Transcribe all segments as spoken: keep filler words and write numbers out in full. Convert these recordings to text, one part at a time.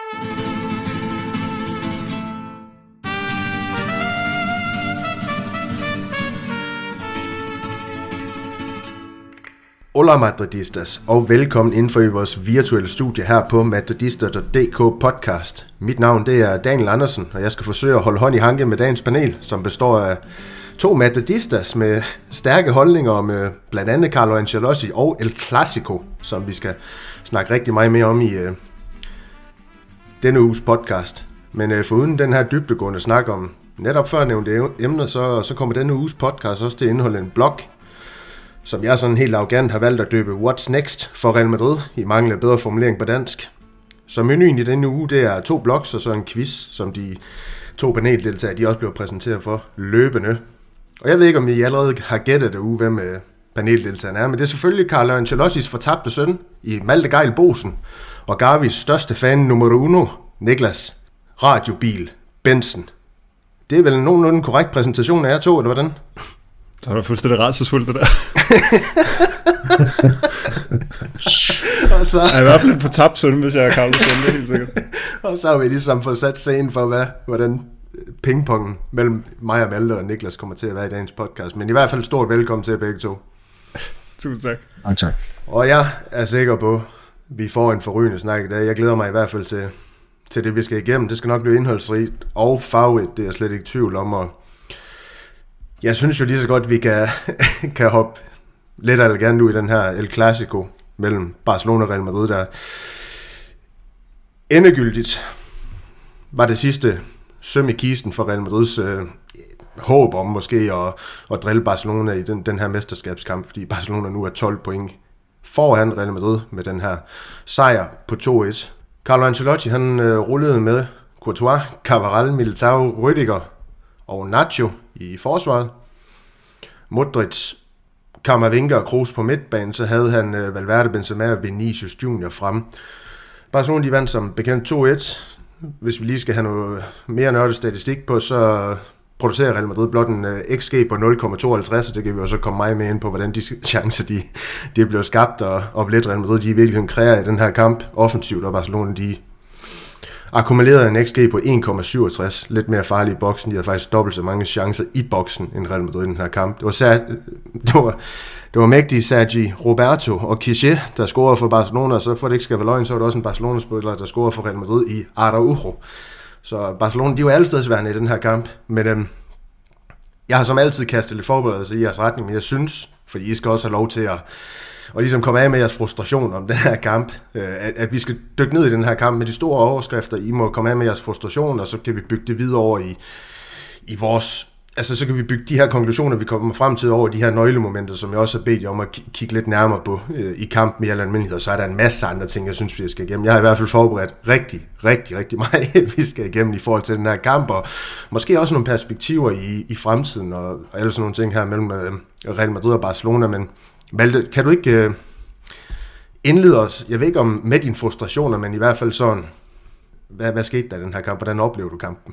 Hola Madridistas, og velkommen inden for i vores virtuelle studie her på madridista punktum d k podcast. Mit navn det er Daniel Andersen, og jeg skal forsøge at holde hånd i hanke med dagens panel, som består af to madridistas med stærke holdninger om øh, blandt andet Carlo Ancelotti og El Clasico, som vi skal snakke rigtig meget mere om i øh, denne uges podcast. Men øh, foruden den her dybdegående snak om netop førnævnte emner, så, så kommer denne uges podcast også til at indeholde en blog, som jeg sådan helt arrogant har valgt at døbe What's Next for Real Madrid, i mangel af bedre formulering på dansk. Så menuen i denne uge, det er to blogs og så en quiz, som de to paneldeltagere, de også bliver præsenteret for løbende. Og jeg ved ikke, om I allerede har gættet det uge, hvem paneldeltagerne er, men det er selvfølgelig Carlo Ancelottis fortabte søn i Malte Geil Bosen, og Gavis største fan nummer uno, Niklas Radiobil Benson. Det er vel nogenlunde en korrekt præsentation af jer to, eller hvordan? Så er det fuldstændig rædselsfuldt, det der. og så... Jeg er i hvert fald en fortabt søn, hvis jeg er Carlos søn, det er helt sikkert. Og så har vi ligesom fået sat scenen for, hvad, hvordan pingpongen mellem mig og Malte og Niklas kommer til at være i dagens podcast. Men i hvert fald stort velkommen til begge to. Tusind tak. Mange tak. Og jeg er sikker på, at vi får en forrygende snak i dag. Jeg glæder mig i hvert fald til, til det, vi skal igennem. Det skal nok blive indholdsrigt og farverigt, det er jeg slet ikke i tvivl om. Og jeg synes jo lige så godt, at vi kan, kan hoppe lidt eller gerne ud i den her El Clasico mellem Barcelona og Real Madrid, der endegyldigt var det sidste søm i kisten for Real Madrids øh, håb om måske at, at drille Barcelona i den, den her mesterskabskamp, fordi Barcelona nu er tolv point foran Real Madrid med den her sejr på to et. Carlo Ancelotti han øh, rullede med Courtois, Carvajal, Militao, Rüdiger og Nacho i forsvaret. Modric, Camavinga og Kroos på midtbanen, så havde han øh, Valverde, Benzema og Vinicius Junior frem. Barcelona de vandt som bekendt to et. Hvis vi lige skal have noget mere nørdet statistik på, så producerer Real Madrid blot en øh, X G på nul komma tooghalvtreds, og det kan vi også komme meget med ind på, hvordan de chancer de, de blev skabt, og, og hvor lidt Real Madrid de i virkeligheden kræver i den her kamp offensivt, og Barcelona de akkumulerede en X G på en komma syvogtres, lidt mere farlig i boksen. De havde faktisk dobbelt så mange chancer i boksen end Real Madrid i den her kamp. Det var, det var, det var mægtige Sergi Roberto og Kessié, der scorede for Barcelona, og så for det ikke skal være løgn, så var det også en Barcelona-spiller, der scorede for Real Madrid i Araujo. Så Barcelona, de var allestedsværende i den her kamp, men øhm, jeg har som altid kastet lidt forberedelse i jeres retning, men jeg synes, fordi I skal også have lov til at og ligesom komme af med jeres frustration om den her kamp, at, at vi skal dykke ned i den her kamp med de store overskrifter. I må komme af med jeres frustration, og så kan vi bygge det videre over i, i vores, altså så kan vi bygge de her konklusioner, vi kommer frem til over de her nøglemomenter, som jeg også har bedt jer om at k- kigge lidt nærmere på øh, i kampen i al almindelighed, og så er der en masse andre ting, jeg synes, vi skal igennem. Jeg har i hvert fald forberedt rigtig, rigtig, rigtig meget, vi skal igennem i forhold til den her kamp, og måske også nogle perspektiver i, i fremtiden, og, og alle sådan nogle ting her mellem øh, Real Madrid og Barcelona, men Malte, kan du ikke øh, indlede os, jeg ved ikke om med dine frustrationer, men i hvert fald sådan, hvad, hvad skete der i den her kamp? Hvordan oplevede du kampen?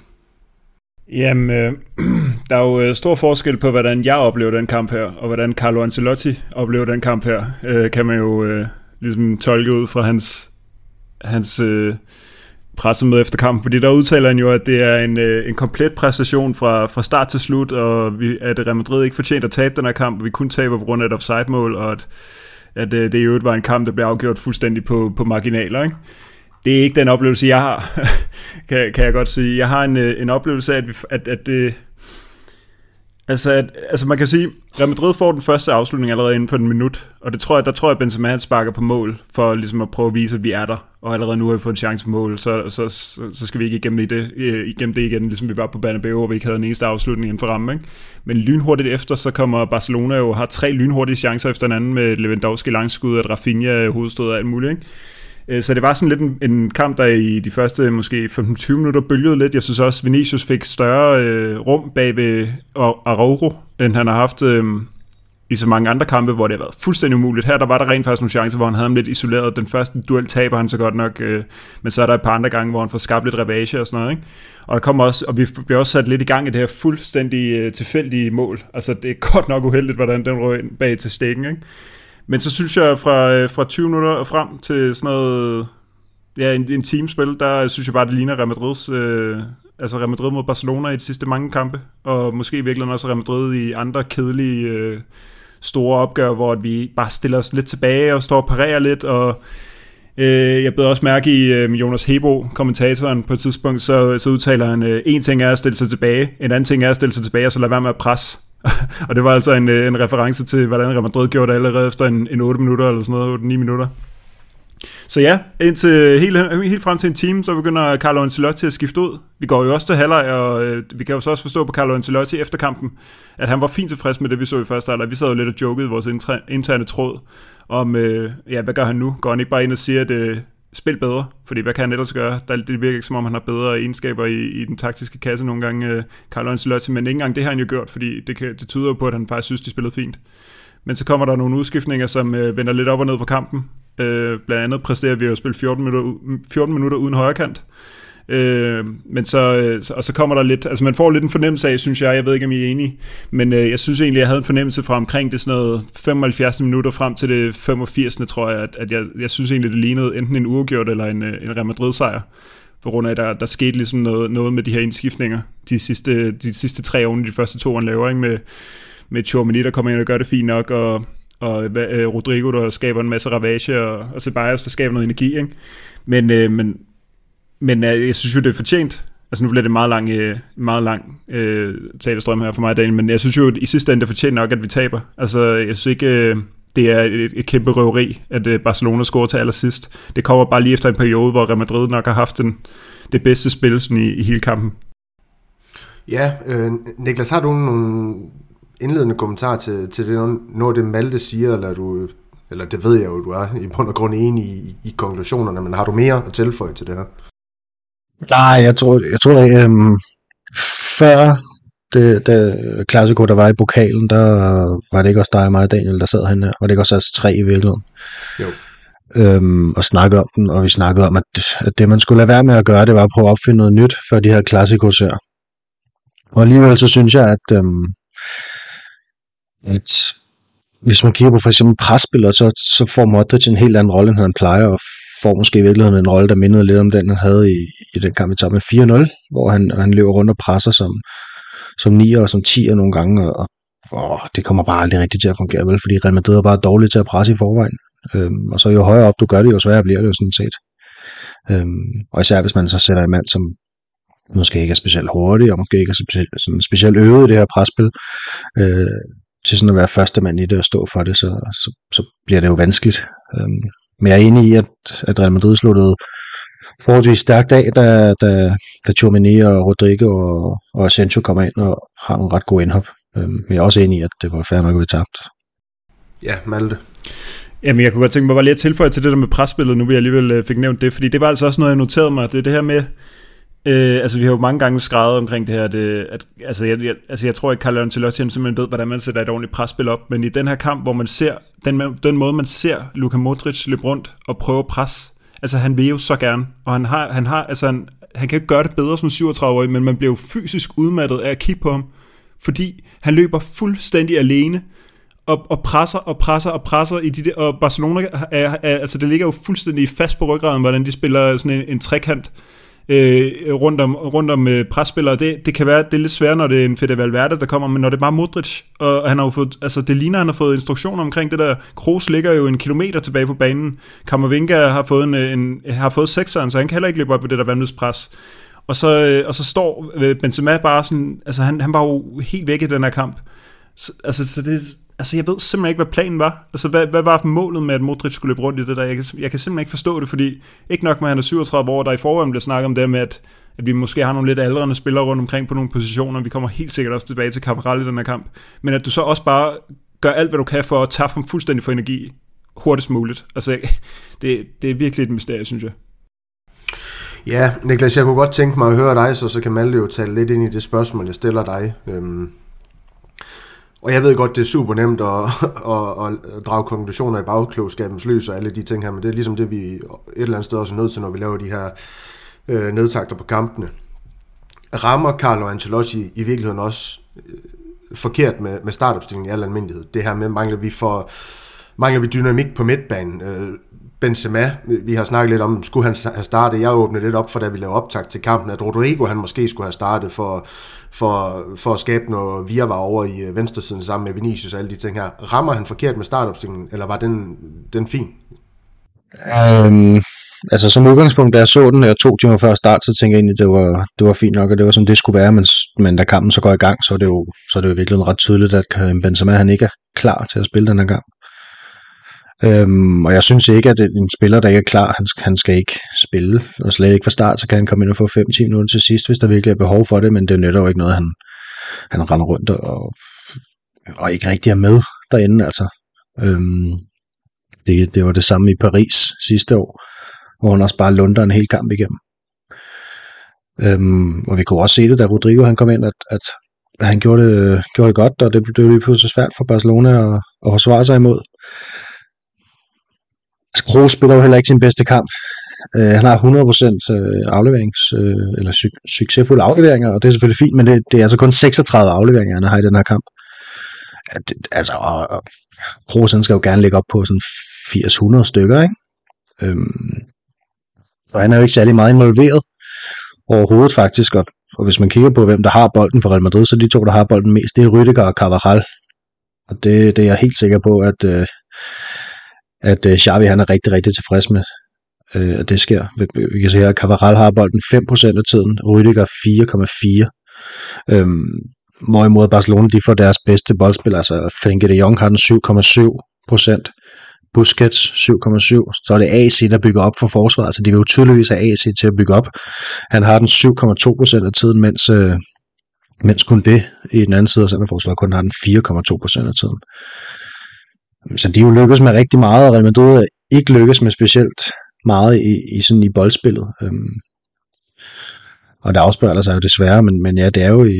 Jamen, øh, der er jo øh, stor forskel på, hvordan jeg oplever den kamp her, og hvordan Carlo Ancelotti oplever den kamp her, øh, kan man jo øh, ligesom tolke ud fra hans, hans øh, pressemøde efter kampen, fordi der udtaler han jo, at det er en, øh, en komplet præstation fra, fra start til slut, og vi, at Real Madrid ikke fortjent at tabe den her kamp, og vi kun taber på grund af et offside-mål, og at, at øh, det i øvrigt var en kamp, der blev afgjort fuldstændig på, på marginaler, ikke? Det er ikke den oplevelse, jeg har, kan, kan jeg godt sige. Jeg har en, en oplevelse af, at, vi, at, at det... Altså, at, altså man kan sige, Real Madrid får den første afslutning allerede inden for en minut, og det tror jeg, der tror jeg, at Benzema han sparker på mål, for ligesom at prøve at vise, at vi er der, og allerede nu har vi fået en chance på mål, så, så, så, så skal vi ikke igennem det, igennem det igen, ligesom vi var på Bernabeu, hvor vi ikke havde den eneste afslutning inden for rammen, ikke? Men lynhurtigt efter, så kommer Barcelona jo har tre lynhurtige chancer efter hinanden med Lewandowski langskud, at Rafinha hovedstød og alt muligt, ikke? Så det var sådan lidt en, en kamp, der i de første måske femten til tyve minutter bølgede lidt. Jeg synes også, Vinicius fik større øh, rum bag ved Araujo, end han har haft øh, i så mange andre kampe, hvor det har været fuldstændig umuligt. Her der var der rent faktisk nogle chancer, hvor han havde ham lidt isoleret. Den første duel taber han så godt nok, øh, men så er der et par andre gange, hvor han får skabt lidt ravage og sådan noget, ikke? Og der kommer også, og vi bliver også sat lidt i gang i det her fuldstændig øh, tilfældige mål. Altså det er godt nok uheldigt, hvordan den røg ind bag til stikken, ikke? Men så synes jeg, fra, fra tyve minutter og frem til sådan noget ja, en, en teamspil, der synes jeg bare, det ligner Real Madrids, øh, altså Real Madrid mod Barcelona i de sidste mange kampe, og måske virkelig også Real Madrid i andre kedelige øh, store opgør, hvor vi bare stiller os lidt tilbage og står og parerer lidt, og øh, jeg blev også mærke i øh, Jonas Hebo, kommentatoren, på et tidspunkt, så, så udtaler han, øh, en ting er at stille sig tilbage, en anden ting er at stille sig tilbage, og så lade være med at presse. Og det var altså en, en reference til, hvordan Real Madrid gjorde det allerede efter en, en otte minutter, eller sådan noget, otte ni minutter. Så ja, indtil, helt, helt frem til en time, så begynder Carlo Ancelotti at skifte ud. Vi går jo også til halvleg, og øh, vi kan jo så også forstå på Carlo Ancelotti efter kampen, at han var fint tilfreds med det, vi så i første halvleg. Vi sad jo lidt og jokede i vores interne tråd om, øh, ja, hvad gør han nu? Går han ikke bare ind og siger, at øh, spil bedre? Fordi hvad kan han ellers gøre? Det virker ikke, som om han har bedre egenskaber i, i den taktiske kasse nogle gange, øh, Carlo Ancelotti, men ikke engang det har han jo gjort, fordi det, kan, det tyder jo på, at han faktisk synes, de spillede fint. Men så kommer der nogle udskiftninger, som øh, vender lidt op og ned på kampen. Øh, blandt andet præsterer vi at spille fjorten minutter, fjorten minutter uden højrekant. Øh, men så, øh, og så kommer der lidt, altså man får lidt en fornemmelse af, synes jeg, jeg ved ikke, om I er enige, men øh, jeg synes egentlig, jeg havde en fornemmelse fra omkring det sådan noget femoghalvfjerds minutter frem til det femogfirs, tror jeg, at, at jeg, jeg synes egentlig, det lignede enten en uafgjort eller en, en Real Madrid-sejr, på grund af, at der, der skete ligesom noget, noget med de her indskiftninger, de sidste, de sidste tre år, de første to, han laver, ikke? med med Tchouaméni, der kommer ind og gør det fint nok, og, og øh, Rodrigo, der skaber en masse ravage, og, og Ceballos, der skaber noget energi, ikke? Men, øh, men, men øh, jeg synes jo, det er fortjent. Altså nu bliver det meget lang, øh, meget lang øh, talestrøm her for mig, Daniel, men jeg synes jo, at i sidste ende, det er fortjent nok, at vi taber. Altså, jeg synes ikke, øh, det er et, et kæmpe røveri, at øh, Barcelona scorer til allersidst. Det kommer bare lige efter en periode, hvor Real Madrid nok har haft den, det bedste spil sådan i, i hele kampen. Ja, øh, Niklas, har du nogle indledende kommentar til, til det, når det Malte siger, eller du, eller det ved jeg jo, du er i bund og grund enig i, i konklusionerne, men har du mere at tilføje til det her? Nej, jeg tror, jeg tror at, øhm, før det, det Clasico, der var i pokalen, der var det ikke også dig og mig, Daniel, der sad henne, var det ikke også os tre i virkeligheden? Jo. Øhm, og snakkede om den, og vi snakkede om, at, at det man skulle lade være med at gøre, det var at prøve at opfinde noget nyt for de her Clasicos her. Og alligevel så synes jeg, at øhm, at hvis man kigger på for eksempel presspillere, så, så får Modric en helt anden rolle, end han plejer, og får måske i virkeligheden en rolle, der mindede lidt om den, han havde i, i den kamp, vi tager med fire nul, hvor han, han løber rundt og presser som, som nier og som tier nogle gange, og, og det kommer bare aldrig rigtigt til at fungere, vel, fordi Real Madrid er bare dårligt til at presse i forvejen, øhm, og så jo højere op du gør det, jo sværere bliver det jo sådan set. Øhm, og især hvis man så sætter en mand, som måske ikke er specielt hurtig, og måske ikke er specielt, sådan specielt øvet i det her presspil, øh, til sådan at være første mand i det og stå for det, så, så, så bliver det jo vanskeligt. Øhm, men jeg er enig i, at, at Real Madrid sluttede forholdsvis stærkt af, da, da, da Tchouaméni og Rodrigo og, og Asensio kommer ind og har nogle ret gode indhop. Øhm, men jeg er også enig i, at det var fair nok, at vi tabt. Ja, Malte. Jamen, jeg kunne godt tænke mig bare lige at tilføje til det der med presspillet, nu vi alligevel fik nævnt det, fordi det var altså også noget, jeg noterede mig, det er det her med, Øh, altså vi har jo mange gange skrevet omkring det her, det, at, altså, jeg, jeg, altså jeg tror ikke, Carlo Ancelotti simpelthen ved, hvordan man sætter et ordentligt presspil op, men i den her kamp, hvor man ser, den, den måde man ser Luka Modric løbe rundt og prøve at presse, altså han vil jo så gerne, og han har, han har, altså han, han kan ikke gøre det bedre som syvogtredive-årig, men man bliver jo fysisk udmattet af at kigge på ham, fordi han løber fuldstændig alene, og, og presser og presser og presser i de der, og Barcelona er, er, er, altså det ligger jo fuldstændig fast på ryggraden, hvordan de spiller sådan en, en trekant, Øh, rundt om, rundt om øh, presspillere. Det, det kan være, det er lidt svært, når det er en Fede Valverde, der kommer, men når det er bare Modric, og han har jo fået, altså det ligner, han har fået instruktioner omkring det der. Kroos ligger jo en kilometer tilbage på banen. Camavinga har fået, en, en, har fået sekseren, så han kan heller ikke løbe op på det der vanvidspres. Og så, øh, og så står øh, Benzema bare sådan, altså han, han var jo helt væk i den her kamp. Så, altså, så det, altså jeg ved simpelthen ikke, hvad planen var. Altså hvad, hvad var målet med, at Modric skulle løbe rundt i det der? Jeg kan, jeg kan simpelthen ikke forstå det, fordi ikke nok med, at han er syvogtredive år, der i forvejen bliver snakket om det med, at, at vi måske har nogle lidt aldrende spillere rundt omkring på nogle positioner. Vi kommer helt sikkert også tilbage til Cabral i den her kamp. Men at du så også bare gør alt, hvad du kan for at tabe ham fuldstændig for energi hurtigst muligt. Altså det, det er virkelig et mysterie, synes jeg. Ja, Niklas, jeg kunne godt tænke mig at høre dig, så, så kan Malte jo tale lidt ind i det spørgsmål, jeg stiller dig. Øhm Og jeg ved godt, det er super nemt at, at, at drage konklusioner i bagklogskabens lys og alle de ting her, men det er ligesom det, vi et eller andet sted også er nødt til, når vi laver de her øh, nedtakter på kampene. Rammer Carlo Ancelotti i virkeligheden også øh, forkert med, med startopstillingen i al almindelighed? Det her med, mangler vi, for, mangler vi dynamik på midtbanen? Øh, Benzema, vi har snakket lidt om, skulle han have startet, jeg åbnede lidt op for, da vi lavede optakt til kampen, at Rodrigo han måske skulle have startet for, for, for at skabe noget virvar over i venstresiden sammen med Vinicius og alle de ting her. Rammer han forkert med startopstillingen, eller var den, den fin? Um, altså som udgangspunkt, da jeg så den, og to timer før start, så tænkte jeg egentlig, det var, det var fint nok, og det var sådan, det skulle være, men, men da kampen så går i gang, så er det jo, så er det jo virkelig ret tydeligt, at Benzema han ikke er klar til at spille den her kamp. Um, og jeg synes ikke, at en spiller, der ikke er klar, han, han skal ikke spille, og slet ikke fra start, så kan han komme ind og få fem til ti minutter til sidst, hvis der virkelig er behov for det, men det nytter jo ikke noget, han, han render rundt og, og ikke rigtig er med derinde, altså. Um, det, det var det samme i Paris sidste år, hvor han også bare lunder en hel kamp igennem. Um, og vi kunne også se det, da Rodrigo han kom ind, at, at, at han gjorde det, gjorde det godt, og det, det blev lige pludselig svært for Barcelona at, at forsvare sig imod. Kroos spiller jo heller ikke sin bedste kamp. Uh, han har hundrede procent afleverings, uh, eller su- succesfulde afleveringer, og det er selvfølgelig fint, men det, det er altså kun seksogtredive afleveringer, han har i den her kamp. At, altså, og, og Kroos han skal jo gerne ligge op på sådan firs hundrede stykker, ikke? Um, så han er jo ikke særlig meget involveret overhovedet faktisk, og, og hvis man kigger på, hvem der har bolden for Real Madrid, så de to, der har bolden mest, det er Rüdiger og Carvajal. Og det, det er jeg helt sikker på, at uh, at uh, Xavi han er rigtig, rigtig tilfreds med, uh, at det sker. Vi kan se her, at Carvajal har bolden fem procent af tiden, Rüdiger fire komma fire. Um, hvorimod Barcelona, de får deres bedste boldspil, altså Frenkie de Jong har den syv komma syv procent, Busquets syv komma syv, så er det A C, der bygger op for forsvaret, altså de vil jo tydeligvis have A C til at bygge op. Han har den syv komma to procent af tiden, mens, uh, mens kun det i den anden side af centerforsvaret kun har den fire komma to procent af tiden. Så de er jo lykkes med rigtig meget, og Real Madrid ikke lykkes med specielt meget i, i, sådan i boldspillet. Øhm, og der afspejler sig jo desværre, men, men ja, det er jo i,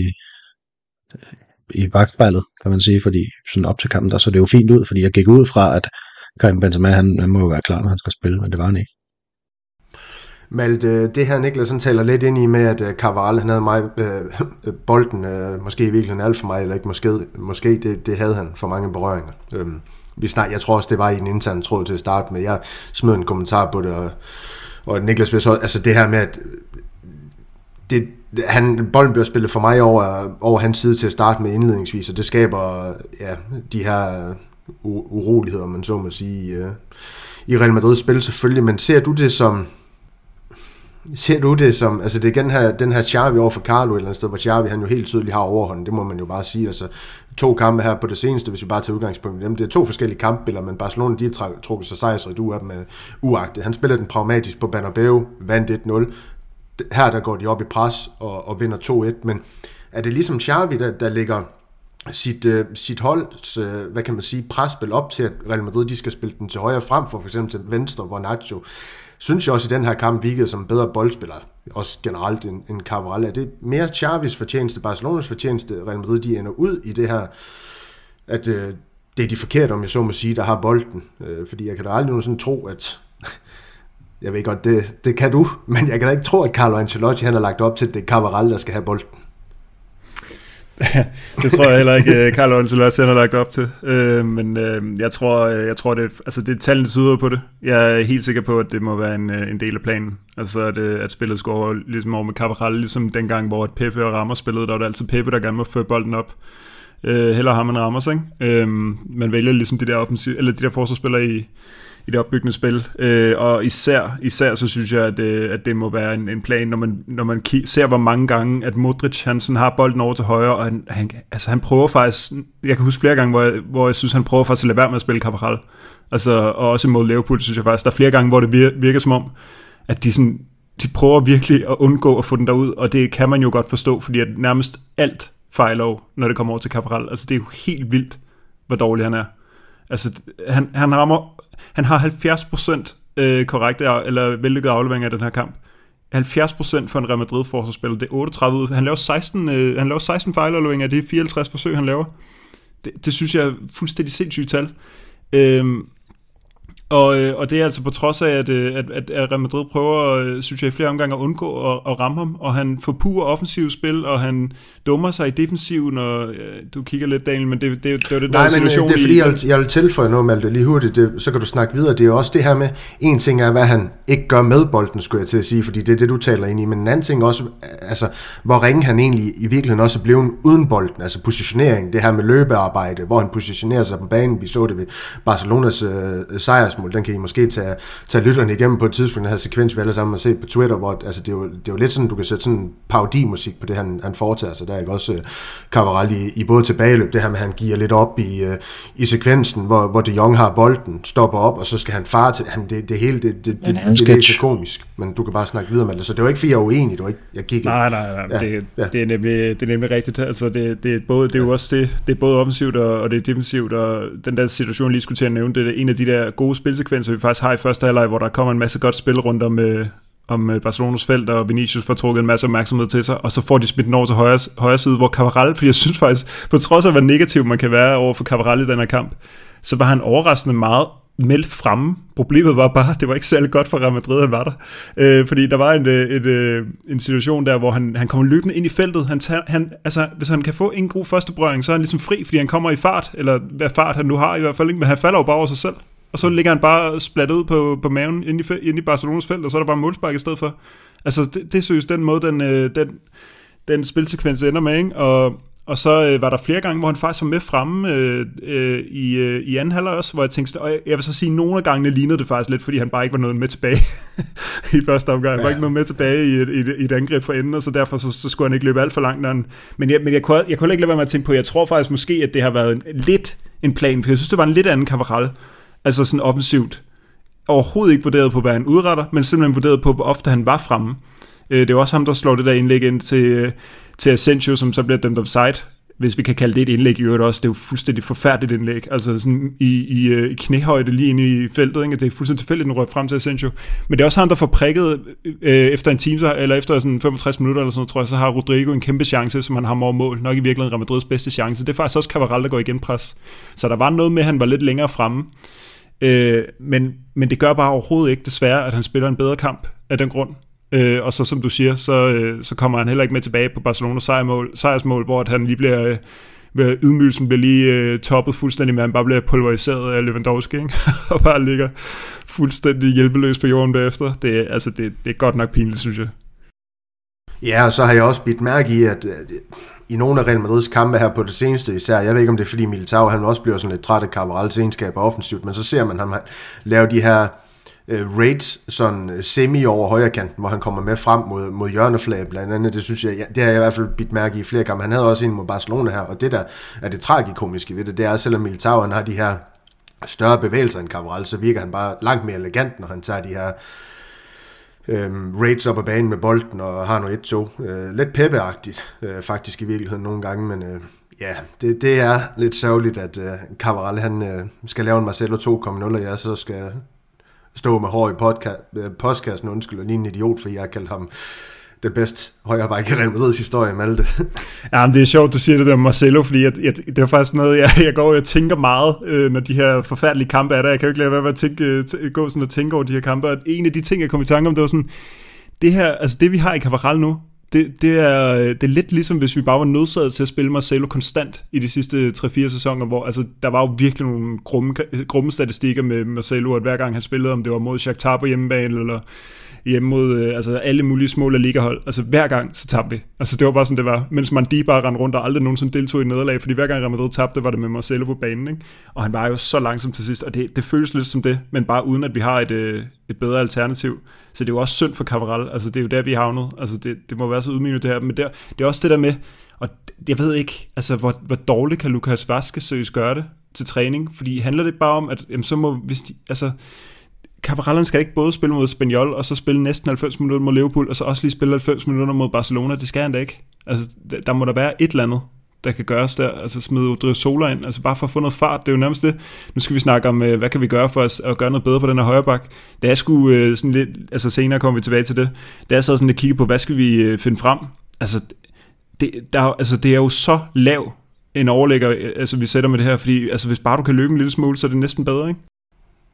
i bagspejlet, kan man sige, fordi sådan op til kampen, der så det jo fint ud, fordi jeg gik ud fra, at Karim Benzema, han, han må jo være klar, når han skal spille, men det var han ikke. Malte, det her Niklas han taler lidt ind i med, at Carvajal, han havde mig øh, bolden, øh, måske i virkeligheden alt for mig, eller ikke måske, måske det, det havde han for mange berøringer. Øhm, vi snak, jeg tror også, det var i en intern tråd til at starte med. Jeg smed en kommentar på det, og, og Niklas vil så, altså det her med, at det, han, bolden bliver spillet for mig over, over hans side til at starte med indledningsvis, og det skaber ja, de her u- uroligheder, man så må sige, øh, i Real Madrids spil selvfølgelig, men ser du det som Ser du det som, altså det er den her, den her Xavi over for Carlo et eller andet sted, hvor Xavi han jo helt tydeligt har overhånden, det må man jo bare sige, altså to kampe her på det seneste, hvis vi bare tager udgangspunkt i dem, det er to forskellige kampbilleder, men Barcelona de har trukket sig sejrsrigt ud af dem uagtet. Han spiller den pragmatisk på Bernabeu, vandt et nul, her der går de op i pres og, og vinder to et, men er det ligesom Xavi, der, der ligger sit, uh, sit holds, uh, hvad kan man sige, presspil op til, at Real Madrid de skal spille den til højre frem for for eksempel til venstre, hvor Nacho synes jeg også i den her kamp virkede som en bedre boldspiller, også generelt end, end Carvajal. Er det mere Xavis fortjeneste, Barcelonas fortjeneste, Real Madrid de ender ud i det her, at øh, det er de forkerte, om jeg så må sige, der har bolden. Øh, fordi jeg kan da aldrig nu sådan tro, at jeg ved godt, det, det kan du, men jeg kan da ikke tro, at Carlo Ancelotti han har lagt op til, at det er Carvajal, der skal have bolden. Det tror jeg heller ikke, Carlo Ancelotti har lagt op til. Øh, men øh, jeg tror, jeg tror det, altså det er tallene tyder på det. Jeg er helt sikker på, at det må være en, en del af planen. Altså at, at spillet skal over, ligesom over med Carvajal, ligesom dengang, hvor Pepe og Ramos spillede, der var det altid Pepe, der gerne må føre bolden op. Øh, hellere har man Ramos, ikke? Øh, man vælger ligesom de der offensiv, eller de der forsvarsspillere i i det opbyggende spil, øh, og især, især så synes jeg, at, øh, at det må være en, en plan, når man, når man ki- ser, hvor mange gange, at Modric, han sådan har bolden over til højre, og han, han, altså han prøver faktisk, jeg kan huske flere gange, hvor jeg, hvor jeg synes, han prøver faktisk at lade være med at spille Carvajal, altså, og også imod Liverpool, synes jeg faktisk, der er flere gange, hvor det virker, virker som om, at de, sådan, de prøver virkelig at undgå at få den derud, og det kan man jo godt forstå, fordi at nærmest alt fejler, når det kommer over til Carvajal, altså det er jo helt vildt, hvor dårlig han er. Altså, han, han rammer Han har halvfjerds procent øh, korrekte eller vellykkede afleveringer i den her kamp. halvfjerds procent for en Real Madrid forsvarsspiller. Det er otteogtredive ud. Han laver seksten, øh, han laver seksten fejlafleveringer. Det er fireoghalvtreds forsøg, han laver. Det, det synes jeg er fuldstændig sindssygt tal. Øhm, Og, øh, og det er altså på trods af, at, at, at, at Real Madrid prøver, synes jeg, i flere omgange at undgå at, at ramme ham, og han forpurer offensivt spil, og han dummer sig i defensiven, og øh, du kigger lidt, Daniel, men det, det, det var det, der Nej, situation men det er fordi, i... jeg vil, jeg vil tilføje noget med det lige hurtigt, det, så kan du snakke videre. Det er jo også det her med, en ting er, hvad han ikke gør med bolden, skulle jeg til at sige, fordi det er det, du taler ind i, men en anden ting også, altså, hvor ringe han egentlig i virkeligheden også er blevet uden bolden, altså positionering, det her med løbearbejde, hvor han positionerer sig på banen, vi så det ved Barcelonas øh, sejrsmål, den kan I måske tage, tage lytterne igennem på et tidspunkt, den her sekvens, vi alle sammen har set på Twitter, hvor altså, det, er jo, det er jo lidt sådan, du kan sætte sådan en parodimusik på det, han, han foretager sig, der er ikke også uh, Cabral i, i både tilbageløb, det her med, at han giver lidt op i, uh, i sekvensen, hvor, hvor De Jong har bolden, stopper op, og så skal han fare til, han, det, det hele, det, det, det, det, det, det er så komisk, men du kan bare snakke videre med det, så det var ikke fordi jeg er uenig, det var ikke, jeg kiggede. Nej, nej, nej, ja, det, ja. det, er nemlig, det er nemlig rigtigt, altså det, det, er både, det er jo også det, det er både offensivt og, og det er defensivt, og den der situation, lige skulle til at nævne, det er en af de der gode spilsekvenser, vi faktisk har i første halvleg, hvor der kommer en masse godt spil rundt om, øh, om Barcelonas felt, og Vinicius får trukket en masse opmærksomhed til sig, og så får de smidt den over til højre, højre side, hvor Cabral, fordi jeg synes faktisk, på trods af hvor negativ man kan være over for Cabral i den her kamp, så var han overraskende meget meldt fremme. Problemet var bare, det var ikke særlig godt for Real Madrid, han var der. Øh, fordi der var en, en, en, en situation der, hvor han, han kommer løbende ind i feltet. Han tager, han, altså, hvis han kan få en god første berøring, så er han ligesom fri, fordi han kommer i fart, eller hvad fart han nu har i hvert fald, ikke? Men han falder jo bare over sig selv. Og så ligger han bare splattet ud på, på maven inde i, inde i Barcelonas felt, og så er der bare målspark i stedet for. Altså, det, det synes den måde, den, den, den spilsekvens ender med, ikke? Og, og så øh, var der flere gange, hvor han faktisk var med fremme øh, øh, i, øh, i anden halvleg også, hvor jeg tænkte, og jeg, jeg vil så sige, at nogle af gangene lignede det faktisk lidt, fordi han bare ikke var noget med tilbage i første omgang. Han var ikke noget med tilbage i et, i et, i et angreb for enden, og så derfor så, så skulle han ikke løbe alt for langt. Når han, men jeg, men jeg, kunne, jeg kunne ikke lade være med at tænke på, jeg tror faktisk måske, at det har været en, lidt en plan, for jeg synes, det var en lidt anden Cabral. Altså sådan offensivt. Overhovedet ikke vurderet på, hvad han udretter, men simpelthen vurderet på, hvor ofte han var fremme. Det er også ham, der slår det der indlæg ind til, til Asensio, som så bliver dømt offside. Hvis vi kan kalde det et indlæg i øvrigt også. Det er jo fuldstændig forfærdeligt indlæg. Altså sådan i, i, i knæhøjde lige inde i feltet. Ikke? Det er fuldstændig tilfældigt, den rører frem til Asensio. Men det er også ham, der får prikket øh, efter en time, eller efter sådan femogtres minutter eller sådan noget, tror jeg, så har Rodrigo en kæmpe chance, som han har over mål. Nok i virkeligheden Real Madrids bedste chance. Det er faktisk også Cabral, der går igen pres. Så der var noget med, at han var lidt længere fremme. Øh, men, men det gør bare overhovedet ikke desværre, at han spiller en bedre kamp af den grund. Øh, og så som du siger, så, øh, så kommer han heller ikke med tilbage på Barcelonas sejrsmål, sejrsmål hvor at han lige bliver, øh, ydmygelsen bliver lige øh, toppet fuldstændig med, at han bare bliver pulveriseret af Lewandowski, ikke? Og bare ligger fuldstændig hjælpeløs på jorden bagefter. Det, altså, det, det er godt nok pinligt, synes jeg. Ja, og så har jeg også bidt mærke i, at, at i nogle af Real Madrids kampe her på det seneste især, jeg ved ikke om det er fordi Militao, han også bliver sådan lidt træt af Cabrals egenskaber offensivt, men så ser man ham lave de her uh, raids sådan semi over højre kanten, hvor han kommer med frem mod, mod hjørneflag blandt andet. Det synes jeg, ja, det har jeg i hvert fald bidt mærke i flere kampe. Han havde også en mod Barcelona her, og det der er det tragikomiske ved det, det er, selvom Militao han har de her større bevægelser end Cabral, så virker han bare langt mere elegant, når han tager de her Øhm, raids op ad banen med bolden og har noget et to. Øh, lidt Pepe-agtigt øh, faktisk i virkeligheden nogle gange, men øh, ja, det, det er lidt sørgeligt, at øh, Cabral han øh, skal lave en Marcelo to punkt nul, og jeg så skal stå med hår i podca- øh, postkassen, undskyld, og lige en idiot, for jeg har kaldt ham den bedste højreback i Real Madrids historie, Malte. Ja, men det er sjovt, du siger det der Marcelo, fordi jeg, jeg, det er faktisk noget, jeg, jeg går og tænker meget, øh, når de her forfærdelige kampe er der. Jeg kan jo ikke lade være med at tænke, t- gå sådan og tænke over de her kampe. Og en af de ting, jeg kom i tanke om, det var sådan, det her, altså det vi har i Cabral nu, det, det, er, det er lidt ligesom, hvis vi bare var nødsaget til at spille Marcelo konstant i de sidste tre fire sæsoner, hvor altså, der var jo virkelig nogle grumme, grumme statistikker med Marcelo, at hver gang han spillede, om det var mod Shakhtar på hjemmebane, eller hjemme mod altså alle mulige små La Liga-hold. Altså hver gang, så tabte vi. Altså det var bare sådan, det var. Mens Mandi bare rendte rundt og aldrig nogensinde deltog i nederlag, fordi hver gang Real Madrid tabte, var det med Marcelo på banen, ikke? Og han var jo så langsom til sidst, og det, det føles lidt som det, men bare uden at vi har et, et bedre alternativ. Så det er jo også synd for Cabral. Altså det er jo der, vi er havnet. Altså det, det må være så ydmygende det her. Men det, det er også det der med, og jeg ved ikke, altså hvor, hvor dårligt kan Lucas Vazquez seriøst gøre det til træning? Fordi handler det bare om, at jamen, så må, hvis de, altså Cabral skal ikke både spille mod Espanyol, og så spille næsten halvfems minutter mod Liverpool, og så også lige spille halvfems minutter mod Barcelona. Det skal han da ikke. Altså, der må der være et eller andet, der kan gøres der. Altså smide Odriozola ind, altså bare for at få noget fart. Det er jo nærmest det. Nu skal vi snakke om, hvad kan vi gøre for at, at gøre noget bedre på den her højre bak. Da jeg skulle sådan lidt, altså senere kommer vi tilbage til det, da jeg sad sådan lidt kigge på, hvad skal vi finde frem? Altså det, der, altså, det er jo så lav en overlægger, altså vi sætter med det her, fordi altså, hvis bare du kan løbe en lille smule, så er det næsten bedre, ikke?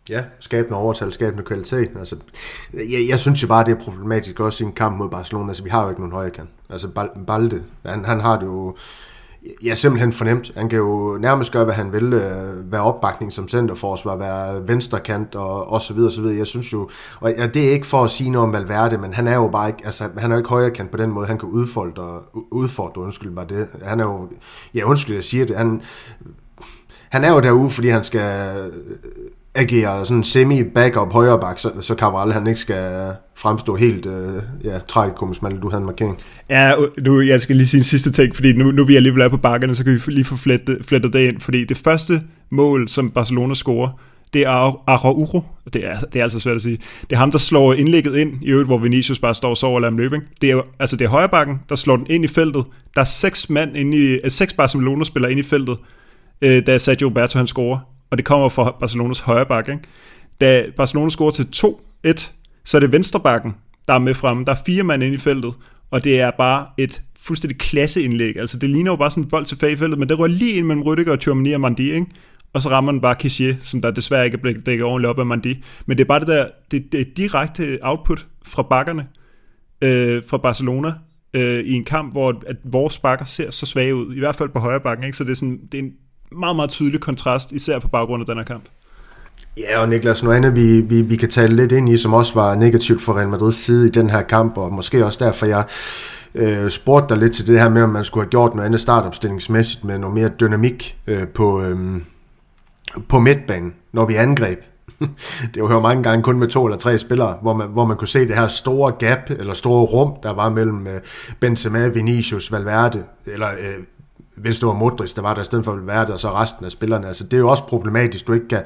Ja, skabende overtal, skabende kvalitet. Altså, jeg, jeg synes jo bare, det er problematisk også i en kamp mod Barcelona. Altså, vi har jo ikke nogen højrekant. Altså, Balde, han, han har det jo ja, simpelthen fornemt. Han kan jo nærmest gøre, hvad han vil. Øh, være opbakning som centerforsvar, være venstrekant og, og så videre, og så videre. Jeg synes jo, og ja, det er ikke for at sige noget om Valverde, men han er jo bare ikke, altså, han er jo ikke højrekant på den måde. Han kan udfordre, udfordre undskyld bare det. Han er jo, ja undskyld, jeg siger det, han, han er jo derude, fordi han skal agere sådan semi-backup højreback, så, så Cabral han ikke skal fremstå helt øh, ja, tragikomisk, men du havde en markering. Ja, nu, jeg skal lige sige en sidste ting, fordi nu, nu vi alligevel er på bakkerne, så kan vi lige få flettet, flettet det ind, fordi det første mål, som Barcelona scorer, det er Araujo, det er, det er altså svært at sige, det er ham, der slår indlægget ind, i øvrigt, hvor Vinicius bare står og sover og lader ham løbe. Det er, altså det er højrebakken, der slår den ind i feltet, der er seks mand inde i, øh, seks Barcelona-spillere inde i feltet, øh, da Sergio Roberto han scorer, og det kommer fra Barcelonas højrebakke. Da Barcelona scorer til to et, så er det venstrebakken, der er med fremme. Der er fire mand inde i feltet, og det er bare et fuldstændig klasseindlæg. Altså det ligner jo bare sådan en bold tilbage i feltet, men det rører lige ind mellem Rüdiger og Tchouaméni og Mendy, ikke? Og så rammer den bare Kessié, som der desværre ikke er dækket ordentligt op af Mendy. Men det er bare det der, det, det er direkte output fra bakkerne, øh, fra Barcelona, øh, i en kamp, hvor at vores bakker ser så svage ud, i hvert fald på højrebakken, ikke? Så det er, sådan, det er en meget, meget tydelig kontrast, især på baggrund af den her kamp. Ja, og Niklas, noget andet, vi, vi, vi kan tale lidt ind i, som også var negativt for Real Madrids side i den her kamp, og måske også derfor, jeg øh, spurgte dig lidt til det her med, om man skulle have gjort noget andet startopstillingsmæssigt med noget mere dynamik øh, på, øh, på midtbanen, når vi angreb. Det var jo mange gange kun med to eller tre spillere, hvor man, hvor man kunne se det her store gap, eller store rum, der var mellem øh, Benzema, Vinicius, Valverde, eller øh, hvis det var Modric, der var der i stedet for Valverde, og så resten af spillerne. Altså, det er jo også problematisk, du ikke kan,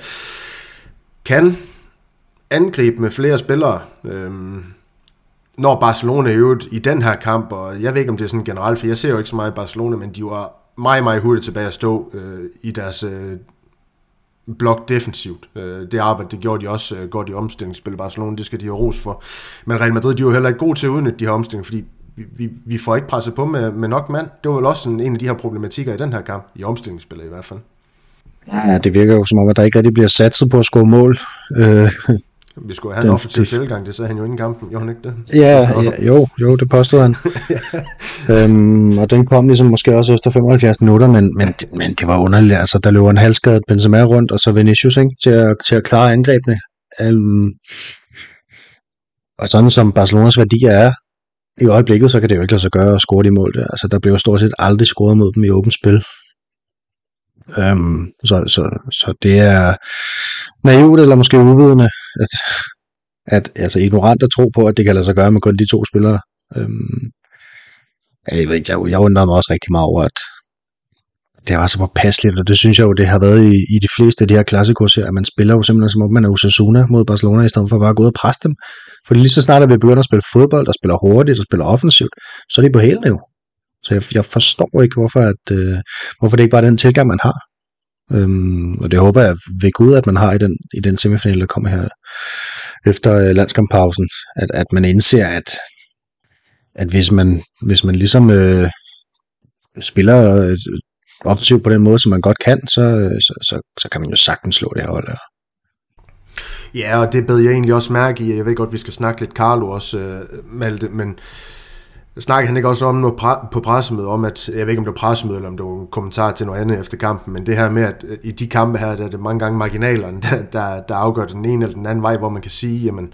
kan angribe med flere spillere, øhm, når Barcelona er jo i den her kamp, og jeg ved ikke, om det er sådan generelt, for jeg ser jo ikke så meget i Barcelona, men de var meget, meget hurtigt tilbage at stå øh, i deres øh, blok defensivt. Øh, det arbejde, det gjorde de også øh, godt i omstillingsspil i Barcelona, det skal de jo ros for. Men Real Madrid, de er jo heller ikke gode til at udnytte de her omstillinger, fordi Vi, vi, vi får ikke presset på med, med nok mand. Det var vel også en, en af de her problematikker i den her kamp, i omstillingsspillet i hvert fald. Ja, det virker jo som om, at der ikke rigtig bliver satset på at score mål. Øh, vi skulle have den, en offensiv tilgang, det sagde han jo inden kampen, gjorde han ikke det? Ja, ja jo, jo, det påstod han. øhm, og den kom ligesom måske også efter femoghalvfjerds minutter, men, men, men det var underligt. Altså, der løber en halvskadet Benzema rundt, og så Vinicius, ikke, til, at, til at klare angrebene. Um, og sådan som Barcelonas værdier er, i øjeblikket, så kan det jo ikke lade sig gøre at score de mål der. Altså, der bliver jo stort set aldrig scoret mod dem i åbent spil. Um, så, så, så det er naivt eller måske uvidende, at, at altså ignorant at tro på, at det kan lade sig gøre med kun de to spillere. Um, jeg ved ikke, jeg, jeg undrer mig også rigtig meget over, at det var så påpasseligt, og det synes jeg jo, det har været i, i de fleste af de her klassikos her, at man spiller jo simpelthen som om man er Osasuna mod Barcelona, i stedet for bare at gå ud og presse dem. Fordi lige så snart at vi begynder at spille fodbold, og spiller hurtigt, og spiller offensivt, så er de på hele niveau. Så jeg, jeg forstår ikke, hvorfor, at, øh, hvorfor det ikke bare er den tilgang, man har. Øhm, og det håber jeg ved Gud, at man har i den, i den semifinale, der kommer her efter øh, landskamppausen, at, at man indser, at, at hvis man, hvis man ligesom øh, spiller øh, offensivt på den måde, som man godt kan, så, så, så, så kan man jo sagtens slå det her hold. Ja, og det bed jeg egentlig også mærke i. Jeg ved godt, vi skal snakke lidt Carlo også, øh, Malte, men snakkede han ikke også om noget pra- på pressemødet, om at, jeg ved ikke om det var pressemødet, eller om det var en kommentar til noget andet efter kampen, men det her med, at i de kampe her, der er det mange gange marginalerne, der, der, der afgør den ene eller den anden vej, hvor man kan sige, jamen,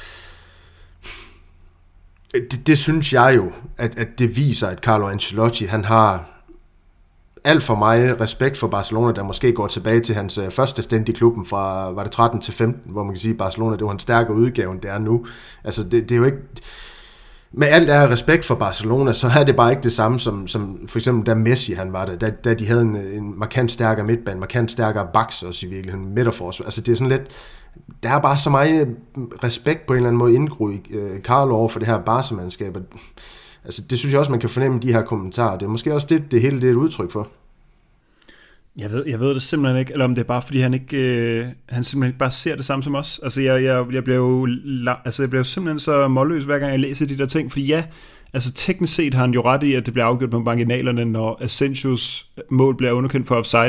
det, det synes jeg jo, at, at det viser, at Carlo Ancelotti, han har alt for meget respekt for Barcelona, der måske går tilbage til hans øh, første stint i klubben fra, var det tretten til femten, hvor man kan sige, at Barcelona, det var en stærkere udgave, end det er nu. Altså, det, det er jo ikke... Med alt der respekt for Barcelona, så er det bare ikke det samme, som, som for eksempel da Messi han var der, da, da de havde en, en markant stærkere midtbane, markant stærkere backs også i virkeligheden, midterforsvar. Altså, det er sådan lidt... Der er bare så meget respekt på en eller anden måde indgroet i øh, Carlo over for det her Barca-mandskab. Altså, det synes jeg også, man kan fornemme de her kommentarer. Det er måske også det, det hele det er et udtryk for. Jeg ved, jeg ved det simpelthen ikke, eller om det er bare fordi han ikke, øh, han simpelthen ikke bare ser det samme som os. Altså jeg, jeg, jeg bliver jo, altså jeg bliver jo simpelthen så målløs hver gang jeg læser de der ting, fordi ja, altså teknisk set har han jo ret i, at det bliver afgjort på marginalerne, når Asensios mål bliver underkendt for offside.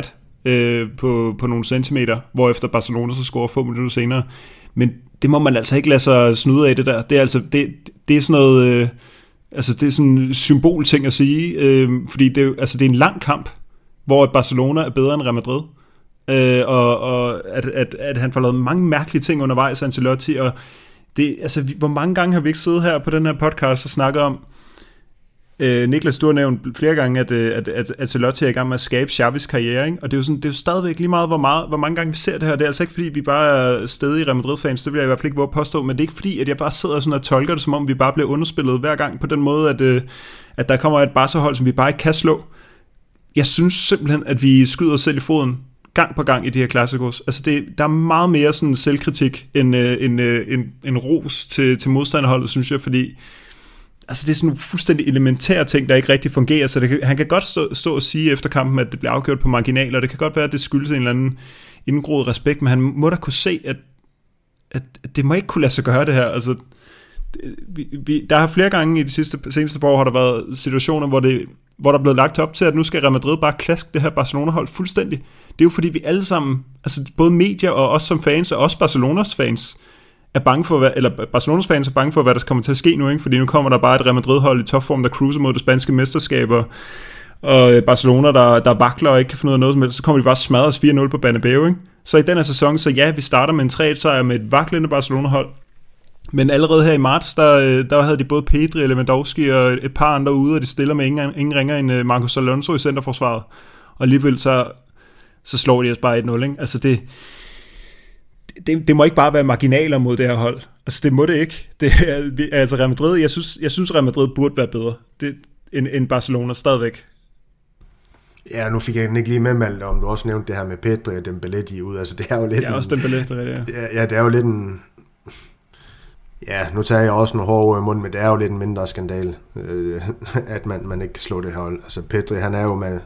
øh, på, på nogle centimeter, hvorefter Barcelona så scorer få minutter senere. Men det må man altså ikke lade sig snyde af, det der. Det er altså, det, det er sådan noget, øh, altså det er sådan en symbolting at sige, øh, fordi det er, altså det er en lang kamp, hvor Barcelona er bedre end Real Madrid. Øh, og og at, at, at han får lavet mange mærkelige ting undervejs, Ancelotti, og det, altså, vi, hvor mange gange har vi ikke siddet her på den her podcast og snakket om, øh, Niklas, du har nævnt flere gange, at, at, at Ancelotti er i gang med at skabe Xavis karriere, ikke? Og det er jo sådan, det er jo stadigvæk lige meget hvor, meget, hvor mange gange vi ser det her. Det er altså ikke fordi, vi bare er stedige Real Madrid-fans, det vil jeg i hvert fald ikke våge påstå, men det er ikke fordi, at jeg bare sidder sådan og tolker det, som om vi bare bliver underspillet hver gang på den måde, at, øh, at der kommer et Barca-hold, som vi bare ikke kan slå. Jeg synes simpelthen, at vi skyder os selv i foden gang på gang i de her klassikos. Altså det, der er meget mere sådan selvkritik end øh, en, øh, en, en ros til, til modstanderholdet, synes jeg, fordi altså det er sådan nogle fuldstændig elementære ting, der ikke rigtig fungerer, så det kan, han kan godt stå, stå og sige efter kampen, at det bliver afgjort på marginaler, det kan godt være, at det skyldes en eller anden indgroet respekt, men han må da kunne se, at, at det må ikke kunne lade sig gøre det her. Altså, vi, vi, der har flere gange i de sidste, seneste par år, har der været situationer, hvor det hvor der er blevet lagt op til, at nu skal Real Madrid bare klaske det her Barcelona-hold fuldstændig. Det er jo fordi, vi alle sammen, altså både medier og os som fans, og også Barcelonas fans, er bange for, hvad, eller Barcelonas fans er bange for, hvad der kommer til at ske nu, ikke? Fordi nu kommer der bare et Real Madrid-hold i topform, der cruiser mod det spanske mesterskaber, og Barcelona, der, der vakler og ikke kan finde ud af noget som helst, så kommer de bare smadres fire nul på Bernabeu, ikke? Så i den her sæson, så ja, vi starter med en tre et sejr med et vaklende Barcelona-hold, men allerede her i marts, der, der havde de både Pedri og Lewandowski og et par andre ude, og de stiller med ingen, ingen ringer end Marcos Alonso i centerforsvaret. Og alligevel så, så slår de os bare et nul, ikke? Altså det, det, det må ikke bare være marginaler mod det her hold. Altså det må det ikke. Det er, altså Real Madrid, jeg synes, jeg synes Real Madrid burde være bedre det, end, end Barcelona stadigvæk. Ja, nu fik jeg ikke lige med, Malte, om du også nævnte det her med Pedri og Dembélé, de ud. Altså det er jo lidt... Ja, også Dembélé, det er det, ja. Ja, det er jo lidt en... Ja, nu tager jeg også nogle hårde ord i munden, men det er jo lidt en mindre skandal, øh, at man, man ikke kan slå det her hold. Altså Pedri, han er jo med...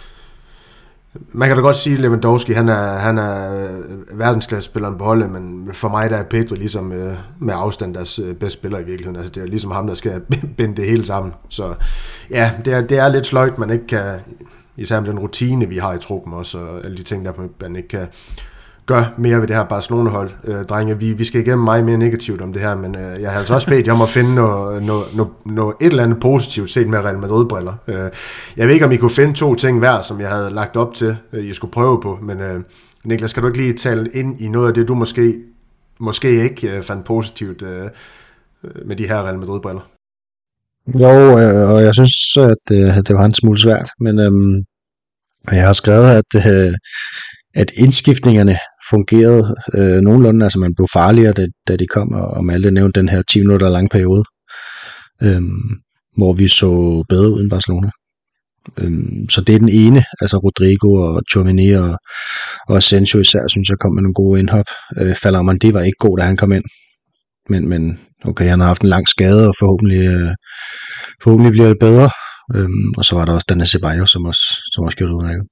Man kan da godt sige, at Lewandowski, han er, han er verdensklassespilleren på holdet, men for mig der er Pedri ligesom øh, med afstand deres øh, bedste spiller i virkeligheden. Altså det er ligesom ham, der skal binde det hele sammen. Så ja, det er, det er lidt sløjt, man ikke kan... Især med den rutine, vi har i truppen også, og alle de ting, der man ikke kan... gør mere ved det her Barcelona-hold. Øh, drenge, vi, vi skal igennem meget mere negativt om det her, men øh, jeg har altså også bedt jer om at finde noget, noget, noget, noget et eller andet positivt set med Real Madrid-briller. Øh, jeg ved ikke, om I kunne finde to ting hver, som jeg havde lagt op til, øh, I skulle prøve på, men øh, Niklas, kan du ikke lige tale ind i noget af det, du måske, måske ikke øh, fandt positivt øh, med de her Real Madrid-briller? Jo, øh, og jeg synes, at øh, det var en smule svært, men øh, jeg har skrevet, at øh, at indskiftningerne fungerede øh, nogenlunde, altså man blev farligere, da, da de kom, og, og Malte nævnte den her ti minutter lang periode, øh, hvor vi så bedre uden Barcelona. Øh, så det er den ene, altså Rodrigo og Tchouaméni og, og Asensio især, synes jeg kom med nogle gode indhop. Øh, Falcao var ikke god, da han kom ind, men, men okay, han har haft en lang skade, og forhåbentlig, øh, forhåbentlig bliver det bedre. Øh, og så var der også Dani Ceballos, som også, som også gjorde det udmærket.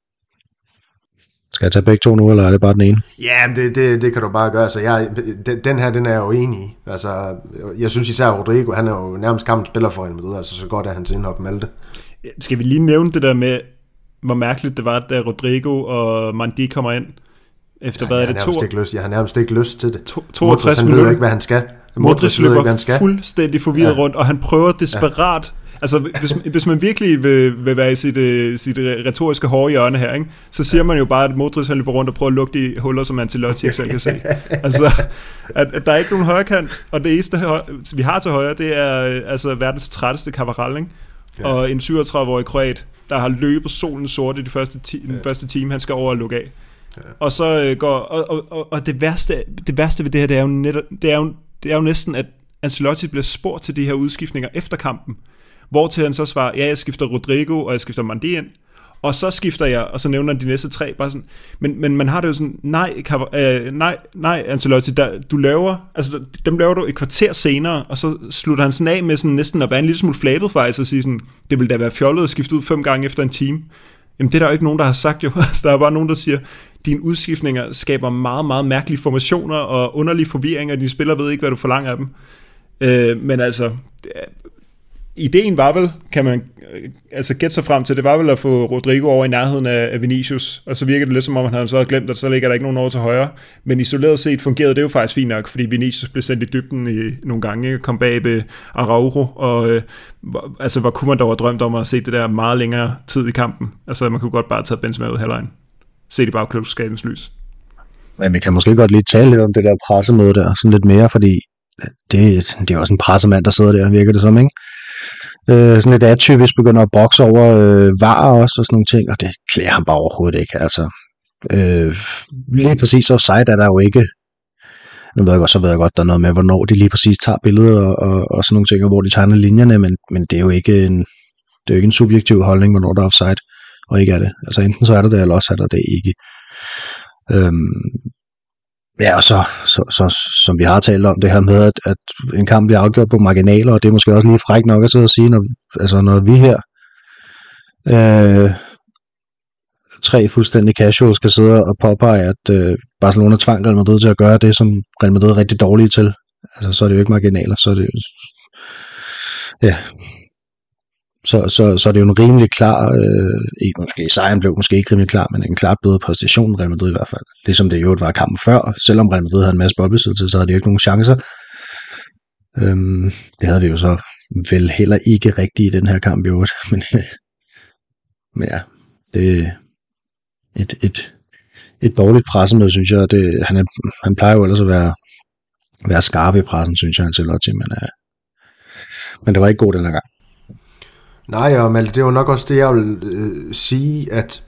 Skal jeg tage begge to nu, eller er det bare den ene? Ja, det, det, det kan du bare gøre. Så jeg, den, den her, den er jeg jo enig i. Altså, jeg synes især Rodrigo, han er jo nærmest kampens spiller for Real Madrid, altså så godt er hans indhop Malte. Skal vi lige nævne det der med, hvor mærkeligt det var, da Rodrigo og Mandi kommer ind? Efter ja, hvad er det? To... Ikke lyst. Jeg har nærmest ikke lyst til det. To, toogtres minutter. Han ved ikke, hvad han skal. Modric løber fuldstændig forvirret ja. rundt, og han prøver desperat... Ja. Altså, hvis, hvis man virkelig vil, vil være i sit, uh, sit retoriske hårde hjørne her, ikke, så siger man jo bare, at Modric han løber rundt og prøver at lukke de huller, som Ancelotti ikke selv kan se. Altså, at, at der er ikke nogen højre kant, og det eneste, vi har til højre, det er altså verdens trætteste Cavaral, ikke? Ja. Og en syvogtredive-årig kroat, der har løbet solen sort i de første ti, ja. den første time, han skal over og lukke af. Ja. Og så uh, går, og, og, og det værste, det værste ved det her, det er jo, netop, det er jo, det er jo næsten, at Ancelotti bliver spurgt til de her udskiftninger efter kampen, hvor til han så svarer, ja, jeg skifter Rodrigo, og jeg skifter Mandi ind, og så skifter jeg, og så nævner han de næste tre, bare sådan, men, men man har det jo sådan, nej, øh, nej, nej, Ancelotti, der, du laver, altså dem laver du et kvarter senere, og så slutter han sådan af med sådan næsten at være en lille smule flabet faktisk, og sige sådan, det vil da være fjollet at skifte ud fem gange efter en time. Jamen det er der jo ikke nogen, der har sagt jo, altså, der er bare nogen, der siger, dine udskiftninger skaber meget, meget mærkelige formationer, og underlige forvirringer, dine spillere ved ikke, hvad du forlanger af dem. Øh, men altså, ideen var vel, kan man altså gætte sig frem til, det var vel at få Rodrigo over i nærheden af, af Vinicius, og så virker det lidt som om, han havde så glemt, at så ligger der ikke nogen over til højre, men isoleret set fungerede det jo faktisk fint nok, fordi Vinicius blev sendt i dybden i nogle gange, kom bag ved Araujo, og øh, altså hvor kunne man dog have drømt om at se det der meget længere tid i kampen, altså man kunne godt bare tage Benzema ud halvlejen, se det bare klogskabens lys. Men vi kan måske godt lige tale lidt om det der pressemøde der, sådan lidt mere, fordi det, det er også en pressemand, der sidder der, virker det som, ikke? Øh, sådan lidt atypisk begynder at brokse over øh, var også og sådan nogle ting, og det klæder ham bare overhovedet ikke, altså. Øh, lige præcis offside er der jo ikke. Nu ved jeg godt, så ved jeg godt, der er noget med, hvornår de lige præcis tager billedet og, og, og sådan nogle ting, og hvor de tegner linjerne, men, men det er jo ikke en, det er jo ikke en subjektiv holdning, hvornår der er offside, og ikke er det. Altså enten så er der det, eller også er der det ikke. Øhm, Ja, og så, så, så, som vi har talt om, det her med, at, at en kamp bliver afgjort på marginaler, og det er måske også lige frækt nok at sidde og sige, når, altså når vi her, øh, tre fuldstændig casual skal sidde og påpege, at øh, Barcelona tvang Real Madrid til at gøre det, som Real Madrid er rigtig dårlige til. Altså, så er det jo ikke marginaler, så er det ja, så, så, så er det jo en rimelig klar, øh, ikke måske, sejren blev måske ikke rimelig klar, men en klart bedre præstation Real Madrid i hvert fald. Ligesom det jo var kampen før, selvom Real Madrid havde en masse boldbesiddelse, så havde de jo ikke nogen chancer. Øhm, det havde vi jo så vel heller ikke rigtigt i den her kamp i øvrigt, men, men ja, det er et, et, et dårligt pressemøde, synes jeg. Det, han, er, han plejer jo ellers at være, være skarp i pressen, synes jeg, Ancelotti, men, øh, men det var ikke god den her gang. Nej, og Malte, det var nok også det, jeg vil øh, sige, at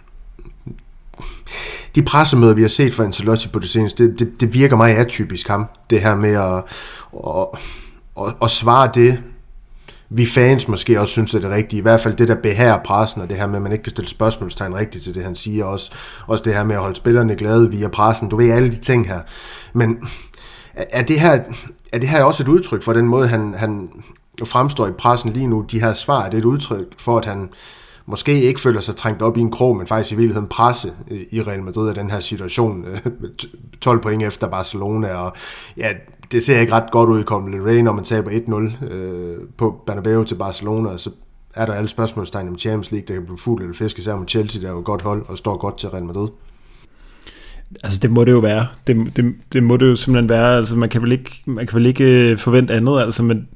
de pressemøder, vi har set fra Ancelotti på det seneste, det, det, det virker meget atypisk ham, det her med at, at, at, at svare det, vi fans måske også synes er det rigtige, i hvert fald det der behærer pressen, og det her med, at man ikke kan stille spørgsmålstegn rigtigt til det, han siger, også, også det her med at holde spillerne glade via pressen, du ved alle de ting her, men er det her, er det her også et udtryk for den måde, han, han fremstår i pressen lige nu, de her svar, er det et udtryk for, at han måske ikke føler sig trængt op i en krog, men faktisk i virkeligheden presse i Real Madrid af den her situation, tolv point efter Barcelona, og ja, det ser ikke ret godt ud i Copa del Rey, når man taber et nul øh, på Bernabeu til Barcelona, og så er der alle spørgsmålstegn om Champions League, der kan blive fuld eller fisk, især med Chelsea, der er jo et godt hold og står godt til Real Madrid. Altså det må det jo være, det, det, det må det jo simpelthen være, altså man kan vel ikke, man kan vel ikke forvente andet, altså, men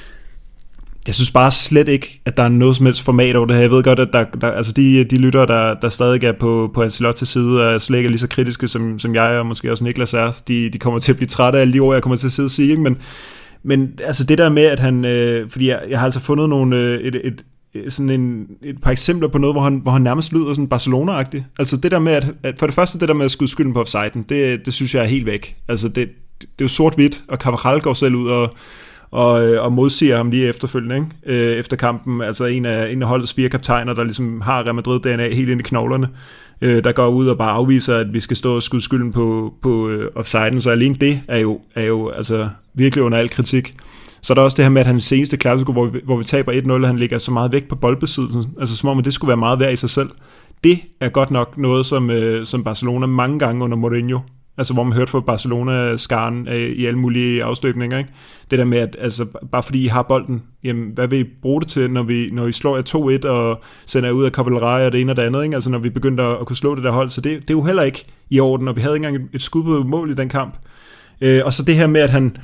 jeg synes bare slet ikke, at der er noget som helst format over det her. Jeg ved godt, at der, der, altså de, de lyttere, der, der stadig er på, på Ancelottis side, er slet ikke lige så kritiske, som, som jeg og måske også Niklas er. De, de kommer til at blive trætte af alle de ord, jeg kommer til at sidde og sige. Ikke? Men, men altså det der med, at han... Øh, fordi jeg, jeg har altså fundet nogle, øh, et, et, et, sådan en, et par eksempler på noget, hvor han, hvor han nærmest lyder sådan Barcelona-agtig. Altså det der med, at, at for det første det der med at skyde skylden på offsiden, det, det synes jeg er helt væk. Altså det, det er jo sort-hvidt, og Carvajal går selv ud og... Og, og modsiger ham lige efterfølgende, ikke? Øh, efter kampen, altså en af, en af holdets fire kaptajner, der ligesom har Real Madrid D N A helt ind i knoglerne, øh, der går ud og bare afviser, at vi skal stå og skyde skylden på, på øh, offsiden, så alene det er jo, er jo altså, virkelig under al kritik. Så er der også det her med, at han seneste Clasico, hvor vi, hvor vi taber et nul, han ligger så meget væk på boldbesiddelsen, altså som om, at det skulle være meget værd i sig selv. Det er godt nok noget, som, øh, som Barcelona mange gange under Mourinho, altså hvor man hørte fra Barcelona-skaren øh, i alle mulige afstøbninger, ikke? Det der med, at altså, bare fordi I har bolden, jamen, hvad vil I bruge det til, når vi, når I slår jer to et og sender jer ud af Copa del Rey og det ene og det andet, ikke? Altså når vi begyndte at, at kunne slå det der hold, så det, det er jo heller ikke i orden, og vi havde ikke engang et skud på mål i den kamp. Øh, og så det her med, at han,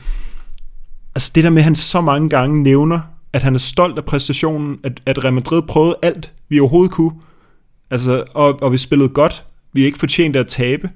altså det der med, at han så mange gange nævner, at han er stolt af præstationen, at, at Real Madrid prøvede alt, vi overhovedet kunne, altså, og, og vi spillede godt, vi er ikke fortjent at tabe.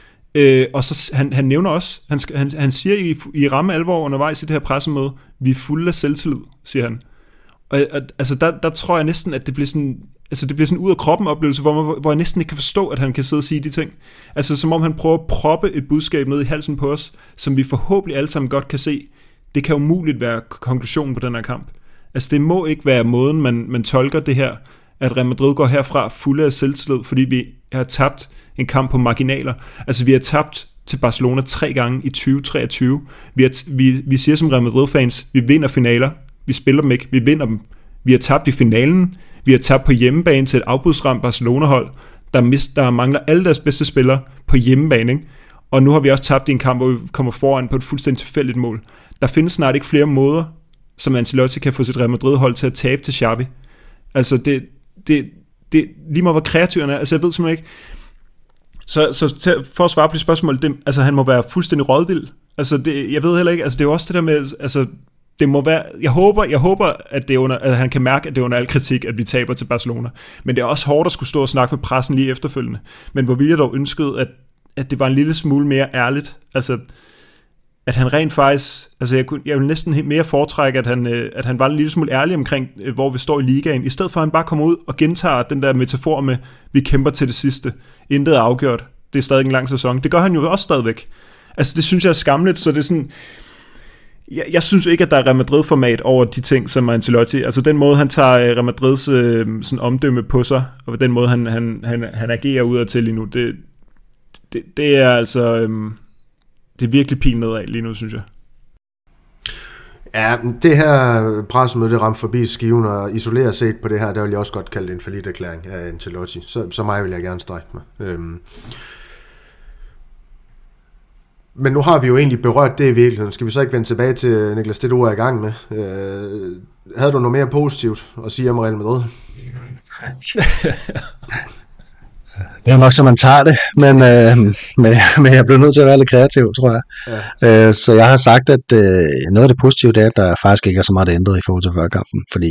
Øh, og så han, han nævner også, han, han, han siger i, i ramme alvor undervejs i det her pressemøde, vi er fulde af selvtillid, siger han. Og, og altså der, der tror jeg næsten, at det bliver sådan, altså det bliver sådan ud af kroppen oplevelse, hvor, man, hvor jeg næsten ikke kan forstå, at han kan sidde og sige de ting. Altså som om han prøver at proppe et budskab ned i halsen på os, som vi forhåbentlig alle sammen godt kan se. Det kan umuligt være konklusionen på den her kamp. Altså det må ikke være måden, man, man tolker det her, at Real Madrid går herfra fulde af selvtillid, fordi vi har tabt en kamp på marginaler. Altså vi har tabt til Barcelona tre gange i tyve treogtyve. Vi, har t- vi, vi siger som Real Madrid-fans, vi vinder finaler, vi spiller dem ikke, vi vinder dem. Vi har tabt i finalen, vi har tabt på hjemmebane til et afbudsramt Barcelona-hold, der, mist, der mangler alle deres bedste spillere på hjemmebane, ikke? Og nu har vi også tabt i en kamp, hvor vi kommer foran på et fuldstændig tilfældigt mål. Der findes snart ikke flere måder som Ancelotti kan få sit Real Madrid-hold til at tabe til Xavi. Altså, det, det, det lige meget hvor kreativ han er, altså jeg ved simpelthen ikke, så, så for at svare på de spørgsmål, det, altså han må være fuldstændig rådvild. Altså, det, jeg ved heller ikke, altså det er jo også det der med, altså, det må være, jeg håber, jeg håber at, det er under, at han kan mærke, at det er under al kritik, at vi taber til Barcelona. Men det er også hårdt at skulle stå og snakke med pressen lige efterfølgende. Men hvor ville jeg dog ønskede, at, at det var en lille smule mere ærligt. Altså, at han rent faktisk, altså jeg, kunne, jeg vil næsten mere foretrække, at han, at han var en lille smule ærlig omkring, hvor vi står i ligaen, i stedet for at han bare kommer ud og gentager den der metafor med, vi kæmper til det sidste. Intet er afgjort. Det er stadig en lang sæson. Det gør han jo også stadigvæk. Altså det synes jeg er skamligt, så det er sådan, jeg, jeg synes ikke, at der er Real Madrid-format over de ting, som Ancelotti, altså den måde, han tager Real Madrids øh, sådan omdømme på sig, og den måde, han, han, han, han agerer udad til lige nu, det, det, det er altså, øh, det er virkelig pin nedad lige nu, synes jeg. Ja, det her pressemøde, det ramte forbi skiven, og isoleret set på det her, der vil jeg også godt kalde det en falliterklæring af Ancelotti. Så, så mig vil jeg gerne strække mig. Øhm. Men nu har vi jo egentlig berørt det i virkeligheden. Skal vi så ikke vende tilbage til, Niklas, det du er i gang med? Øh, havde du noget mere positivt at sige om Real Madrid? Det er nok, så man tager det, men, øh, men, men jeg blev nødt til at være lidt kreativ, tror jeg. Ja. Øh, så jeg har sagt, at øh, noget af det positive, det er, at der faktisk ikke er så meget ændret i forhold til før kampen, fordi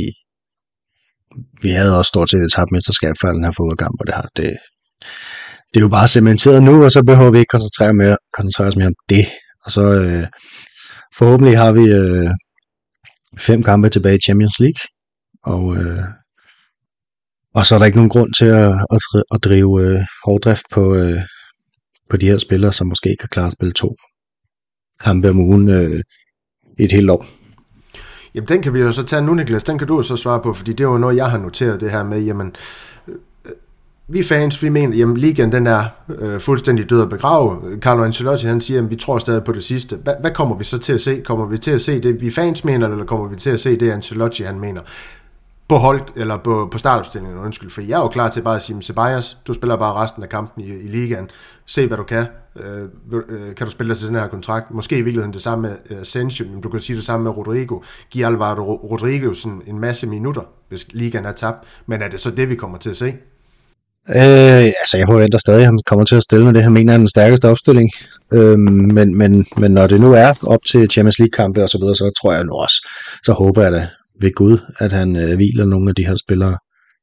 vi havde også stort set et tabt mesterskab før den her fodboldkamp, og det, her, det, det er jo bare cementeret nu, og så behøver vi ikke koncentrere, mere, koncentrere os mere om det. Og så øh, forhåbentlig har vi øh, fem kampe tilbage i Champions League, og... Øh, Og så er der ikke nogen grund til at, at, at drive øh, hårddrift på, øh, på de her spillere, som måske ikke kan klare at spille to kampe om ugen øh, i et helt år. Jamen den kan vi jo så tage nu, Niklas. Den kan du jo så svare på, fordi det er jo noget, jeg har noteret det her med. Jamen, øh, vi fans, vi mener, jamen ligaen den er øh, fuldstændig død og begravet. Carlo Ancelotti, han siger, at vi tror stadig på det sidste. Hva, hvad kommer vi så til at se? Kommer vi til at se det, vi fans mener, eller kommer vi til at se det, Ancelotti han mener? På hold, eller på, på startopstillingen, undskyld, for jeg er jo klar til bare at sige, Ceballos, du spiller bare resten af kampen i, i ligaen, se hvad du kan, øh, øh, kan du spille dig til den her kontrakt, måske i virkeligheden det samme med øh, Asensio, men du kan sige det samme med Rodrigo, giv Alvaro Rodrigo sådan en masse minutter, hvis ligaen er tabt, men er det så det, vi kommer til at se? Øh, altså jeg forventer stadig, at han kommer til at stille med det, han mener er den stærkeste opstilling, øh, men, men, men når det nu er op til Champions League-kampe og så videre, så tror jeg nu også, så håber jeg da ved Gud, at han øh, hviler nogle af de her spillere,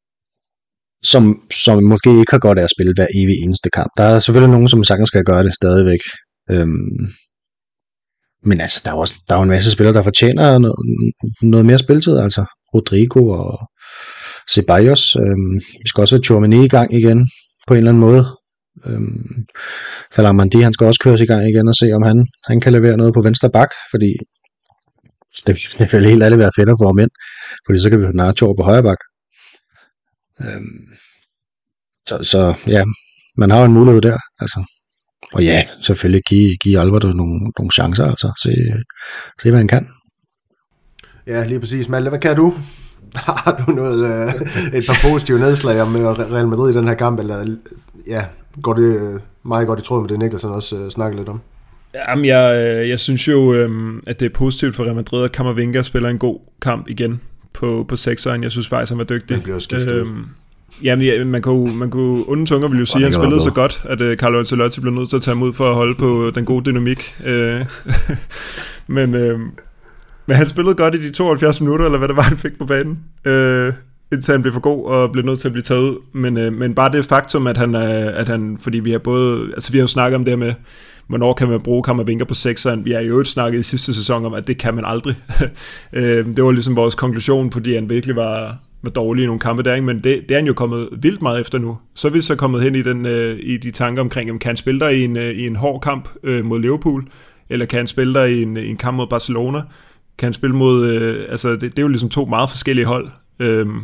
som, som måske ikke har godt af at spille hver evig eneste kamp. Der er selvfølgelig nogen, som sagtens skal gøre det stadigvæk. Øhm, men altså, der er, også, der er jo en masse spillere, der fortjener noget, noget mere spilletid. Altså Rodrigo og Ceballos. Øhm, vi skal også have Tchouaméni i gang igen, på en eller anden måde. Øhm, Falamandi, han skal også køres i gang igen og se, om han, han kan levere noget på venstre bak, fordi det, det vil helt ærligt være fedt at få ham ind, fordi så kan vi have Nacho på højre bak. Øhm, så, så ja, man har jo en mulighed der, altså. Og ja, selvfølgelig give, give Alvaro nogle, nogle chancer, altså. Se, se, hvad han kan. Ja, lige præcis. Malte, hvad kan du? Har du noget, øh, et par positive nedslag om Real Madrid i den her kamp, eller ja, går det øh, meget godt i tråd med det, Niklas også øh, snakker lidt om? Jamen, jeg, jeg synes jo, øhm, at det er positivt for Real Madrid, at Camavinga spiller en god kamp igen på, på sekseren. Jeg synes faktisk, han var dygtig. Det bliver skiftet. Øhm, jamen, ja, man kunne, man kunne onde tunger ville jo sige, at han spillede så godt, at uh, Carlo Ancelotti blev nødt til at tage ham ud for at holde på den gode dynamik. Uh, men, uh, men han spillede godt i de tooghalvfjerds minutter, eller hvad det var, han fik på banen. Uh, indtil han blev for god og blev nødt til at blive taget ud. Men, uh, men bare det faktum, at han, uh, at han, fordi vi har både, altså vi har jo snakket om det med, hvornår kan man bruge Camavinga på sekseren. Vi har jo ikke snakket i sidste sæson om, at det kan man aldrig. Det var ligesom vores konklusion, fordi han virkelig var, var dårlig i nogle kampe der, ikke? Men det, det er han jo kommet vildt meget efter nu. Så er vi så kommet hen i, den, i de tanker omkring, om kan han spille der i en, i en hård kamp mod Liverpool, eller kan han spille der i en, i en kamp mod Barcelona? Kan han spille mod, altså det, det er jo ligesom to meget forskellige hold. Øhm,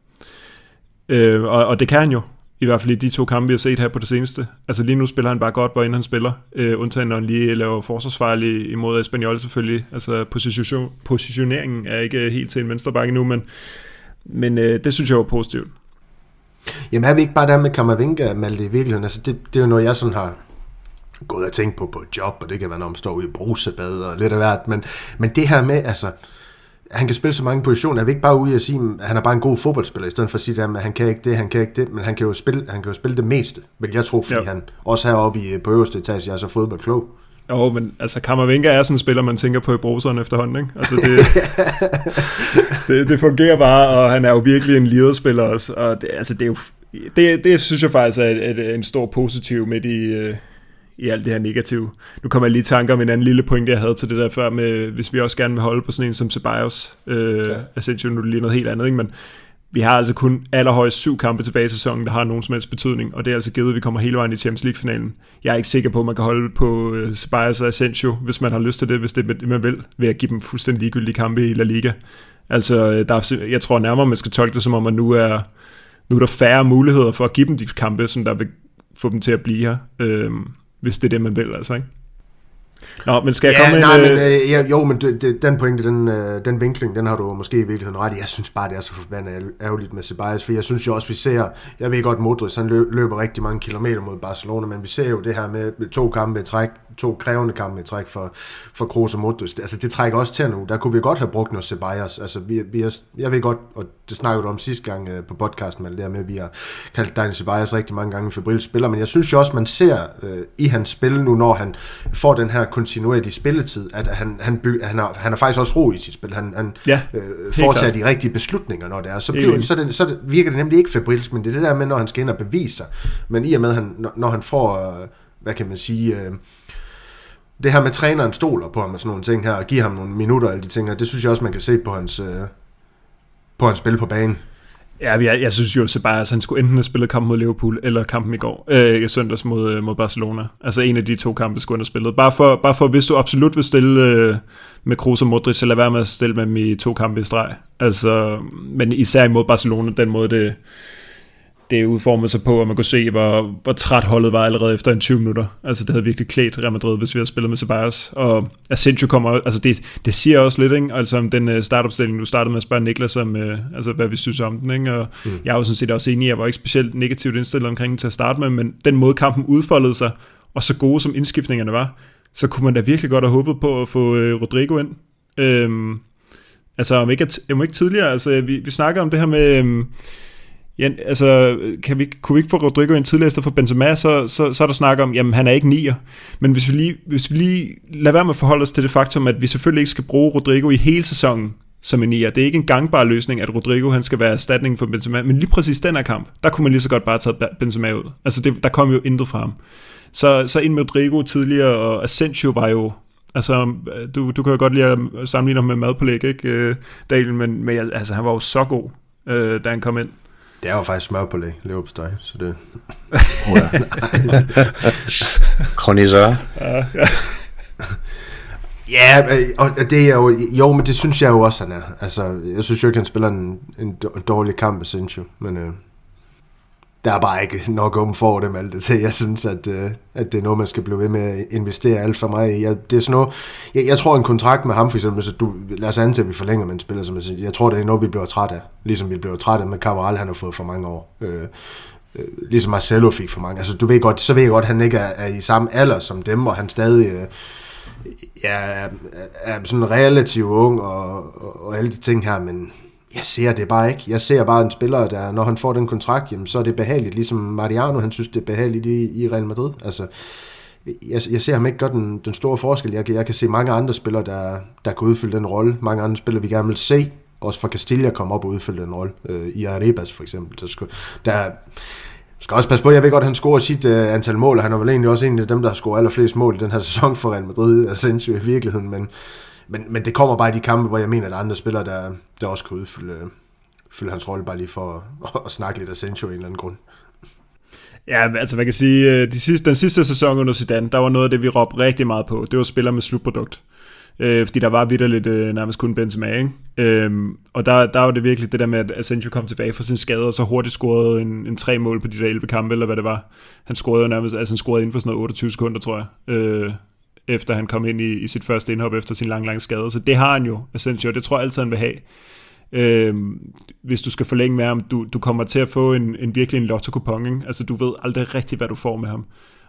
øh, og, og det kan han jo. I hvert fald i de to kampe, vi har set her på det seneste. Altså lige nu spiller han bare godt, hvor inden han spiller. Øh, undtagen når han lige laver forsvarsfejl imod Espanyol selvfølgelig. Altså position, positioneringen er ikke helt til en venstrebakke nu, men, men øh, det synes jeg var positivt. Jamen er vi ikke bare der med Camavinga, Malte, i virkeligheden? Altså det, det er jo noget, jeg sådan har gået og tænkt på på et job, og det kan være, når man står ude i brusebad og lidt af hvert. Men, men det her med, altså han kan spille så mange positioner. Jeg vil ikke bare ud og sige, at han er bare en god fodboldspiller, i stedet for at sige, at han kan ikke det, han kan ikke det, men han kan jo spille, han kan jo spille det meste, vil jeg tro, fordi ja. han også heroppe i, på øverste etage er så fodboldklog. Jo, men altså Kammervenka er sådan en spiller, man tænker på i bruseren efterhånden, ikke? Altså det, det, det fungerer bare, og han er jo virkelig en lederspiller også, og det, altså det er jo, det, det synes jeg faktisk er et, et, en stor positiv midt i, i alt det her negative. Nu kommer jeg lige i tanke om en anden lille pointe, jeg havde til det der før, med, hvis vi også gerne vil holde på sådan en som Ceballos, øh, ja. Asensio, nu er det lige noget helt andet, ikke? Men vi har altså kun allerhøjst syv kampe tilbage i sæsonen, der har nogen som helst betydning, og det er altså givet, at vi kommer hele vejen i Champions League-finalen. Jeg er ikke sikker på, at man kan holde på uh, Ceballos og Asensio, hvis man har lyst til det, hvis det er det, man vil, ved at give dem fuldstændig ligegyldige kampe i La Liga. Altså, der er, jeg tror nærmere, man skal tolke det som om, at nu er, nu er der færre muligheder for at give dem de kampe, som der vil få dem til at blive her, øh, hvis det er det, man vil, altså, ikke? Nå, men skal jeg ja, komme nej, ind? Men, øh, ja, jo, men det, det, den pointe, den, øh, den vinkling, den har du måske i virkeligheden ret i. Jeg synes bare, det er så forbandet ærgerligt med Ceballos, for jeg synes jo også, vi ser, jeg ved godt, Modric, han løber rigtig mange kilometer mod Barcelona, men vi ser jo det her med, med to kampe i træk, to krævende kampe i træk for, for Kroos og Modric. Altså, det trækker også til nu. Der kunne vi godt have brugt noget Ceballos. Altså, vi, vi er, jeg ved godt, og det snakkede du om sidste gang øh, på podcasten, med det der med, at vi har kaldt Daniel Ceballos rigtig mange gange Febril spiller, men jeg synes jo også, man ser øh, i hans spil nu, når han får den her kontinuerlige spilletid, at han, han, by, han, har, han er faktisk også ro i sit spil. Han, han ja, øh, foretager de rigtige beslutninger, når det er. Så, bliver, så, det, så det, virker det nemlig ikke febrilsk, men det er det der med, når han skal ind og bevise sig. Men i og med, han, når, når han får, øh, hvad kan man sige... Øh, det her med træneren stoler på ham og sådan nogle ting her, og giver ham nogle minutter og alle de ting her, det synes jeg også, man kan se på hans, øh, på hans spil på banen. Ja, jeg, jeg synes jo, at Ceballos, han skulle enten have spillet kampen mod Liverpool, eller kampen i går, øh, søndags mod, mod Barcelona. Altså en af de to kampe skulle han have spillet. Bare for, bare for hvis du absolut vil stille øh, med Kroos og Modric, så lad være med at stille med dem i to kampe i streg. Altså, men især imod Barcelona, den måde det... det udformede sig på, at man kunne se, hvor, hvor træt holdet var allerede efter en tyve minutter. Altså, det havde virkelig klædt Real Madrid, hvis vi havde spillet med Ceballos. Og Asensio kommer, altså det, det siger også lidt, ikke? Altså om den startopstilling, du startede med at spørge Niklas om, øh, altså hvad vi synes om den, ikke? Og mm. jeg er jo sådan set også enig, jeg var ikke specielt negativt indstillet omkring den til at starte med, men den måde kampen udfoldede sig, og så gode som indskiftningerne var, så kunne man da virkelig godt have håbet på at få øh, Rodrigo ind. Øhm, altså, om ikke, om ikke tidligere, altså vi, vi snakker om det her med... Øh, Ja, altså, kan vi, kunne vi ikke få Rodrigo ind tidligere efter for Benzema, så, så, så er der snak om, jamen han er ikke nier. Men hvis vi, lige, hvis vi lige lader være med at forholde os til det faktum, at vi selvfølgelig ikke skal bruge Rodrigo i hele sæsonen som en nier. Det er ikke en gangbar løsning, at Rodrigo han skal være erstatningen for Benzema. Men lige præcis den her kamp, der kunne man lige så godt bare tage Benzema ud. Altså det, der kom jo intet fra ham. Så, så ind med Rodrigo tidligere, og Asensio var jo... Altså, du, du kan jo godt lide at sammenligne ham med madpålæg, ikke, Daniel? Men, men altså, han var jo så god, øh, da han kom ind. Det er jo faktisk smør på leverpostej, så det... Connoisseur. Ja, ja. Ja, og det er jo... Jo, men det synes jeg jo også, han er. Altså, jeg synes jo ikke, han spiller en, en dårlig kamp, Asensio, men... Øh, der er bare ikke nok åben for dem alt det til. Jeg synes, at, øh, at det er noget, man skal blive ved med at investere alt for mig i. Jeg, det er sådan noget, jeg, jeg tror, en kontrakt med ham, for eksempel, så du, lad os antage, at vi forlænger med en spiller, som jeg siger. Jeg tror, det er noget, vi bliver træt af. Ligesom vi blev træt af med Cabral, han har fået for mange år. Øh, øh, ligesom Marcelo fik for mange. Altså, du ved godt, så ved jeg godt, at han ikke er, er i samme alder som dem, og han stadig øh, ja, er, er sådan relativt ung, og, og, og alle de ting her, men... Jeg ser det bare ikke. Jeg ser bare en spiller, der, når han får den kontrakt, jamen, så er det behageligt. Ligesom Mariano, han synes, det er behageligt i, i Real Madrid. Altså, jeg, jeg ser ham ikke gøre den, den store forskel. Jeg, jeg kan se mange andre spillere, der, der kan udfylde den rolle. Mange andre spillere, vi gerne vil se. Også fra Castilla komme op og udfylde den rolle. Øh, I Arribas for eksempel. Der, skal, der skal også passe på, jeg ved godt, at han scorer sit uh, antal mål, og han er vel egentlig også en af dem, der har scoret allerflest mål i den her sæson for Real Madrid. Asensio i virkeligheden, men Men, men det kommer bare i de kampe, hvor jeg mener, at andre spillere, der, der også kan udfylde fylde hans rolle, bare lige for at, at snakke lidt af Asensio i en eller anden grund. Ja, altså man kan sige, de sidste, den sidste sæson under Zidane, der var noget af det, vi råbte rigtig meget på. Det var spillere med slutprodukt. Øh, fordi der var vitterligt øh, nærmest kun Benzema, ikke? Øhm, og der, der var det virkelig det der med, at Asensio kom tilbage fra sin skade, og så hurtigt scorede en, en tre mål på de der elleve kampe, eller hvad det var. Han scorede jo nærmest, altså han scorede inden for sådan noget otteogtyve sekunder, tror jeg. Øh, efter han kom ind i, i sit første indhop efter sin lang, lang skade. Så det har han jo, Asensio, det tror jeg altid, han vil have. Øhm, hvis du skal forlænge med ham, du, du kommer til at få en, en virkelig en lotto-kupon, ikke? Altså du ved aldrig rigtigt, hvad du får med ham.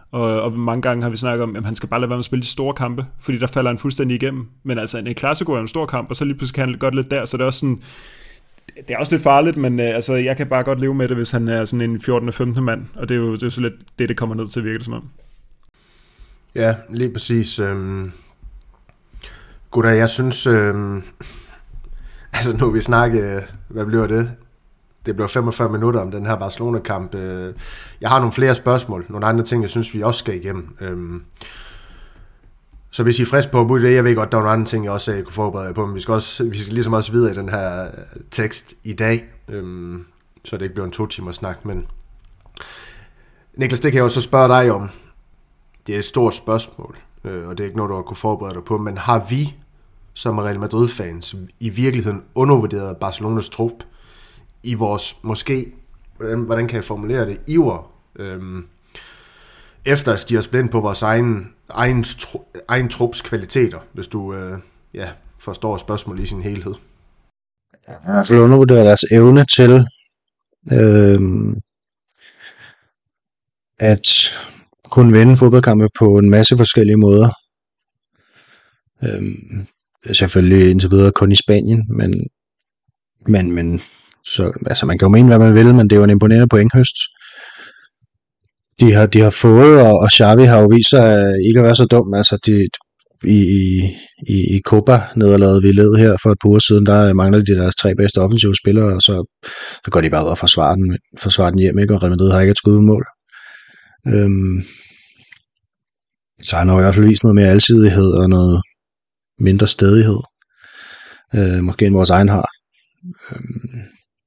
Og, og mange gange har vi snakket om, at han skal bare lade være med at spille de store kampe, fordi der falder han fuldstændig igennem. Men altså, en Clasico er en stor kamp, og så lige pludselig kan han godt lidt der, så det er også sådan, det er også lidt farligt, men øh, altså, jeg kan bare godt leve med det, hvis han er sådan en fjortende femtende mand, og det er jo, det er jo så lidt det, det kommer ned til, virker det som om. Ja, lige præcis. Øhm... Goddag, jeg synes, øhm... altså nu vi snakke, hvad bliver det? Det bliver femogfyrre minutter om den her Barcelona-kamp. Jeg har nogle flere spørgsmål, nogle andre ting, jeg synes, vi også skal igennem. Så hvis I er frisk på at bruge det, jeg ved godt, der er nogle andre ting, jeg også kunne forberede på, men vi skal, også, vi skal ligesom også videre i den her tekst i dag, så det ikke bliver en to timer snak. Men Niklas, det kan jeg jo så spørge dig om. Det er et stort spørgsmål, og det er ikke noget, du har kunne forberede dig på, men har vi som Real Madrid-fans i virkeligheden undervurderet Barcelonas trup i vores, måske, hvordan, hvordan kan jeg formulere det, iver, øhm, efter at stige os blind på vores egen, egen, tru, egen trups kvaliteter, hvis du øh, ja, forstår spørgsmålet i sin helhed. Jeg vil undervurdere deres evne til øhm, at kunne vinde fodboldkampe på en masse forskellige måder. Øhm, selvfølgelig indtil videre kun i Spanien, men, men, men så, altså man kan jo mene, hvad man vil, men det er jo en imponerende pointhøst. De har, de har fået, og, og Xavi har jo vist sig ikke at være så dum. Altså de, i, i, i Copa-nederlaget, vi led her for et par uger siden, der mangler de deres tre bedste offensive spillere, og så, så går de bare ud og forsvarer den, forsvarer den hjem, ikke? Og Real Madrid har ikke et skud mål. Øhm, så han har i hvert fald vist noget mere alsidighed og noget mindre stædighed, øh, måske end vores egen har. Øhm,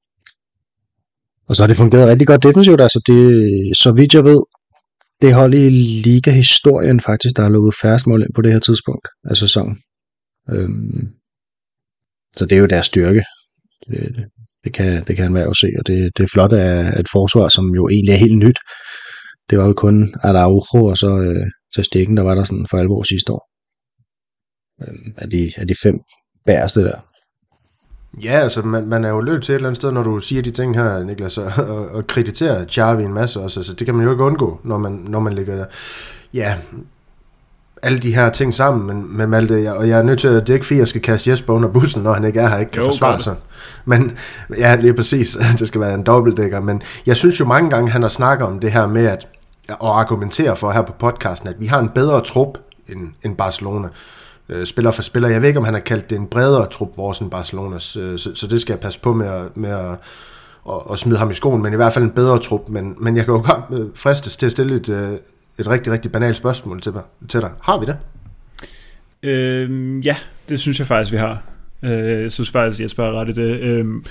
og så har det fungeret rigtig godt defensivt, altså det, så vidt jeg ved, det hold i liga-historien faktisk, der har lukket færrest mål ind på det her tidspunkt af sæsonen. Øhm, så det er jo deres styrke. Det, det, kan, det kan han være at se, og det, det er flot af et forsvar, som jo egentlig er helt nyt. Det var jo kun Araujo og så øh, til stikken, der var der sådan for alvor sidste år. Øhm, af, de, af de fem bæreste der. Ja, altså man, man er jo løbet til et eller andet sted, når du siger de ting her, Niklas, og, og, og krediterer Xavi en masse også. Altså, det kan man jo ikke undgå, når man, når man lægger ja, alle de her ting sammen. Men, men Malte, og jeg er nødt til at det er ikke fordi, jeg skal kaste Jesper under bussen, når han ikke er her, ikke kan jo, forsvare sig. Men ja, lige præcis, det skal være en dobbeltdækker. Men jeg synes jo mange gange, han har snakket om det her med at og argumentere for her på podcasten, at vi har en bedre trup end, end Barcelona. Spiller for spiller. Jeg ved ikke, om han har kaldt det en bredere trup, vores end Barcelonas, så, så det skal jeg passe på med, at, med at, at, at smide ham i skoen, men i hvert fald en bedre trup. Men, men jeg kan jo godt fristes til at stille et, et rigtig, rigtig banalt spørgsmål til, til dig. Har vi det? Øhm, ja, det synes jeg faktisk, vi har. Øh, jeg synes faktisk, jeg spørger ret i det. Øhm,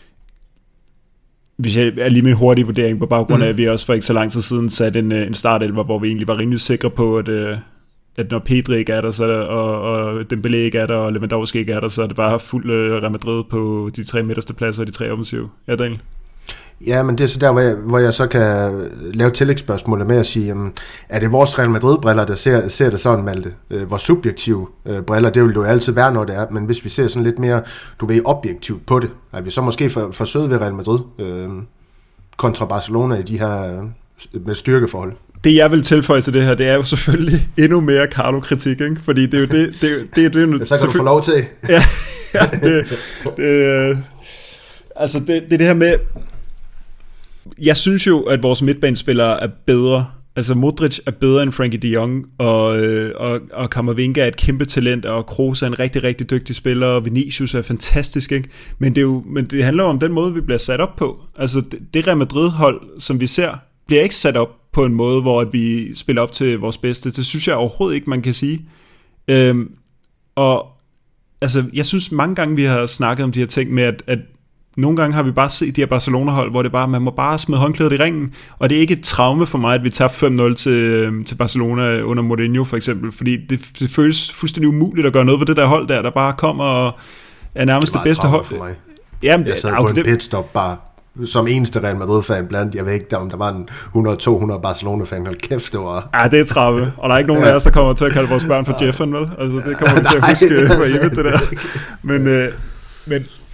hvis jeg er lige min hurtige vurdering på baggrund af, mm. at vi også for ikke så lang tid siden satte en, en startelver, hvor vi egentlig var rimelig sikre på, at at når Pedri ikke er der, så er der, og, og Dembélé ikke er der, og Lewandowski ikke er der, så er det bare fuld uh, Real Madrid på de tre midterste pladser og de tre offensive. Ja, Daniel? Ja, men det er så der, hvor jeg, hvor jeg så kan lave tillægsspørgsmålet med at sige, jamen, er det vores Real Madrid-briller, der ser, ser det sådan, Malte? Øh, vores subjektive øh, briller, det vil jo altid være, når det er, men hvis vi ser sådan lidt mere, du ved, objektivt på det, er vi så måske for, for søde ved Real Madrid øh, kontra Barcelona i de her øh, med styrkeforhold? Det jeg vil tilføje til det her, det er jo selvfølgelig endnu mere Carlo-kritik, ikke? Fordi det er jo det... det, det, det, det så kan du få lov til. ja, ja, det, det, altså det, det er det her med... Jeg synes jo, at vores midtbanespillere er bedre. Altså Modric er bedre end Frankie de Jong, og, og, og Camavinga er et kæmpe talent, og Kroos er en rigtig, rigtig dygtig spiller, og Vinicius er fantastisk, ikke? Men det, er jo, men det handler jo om den måde, vi bliver sat op på. Altså det, det Real Madrid-hold, som vi ser, bliver ikke sat op på en måde, hvor vi spiller op til vores bedste. Det synes jeg overhovedet ikke, man kan sige. Øhm, og altså, jeg synes mange gange, vi har snakket om de her ting med, at, at nogle gange har vi bare set de her Barcelona-hold, hvor det bare, man må bare smide håndklædet i ringen, og det er ikke et traume for mig, at vi tabte fem nul til, til Barcelona under Mourinho for eksempel, fordi det, det føles fuldstændig umuligt at gøre noget ved det der hold der, der bare kommer og er nærmest det, det bedste hold. For mig. Jamen, jeg sad okay, på en det... pitstop bare som eneste Real Madrid-fan blandt, jeg ved ikke, om der var en hundrede til to hundrede Barcelona-fan, hold kæft, det var... Ja, det er traume, og der er ikke nogen ja. af os, der kommer til at kalde vores børn for Jeffan, vel? Altså, det kommer vi til at huske for evigt, det der. Men, øh, men,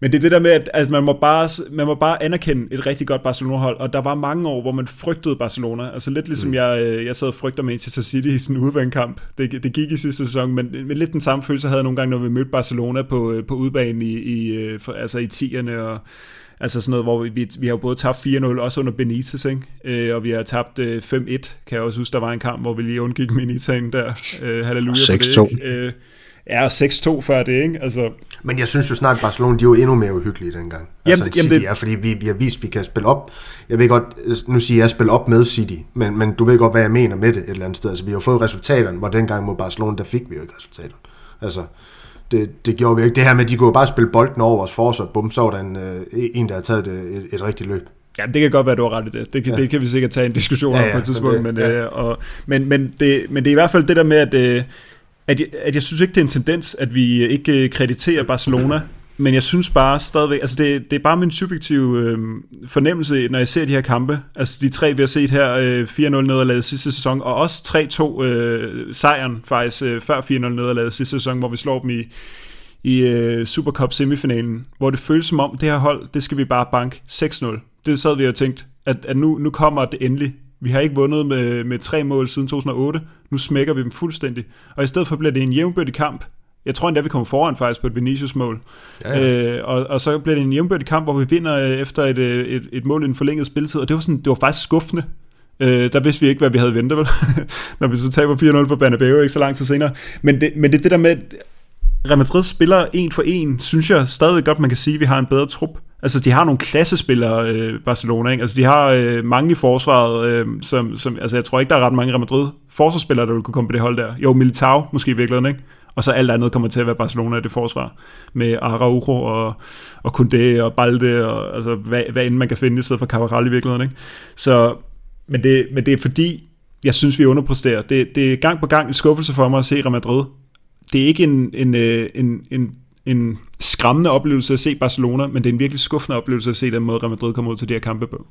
Men det er det der med, at altså, man, må bare, man må bare anerkende et rigtig godt Barcelona-hold, og der var mange år, hvor man frygtede Barcelona. Altså lidt ligesom mm. jeg, jeg sad og frygter Manchester City i sådan en udbanekamp. Det, det gik i sidste sæson, men, men lidt den samme følelse havde jeg nogle gange, når vi mødte Barcelona på, på udbanen i, i, altså i tierne, og altså sådan noget, hvor vi, vi har jo både tabt fire nul, også under Benitez, ikke? Øh, og vi har tabt øh, fem et, kan jeg også huske, der var en kamp, hvor vi lige undgik Benitez'en der. Øh, halleluja seks to. For det, øh, ja, seks to før det, ikke? Altså... Men jeg synes jo snart, at Barcelona, de er jo endnu mere uhyggelige dengang. Jamen, altså, jamen City det... er, fordi vi, vi har vist, at vi kan spille op. Jeg ved godt, nu siger jeg, at spille op med City, men, men du ved godt, hvad jeg mener med det et eller andet sted. Altså, vi har jo fået resultaterne, hvor dengang mod Barcelona, der fik vi jo ikke resultater. Altså... Det, det gjorde vi ikke. Det her med, at de kunne bare spille bolden over vores forsvar, bum, så var der en, en der har taget et, et, et rigtigt løb. Ja, det kan godt være, du har ret i det. Det kan, ja. det kan vi sikkert tage en diskussion om ja, ja, på et tidspunkt. Men, det, ja. øh, og, men, men, det, men det er i hvert fald det der med, at, øh, at, jeg, at jeg synes ikke, det er en tendens, at vi ikke krediterer Barcelona. Men jeg synes bare stadigvæk, altså det, det er bare min subjektive øh, fornemmelse, når jeg ser de her kampe. Altså de tre, vi har set her, øh, fire nul nederlaget sidste sæson, og også tre to øh, sejren faktisk øh, før fire nul nederlaget sidste sæson, hvor vi slår dem i, i øh, Supercup semifinalen, hvor det føles som om, det her hold, det skal vi bare banke seks nul. Det sad vi og tænkt, at, at nu, nu kommer det endelig. Vi har ikke vundet med, med tre mål siden to tusind og otte, nu smækker vi dem fuldstændig. Og i stedet for bliver det en jævnbyrdig kamp. Jeg tror endda, vi kommer foran faktisk på et Vinicius-mål. Ja, ja. Øh, og, og så bliver det en jævnbyrdig kamp, hvor vi vinder efter et, et, et mål i en forlænget spilletid, og det var, sådan, det var faktisk skuffende. Øh, der vidste vi ikke, hvad vi havde ventet, vel? Når vi så taber fire nul på Bernabeu, ikke så lang tid senere. Men det, men det er det der med, Real Madrid spiller en for en, synes jeg stadig godt, man kan sige, at vi har en bedre trup. Altså, de har nogle klassespillere, øh, Barcelona, ikke? Altså, de har øh, mange i forsvaret, øh, som, som, altså, jeg tror ikke, der er ret mange Real Madrid forsvarsspillere, der vil kunne komme på det hold der. Jo, Militao, måske i virkeligheden, ikke? Og så alt andet kommer til at være Barcelona i det forsvar. Med Araujo og, og Koundé og Balde, og altså, hvad, hvad end man kan finde i stedet for Cabral i virkeligheden, ikke? Så, men det, men det er fordi, jeg synes, vi underpresterer. Det, det er gang på gang en skuffelse for mig at se Real Madrid. Det er ikke en, en, en, en, en skræmmende oplevelse at se Barcelona, men det er en virkelig skuffende oplevelse at se den måde, Real Madrid kommer ud til de her kampe på.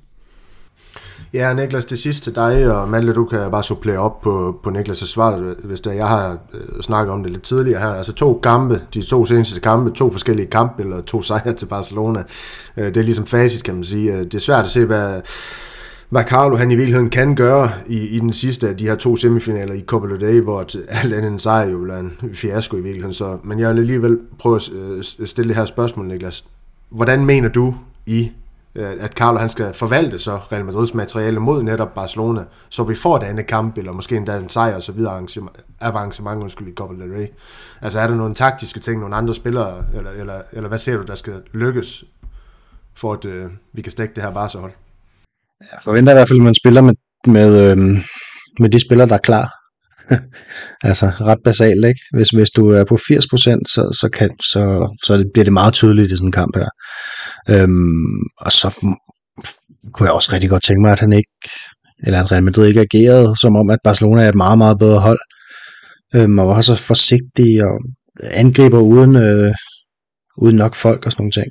Ja, Niklas, det sidste til dig, og Malte, du kan bare supplere op på, på Niklas' svar, hvis det er. Jeg har øh, snakket om det lidt tidligere her. Altså to kampe, de to seneste kampe, to forskellige kampbilleder, to sejre til Barcelona. Øh, det er ligesom facit, kan man sige. Det er svært at se, hvad, hvad Carlo han i virkeligheden kan gøre i, i den sidste af de her to semifinaler i Copa del Rey, hvor alt andet end sejr jo bliver en fiasko i virkeligheden. Så, men jeg vil alligevel prøve at stille det her spørgsmål, Niklas. Hvordan mener du i at Carlo han skal forvalte så Real Madrids materiale mod netop Barcelona, så vi får et andet kamp, eller måske endda en sejr og så videre avancement, undskyld, i Copa del Rey. Altså er der nogle taktiske ting, nogle andre spillere, eller, eller, eller hvad ser du, der skal lykkes, for at øh, vi kan stikke det her Barca-hold? Jeg forventer i hvert fald, at man spiller med, med, øh, med de spillere, der er klar. Altså ret basalt, ikke? Hvis, hvis du er på firs procent, så, så, kan, så, så bliver det meget tydeligt i sådan en kamp her. Øhm, og så kunne jeg også rigtig godt tænke mig, at han ikke, eller at Real Madrid ikke agerede, som om at Barcelona er et meget, meget bedre hold. Øhm, og var så forsigtig og angriber uden, øh, uden nok folk og sådan nogle ting.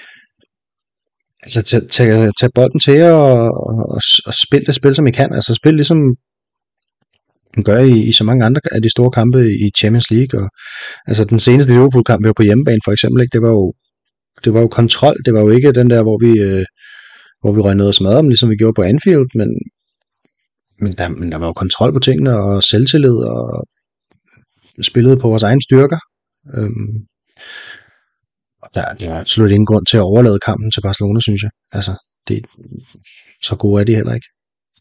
Altså tag, tag, tag bolden til jer og, og, og spil det spil, som I kan. Altså spil ligesom den gør i, i så mange andre af de store kampe i Champions League. Og, altså den seneste Liverpool-kamp, vi var på hjemmebane for eksempel, ikke? Det var jo det var jo kontrol. Det var jo ikke den der, hvor vi øh, hvor vi røg ned og smadrede dem, ligesom vi gjorde på Anfield, men, men, der, men der var jo kontrol på tingene og selvtillid og spillede på vores egne styrker. Øhm, og der, der er absolut ingen grund til at overlade kampen til Barcelona, synes jeg. Altså, det, så gode er de heller ikke.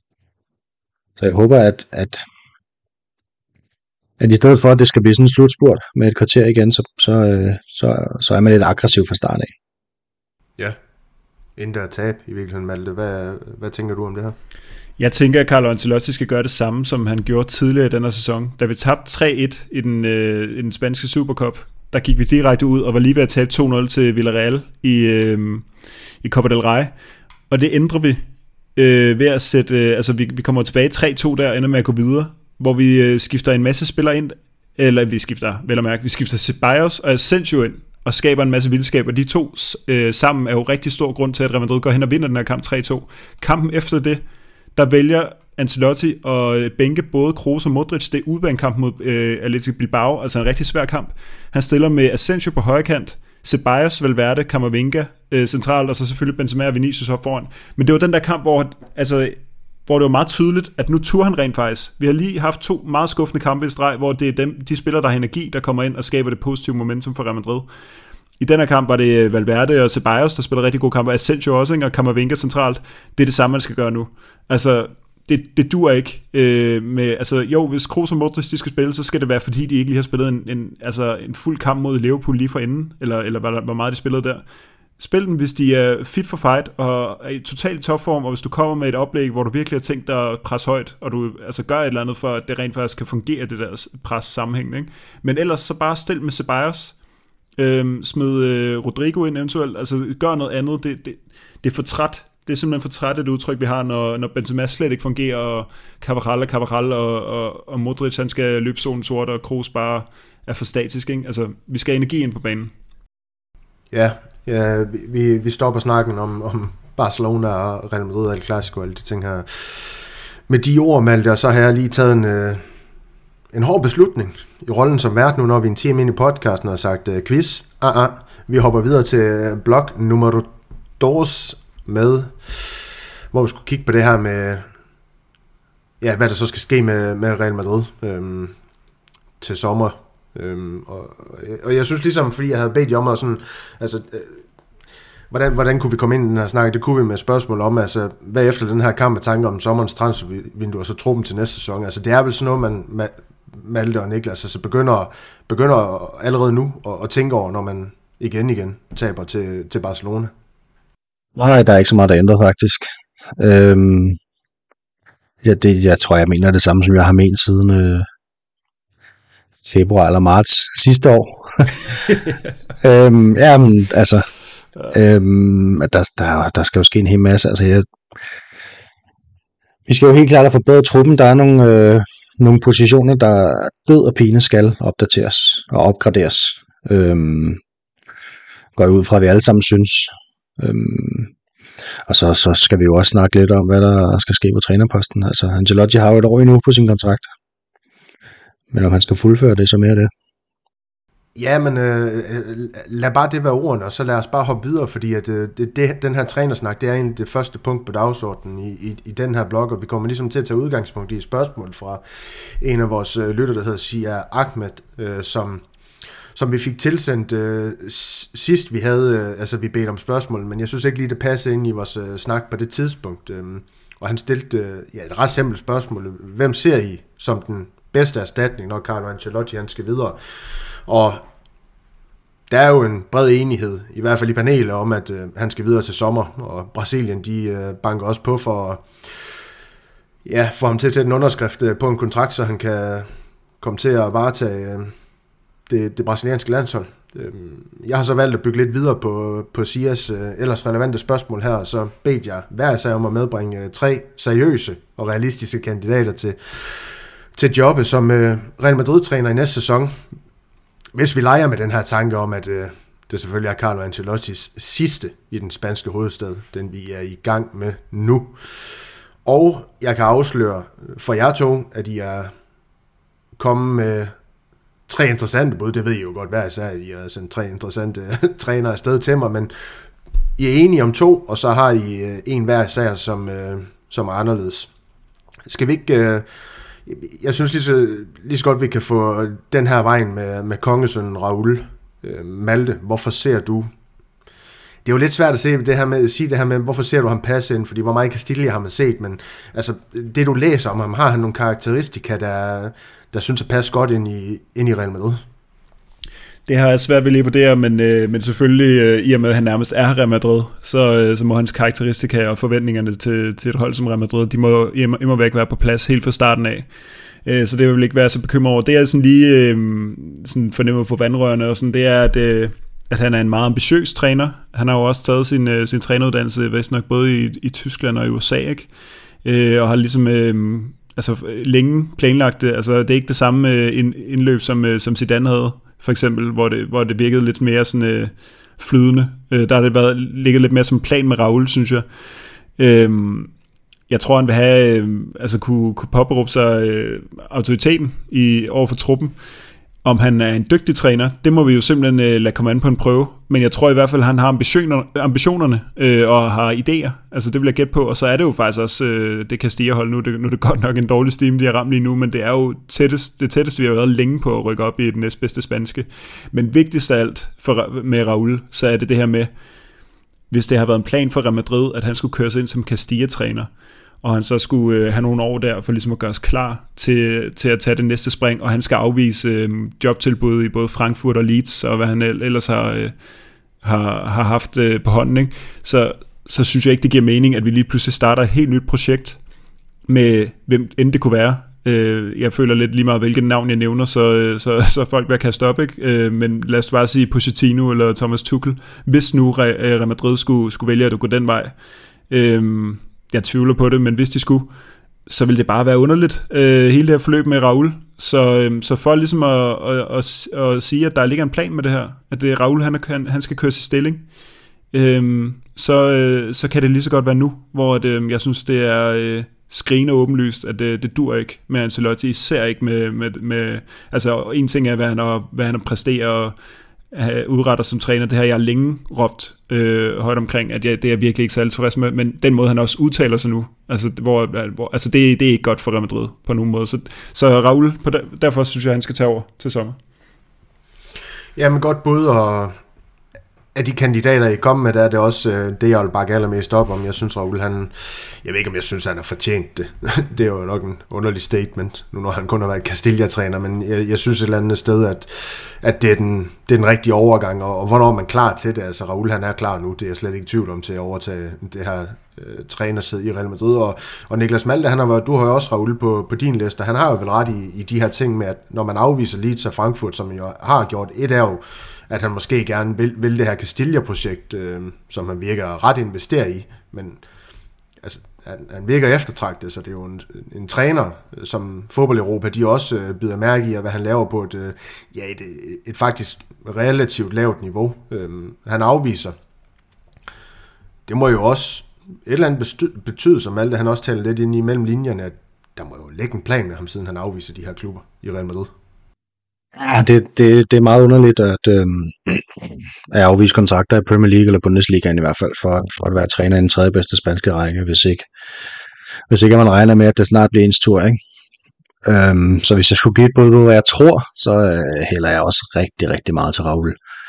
Så jeg håber, at, at at i stedet for, at det skal blive sådan en slutspurt med et kvarter igen, så, så, så, så er man lidt aggressiv fra start af. Ja, inden der er tab i virkeligheden, Malte. Hvad, hvad tænker du om det her? Jeg tænker, at Carlo Ancelotti skal gøre det samme, som han gjorde tidligere i denne sæson. Da vi tabte tre et i den, øh, i den spanske Supercup, der gik vi direkte ud og var lige ved at tabe to nul til Villarreal i, øh, i Copa del Rey. Og det ændrer vi øh, ved at sætte, øh, altså vi, vi kommer tilbage tre to der, ender med at gå videre, hvor vi øh, skifter en masse spillere ind, eller vi skifter, vel at mærke, vi skifter Ceballos og Asensio ind, og skaber en masse vildskab, og de to øh, sammen er jo rigtig stor grund til, at Real Madrid går hen og vinder den her kamp tre to. Kampen efter det, der vælger Ancelotti at bænke både Kroos og Modric. Det er udbanekamp mod øh, Athletic Bilbao, altså en rigtig svær kamp. Han stiller med Asensio på højre kant, Ceballos, Valverde, Camavinga øh, centralt, og så selvfølgelig Benzema og Vinicius op foran. Men det var den der kamp, hvor, altså, hvor det var meget tydeligt, at nu turde han rent faktisk. Vi har lige haft to meget skuffende kampe i streg, hvor det er dem, de spillere, der har energi, der kommer ind og skaber det positive momentum for Real Madrid. I den her kamp var det Valverde og Ceballos, der spiller rigtig gode kampe, og Asensio også, og Camavinga centralt. Det er det samme, man skal gøre nu. Altså, det, det dur ikke. Øh, med, altså, jo, hvis Kroos og Modric de skal spille, så skal det være, fordi de ikke lige har spillet en, en, altså, en fuld kamp mod Liverpool lige for inden, eller, eller hvor meget de spillede der. Spil dem, hvis de er fit for fight, og er i totalt topform, og hvis du kommer med et oplæg, hvor du virkelig har tænkt dig at presse højt, og du altså gør et eller andet, for at det rent faktisk kan fungere, det der pres sammenhæng, ikke? Men ellers så bare stil med Ceballos, øhm, smid øh, Rodrigo ind eventuelt, altså gør noget andet. Det, det, det er for træt. Det er simpelthen for træt et udtryk, vi har, når, når Benzema slet ikke fungerer, og Carvajal og Carvajal og, og, og Modric, han skal løbe zonen sort, og Kroos bare er for statisk, ikke? Altså, vi skal have energi ind på banen. Ja, ja vi, vi stopper snakken om, om Barcelona og Real Madrid og El Clasico og alle de ting her. Med de ord, Malte, og så har jeg lige taget en, øh, en hård beslutning i rollen som vært nu, når vi er en time ind i podcasten og har sagt øh, quiz. Ah, ah. Vi hopper videre til blok nummer dos med, hvor vi skulle kigge på det her med, ja, hvad der så skal ske med, med Real Madrid øhm, til sommer. Øhm, og, og jeg synes ligesom, fordi jeg havde bedt jer om at sådan, altså, øh, hvordan, hvordan kunne vi komme ind i den her snak? Det kunne vi med spørgsmål om, altså, hvad efter den her kamp med tanker om sommerens transfervindue, og så truppen til næste sæson. Altså, det er vel sådan noget, man, Malte og Niklas, altså begynder, begynder allerede nu at, at tænke over, når man igen igen taber til, til Barcelona. Nej, der er ikke så meget, der ændrer faktisk. Øhm, ja, det, jeg tror, jeg mener det samme, som jeg har ment siden øh, februar eller marts sidste år. øhm, ja, men altså, øhm, der, der, der skal jo ske en hel masse. Altså, jeg, vi skal jo helt klart have forbedret truppen. Der er nogle, øh, nogle positioner, der død og pine skal opdateres og opgraderes. Øhm, går ud fra, at vi alle sammen synes. Øhm, og så, så skal vi jo også snakke lidt om, hvad der skal ske på trænerposten. Altså, Ancelotti har jo et år endnu på sin kontrakt. Men om han skal fuldføre det, så mere det. Ja, men øh, lad bare det være ordene, og så lad os bare hoppe videre, fordi at, øh, det, det, den her trænersnak, det er egentlig det første punkt på dagsordenen i, i, i den her blog, og vi kommer ligesom til at tage udgangspunkt i et spørgsmål fra en af vores øh, lytter, der hedder Sia Ahmed, øh, som... som vi fik tilsendt øh, sidst vi havde, øh, altså vi bedte om spørgsmål, men jeg synes ikke lige, det passede ind i vores øh, snak på det tidspunkt. Øh, og han stillede øh, ja, et ret simpelt spørgsmål. Hvem ser I som den bedste erstatning, når Carlo Ancelotti han skal videre? Og der er jo en bred enighed, i hvert fald i panelet, om at øh, han skal videre til sommer, og Brasilien de øh, banker også på for at ja, få ham til at sætte en underskrift øh, på en kontrakt, så han kan komme til at varetage... Øh, Det, det brasilianske landshold. Jeg har så valgt at bygge lidt videre på, på Sias ellers relevante spørgsmål her, så bedte jeg hver sag om at medbringe tre seriøse og realistiske kandidater til, til jobbet som Real Madrid-træner i næste sæson. Hvis vi leger med den her tanke om, at det selvfølgelig er Carlo Ancelottis sidste i den spanske hovedstad, den vi er i gang med nu. Og jeg kan afsløre for jer to, at I er kommet med tre interessante bud, det ved I jo godt hver især, I har sendt tre interessante trænere afsted til mig, men I er enige om to, og så har I en hver især, som, som er anderledes. Skal vi ikke, jeg synes lige så, lige så godt, vi kan få den her vejen med, med kongesønnen Raul. Malte, hvorfor ser du, det er jo lidt svært at se det her med, at sige det her med, hvorfor ser du ham passe ind, fordi hvor meget Castilla har man set, men altså, det du læser om ham, har han nogle karakteristika, der der synes at passe godt ind i, ind i Real Madrid? Det har jeg svært ved lige at vurdere, men, øh, men selvfølgelig øh, i og med, at han nærmest er Real Madrid, så, øh, så må hans karakteristika og forventningerne til, til et hold som Real Madrid, de må immer væk være på plads helt fra starten af. Øh, så det vil ikke være så bekymret over. Det er sådan lige øh, sådan fornemmer på vandrørene, og sådan, det er, at, øh, at han er en meget ambitiøs træner. Han har jo også taget sin, øh, sin træneruddannelse, vist nok både i, i Tyskland og i U S A, ikke? Øh, og har ligesom... Øh, altså længe planlagt det. Altså det er ikke det samme indløb som som Zidane havde, for eksempel, hvor det hvor det virkede lidt mere sådan øh, flydende. Øh, der har det været ligget lidt mere som plan med Raul, synes jeg. Øh, jeg tror han vil have øh, altså kunne kunne påberåbe sig øh, autoriteten i over for truppen. Om han er en dygtig træner, det må vi jo simpelthen øh, lade komme an på en prøve. Men jeg tror i hvert fald, at han har ambitioner, ambitionerne øh, og har idéer. Altså det vil jeg gætte på. Og så er det jo faktisk også øh, det Castilla-hold nu. Det, nu er det godt nok en dårlig stime, de har ramt lige nu. Men det er jo tættest, det tætteste, vi har været længe på at rykke op i den næstbedste spanske. Men vigtigst af alt for, med Raúl, så er det det her med, hvis det har været en plan for Real Madrid, at han skulle køres ind som Castilla-træner, og han så skulle øh, have nogle år der for ligesom at gøre os klar til, til at tage det næste spring, og han skal afvise øh, jobtilbud i både Frankfurt og Leeds, og hvad han ellers har, øh, har, har haft øh, på hånden, ikke? Så, så synes jeg ikke, det giver mening, at vi lige pludselig starter et helt nyt projekt med hvem end det kunne være. Øh, jeg føler lidt lige meget, hvilket navn jeg nævner, så, så, så folk bliver kastet op, ikke? Øh, men lad os bare sige Pochettino eller Thomas Tuchel, hvis nu Real Madrid skulle, skulle vælge at gå den vej. Øh, jeg tvivler på det, men hvis de skulle, så ville det bare være underligt, øh, hele det her forløb med Raúl. Så, øh, så for ligesom at, at, at, at sige, at der ligger en plan med det her, at det er Raúl, han, han, han skal køres i stilling, øh, så, øh, så kan det lige så godt være nu, hvor det, øh, jeg synes, det er øh, skrigende åbenlyst, at det, det dur ikke med Ancelotti, især ikke med, med, med altså en ting er, hvad han, har, hvad han har præsterer og udretter som træner. Det har jeg længe råbt øh, højt omkring, at jeg, det er jeg virkelig ikke så tilfreds med, men den måde han også udtaler sig nu, altså, hvor, hvor, altså det, det er ikke godt for Real Madrid på nogen måde, så, så Raúl, på der, derfor synes jeg, han skal tage over til sommer. Jamen godt bud, og af de kandidater, I kom med, der er det også øh, det, jeg vil bakke allermest op om. Jeg synes, Raúl, han, jeg ved ikke, om jeg synes, han har fortjent det. Det er jo nok en underlig statement, nu når han kun har været Castilla-træner, men jeg, jeg synes et eller andet sted, at, at det, er den, det er den rigtige overgang, og, og hvornår er man klar til det? Altså, Raúl, han er klar nu, det er jeg slet ikke i tvivl om, til at overtage det her øh, trænersæde i Real Madrid, og, og Niklas Malte, han har været, du har jo også Raúl på, på din liste, han har jo vel ret i, i de her ting med, at når man afviser Leeds og Frankfurt, som jo har gjort, et er jo, at han måske gerne vil, vil det her Castilla-projekt, øh, som han virker ret investeret i, men altså, han, han virker eftertragtet, så det er jo en, en træner, som fodbold-Europa, de også øh, bider mærke i, hvad han laver på et, øh, ja, et, et faktisk relativt lavt niveau. Øh, han afviser. Det må jo også et eller andet betyde, som alt det, han også taler lidt ind i mellem linjerne, at der må jo lægge en plan med ham, siden han afviser de her klubber i Real Madrid. Ja, det, det, det er meget underligt, at, øhm, at afvise kontrakter i Premier League eller Bundesligaen i hvert fald, for, for at være træner i den tredje bedste spanske række, hvis ikke, hvis ikke man regner med, at det snart bliver ens tur, ikke? Øhm, så hvis jeg skulle give et bud på, hvad jeg tror, så øh, hælder jeg også rigtig, rigtig meget til Raúl.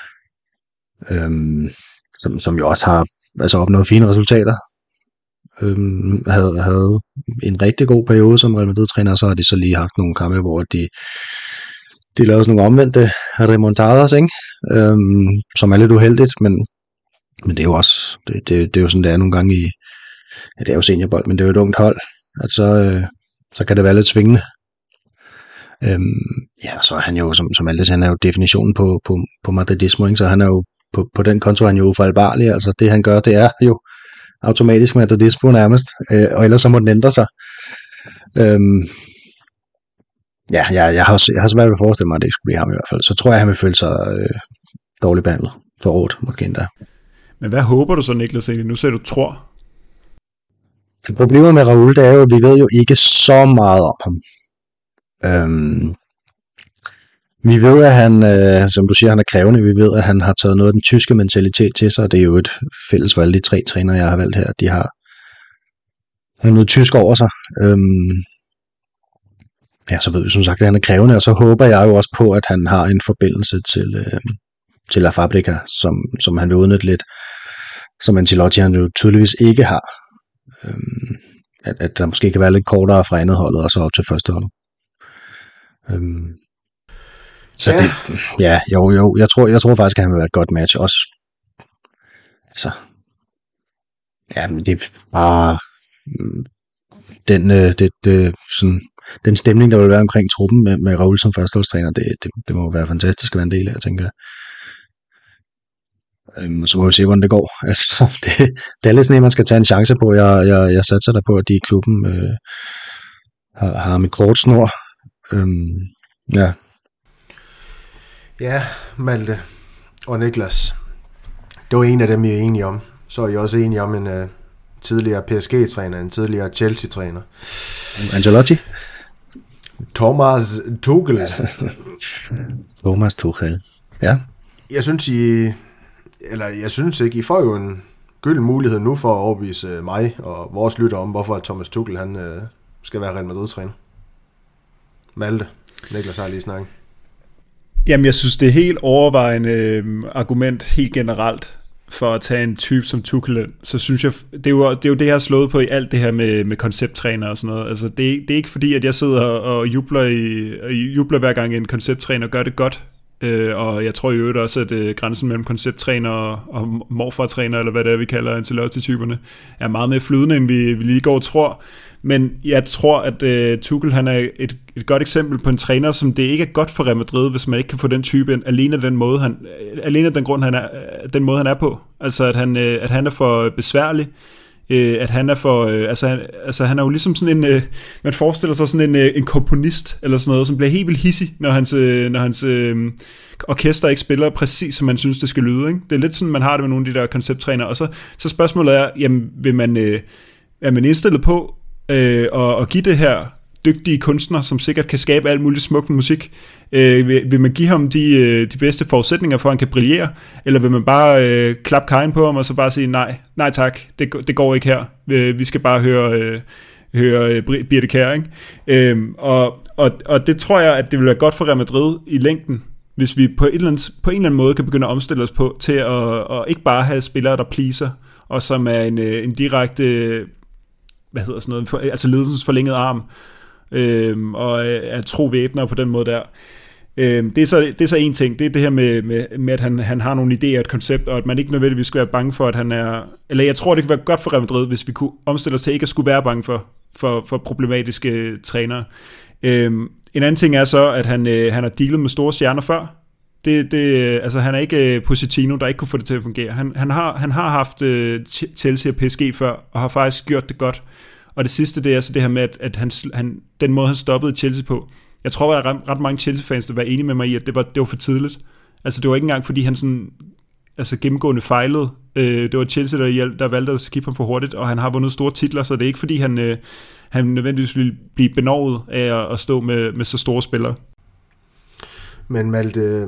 Øhm, som, som jo også har altså opnået fine resultater. Øhm, havde, havde en rigtig god periode som Real Madrid-træner, så har de så lige haft nogle kampe, hvor de De lavede sådan nogle omvendte remontadas, ikke? Øhm, som er lidt uheldigt, men, men det er jo også, det, det, det er jo sådan, det er nogle gange i, ja, det er jo seniorbold, men det er jo et ungt hold, at så, øh, så kan det være lidt svingende. Øhm, ja, så er han jo, som, som altid, han er jo definitionen på, på, på madridismo, ikke? Så han er jo, på, på den konto er han jo ufejlbarlig, altså det han gør, det er jo automatisk madridismo nærmest, øh, og ellers så må den ændre sig. Øhm, Ja, jeg, jeg, har, jeg har svært ved at forestille mig, at det ikke skulle blive ham i hvert fald. Så tror jeg, at han vil føle sig øh, dårligt behandlet. Forrådt, måske endda. Men hvad håber du så, Niklas, egentlig? Nu siger du tror. Problemet med Raúl, det er jo, at vi ved jo ikke så meget om ham. Øhm, vi ved, at han, øh, som du siger, han er krævende. Vi ved, at han har taget noget af den tyske mentalitet til sig. Det er jo et fælles for alle de tre trænere, jeg har valgt her. De har, har noget tysk over sig. Øhm, Ja, så ved vi som sagt, at han er krævende, og så håber jeg jo også på, at han har en forbindelse til, øh, til La Fabrica, som, som han vil udnytte lidt, som Ancelotti han jo tydeligvis ikke har. Øhm, at, at der måske kan være lidt kortere fra andet holdet, og så op til første holdet. Øhm, så ja. det, ja, jo, jo, jeg tror, jeg tror faktisk, at han vil være et godt match, også, altså, ja, men det er bare, den, øh, det, det, sådan, den stemning, der vil være omkring truppen med, med Raúl som førsteholdstræner, det, det, det må være fantastisk at være en del af, tænker jeg. Øhm, så må vi se, hvordan det går. Altså, det, det er lidt sådan, at man skal tage en chance på. Jeg, jeg, jeg satser der på, at de i klubben øh, har, har med kort snor. Øhm, ja. Ja, Malte og Niklas. Det var en af dem, I er enige om. Så er I også enige om en uh, tidligere P S G-træner, en tidligere Chelsea-træner. Ancelotti? Thomas Tuchel. Thomas Tuchel, ja. Jeg synes, I... Eller jeg synes ikke, I får jo en gylden mulighed nu for at overbevise mig og vores lytter om, hvorfor Thomas Tuchel han, øh, skal være Real Madrid-træner. Malte, Niklas har lige snakket. Jamen, jeg synes, det er helt overvejende øh, argument helt generelt for at tage en type som Tuchel. Så synes jeg, det er jo det, er jo det jeg har slået på i alt det her med, med koncepttræner og sådan noget. Altså, det, det er ikke fordi, at jeg sidder og jubler, i, og jubler hver gang en koncepttræner gør det godt. Øh, og jeg tror i øvrigt også, at øh, grænsen mellem koncepttræner og, og morfartræner, eller hvad det er, vi kalder Ancelotti-typerne, er meget mere flydende, end vi, vi lige går og tror. Men jeg tror, at øh, Tuchel han er et, et godt eksempel på en træner, som det ikke er godt for Real Madrid, hvis man ikke kan få den type ind, alene den måde, han, alene den grund, han er, den måde, han er på. Altså, at han, øh, at han er for besværlig, øh, at han er for, øh, altså, han, altså han er jo ligesom sådan en, øh, man forestiller sig sådan en, øh, en komponist, eller sådan noget, som bliver helt vildt hissig, når hans, øh, når hans øh, orkester ikke spiller præcis, som man synes, det skal lyde. Ikke? Det er lidt sådan, man har det med nogle af de der koncepttræner. Og så, så spørgsmålet er, jamen, vil man, øh, er man indstillet på, Øh, og, og give det her dygtige kunstner, som sikkert kan skabe alt muligt smukt musik, øh, vil, vil man give ham de, øh, de bedste forudsætninger for, at han kan brillere, eller vil man bare øh, klappe kajen på ham, og så bare sige, nej, nej tak, det, det går ikke her, vi skal bare høre, øh, høre øh, Birte Kjær, ikke? Øh, og, og, og det tror jeg, at det vil være godt for Real Madrid i længden, hvis vi på, et eller andet, på en eller anden måde kan begynde at omstille os på, til at, at ikke bare have spillere, der pleaser, og som er en, en direkte... hvad hedder sådan noget, for, altså ledelsens forlængede arm, øhm, og er tro væbner på den måde der. Øhm, det, er så, det er så en ting, det er det her med, med, med at han, han har nogle idéer og et koncept, og at man ikke nødvendigvis skal være bange for, at han er, eller jeg tror, det kan være godt for Real Madrid, hvis vi kunne omstille os til ikke at skulle være bange for, for, for problematiske trænere. Øhm, en anden ting er så, at han, øh, han har dealet med store stjerner før. Det, det, altså han er ikke Pochettino, der ikke kunne få det til at fungere. Han, han, har, han har haft uh, Chelsea og P S G før, og har faktisk gjort det godt. Og det sidste, det er så det her med, at, at han, han, den måde, han stoppede Chelsea på. Jeg tror, at der er ret mange Chelsea-fans, der var enige med mig i, at det var, det var for tidligt. Altså det var ikke engang, fordi han sådan, altså gennemgående fejlede. Øh, det var Chelsea, der, der valgte at skifte ham for hurtigt, og han har vundet store titler, så det er ikke, fordi han, øh, han nødvendigvis ville blive benovet af at, at stå med, med så store spillere. Men Malte, øh,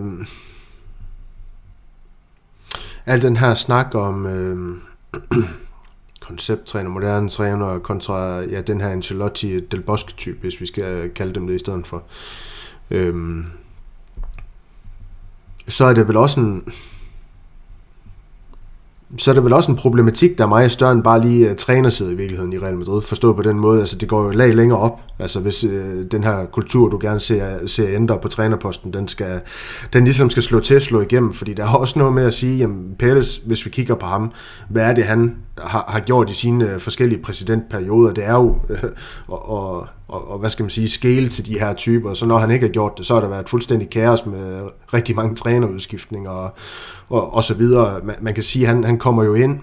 al den her snak om øh, koncepttræner, moderne træner kontra ja, den her Ancelotti Del Bosque-type, hvis vi skal kalde dem det i stedet for, øh, så er det vel også en så er det vel også en problematik, der er meget større end bare lige uh, trænerside i virkeligheden i Real Madrid. Forstået på den måde, altså det går jo lag længere op. Altså hvis uh, den her kultur, du gerne ser, ser ændre på trænerposten, den, skal, den ligesom skal slå til, slå igennem. Fordi der er også noget med at sige, jamen Pérez, hvis vi kigger på ham, hvad er det, han har, har gjort i sine uh, forskellige præsidentperioder? Det er jo uh, og, og, og, og hvad skal man sige, skæle til de her typer. Så når han ikke har gjort det, så har der været fuldstændig kaos med rigtig mange trænerudskiftninger og Og, og så videre. Man, man kan sige, at han, han kommer jo ind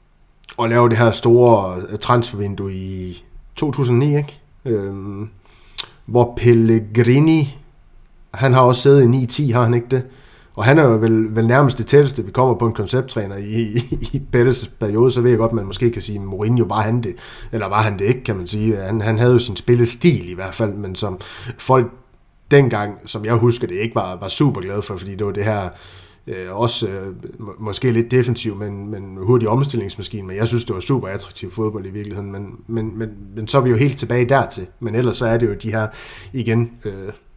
og laver det her store transfervindue i to tusind og ni, ikke? Øhm, hvor Pellegrini, han har også siddet i ni ti, har han ikke det? Og han er jo vel, vel nærmest det tætteste, vi kommer på en koncepttræner i, i, i Pérez' periode, så ved jeg godt, man måske kan sige, Mourinho var han det, eller var han det ikke, kan man sige. Han, han havde jo sin spillestil i hvert fald, men som folk dengang, som jeg husker det, ikke var, var super glade for, fordi det var det her Øh, også øh, må, måske lidt defensiv, men, men hurtig omstillingsmaskine, men jeg synes, det var super attraktiv fodbold i virkeligheden, men, men, men, men så er vi jo helt tilbage dertil, men ellers så er det jo de her, igen, øh,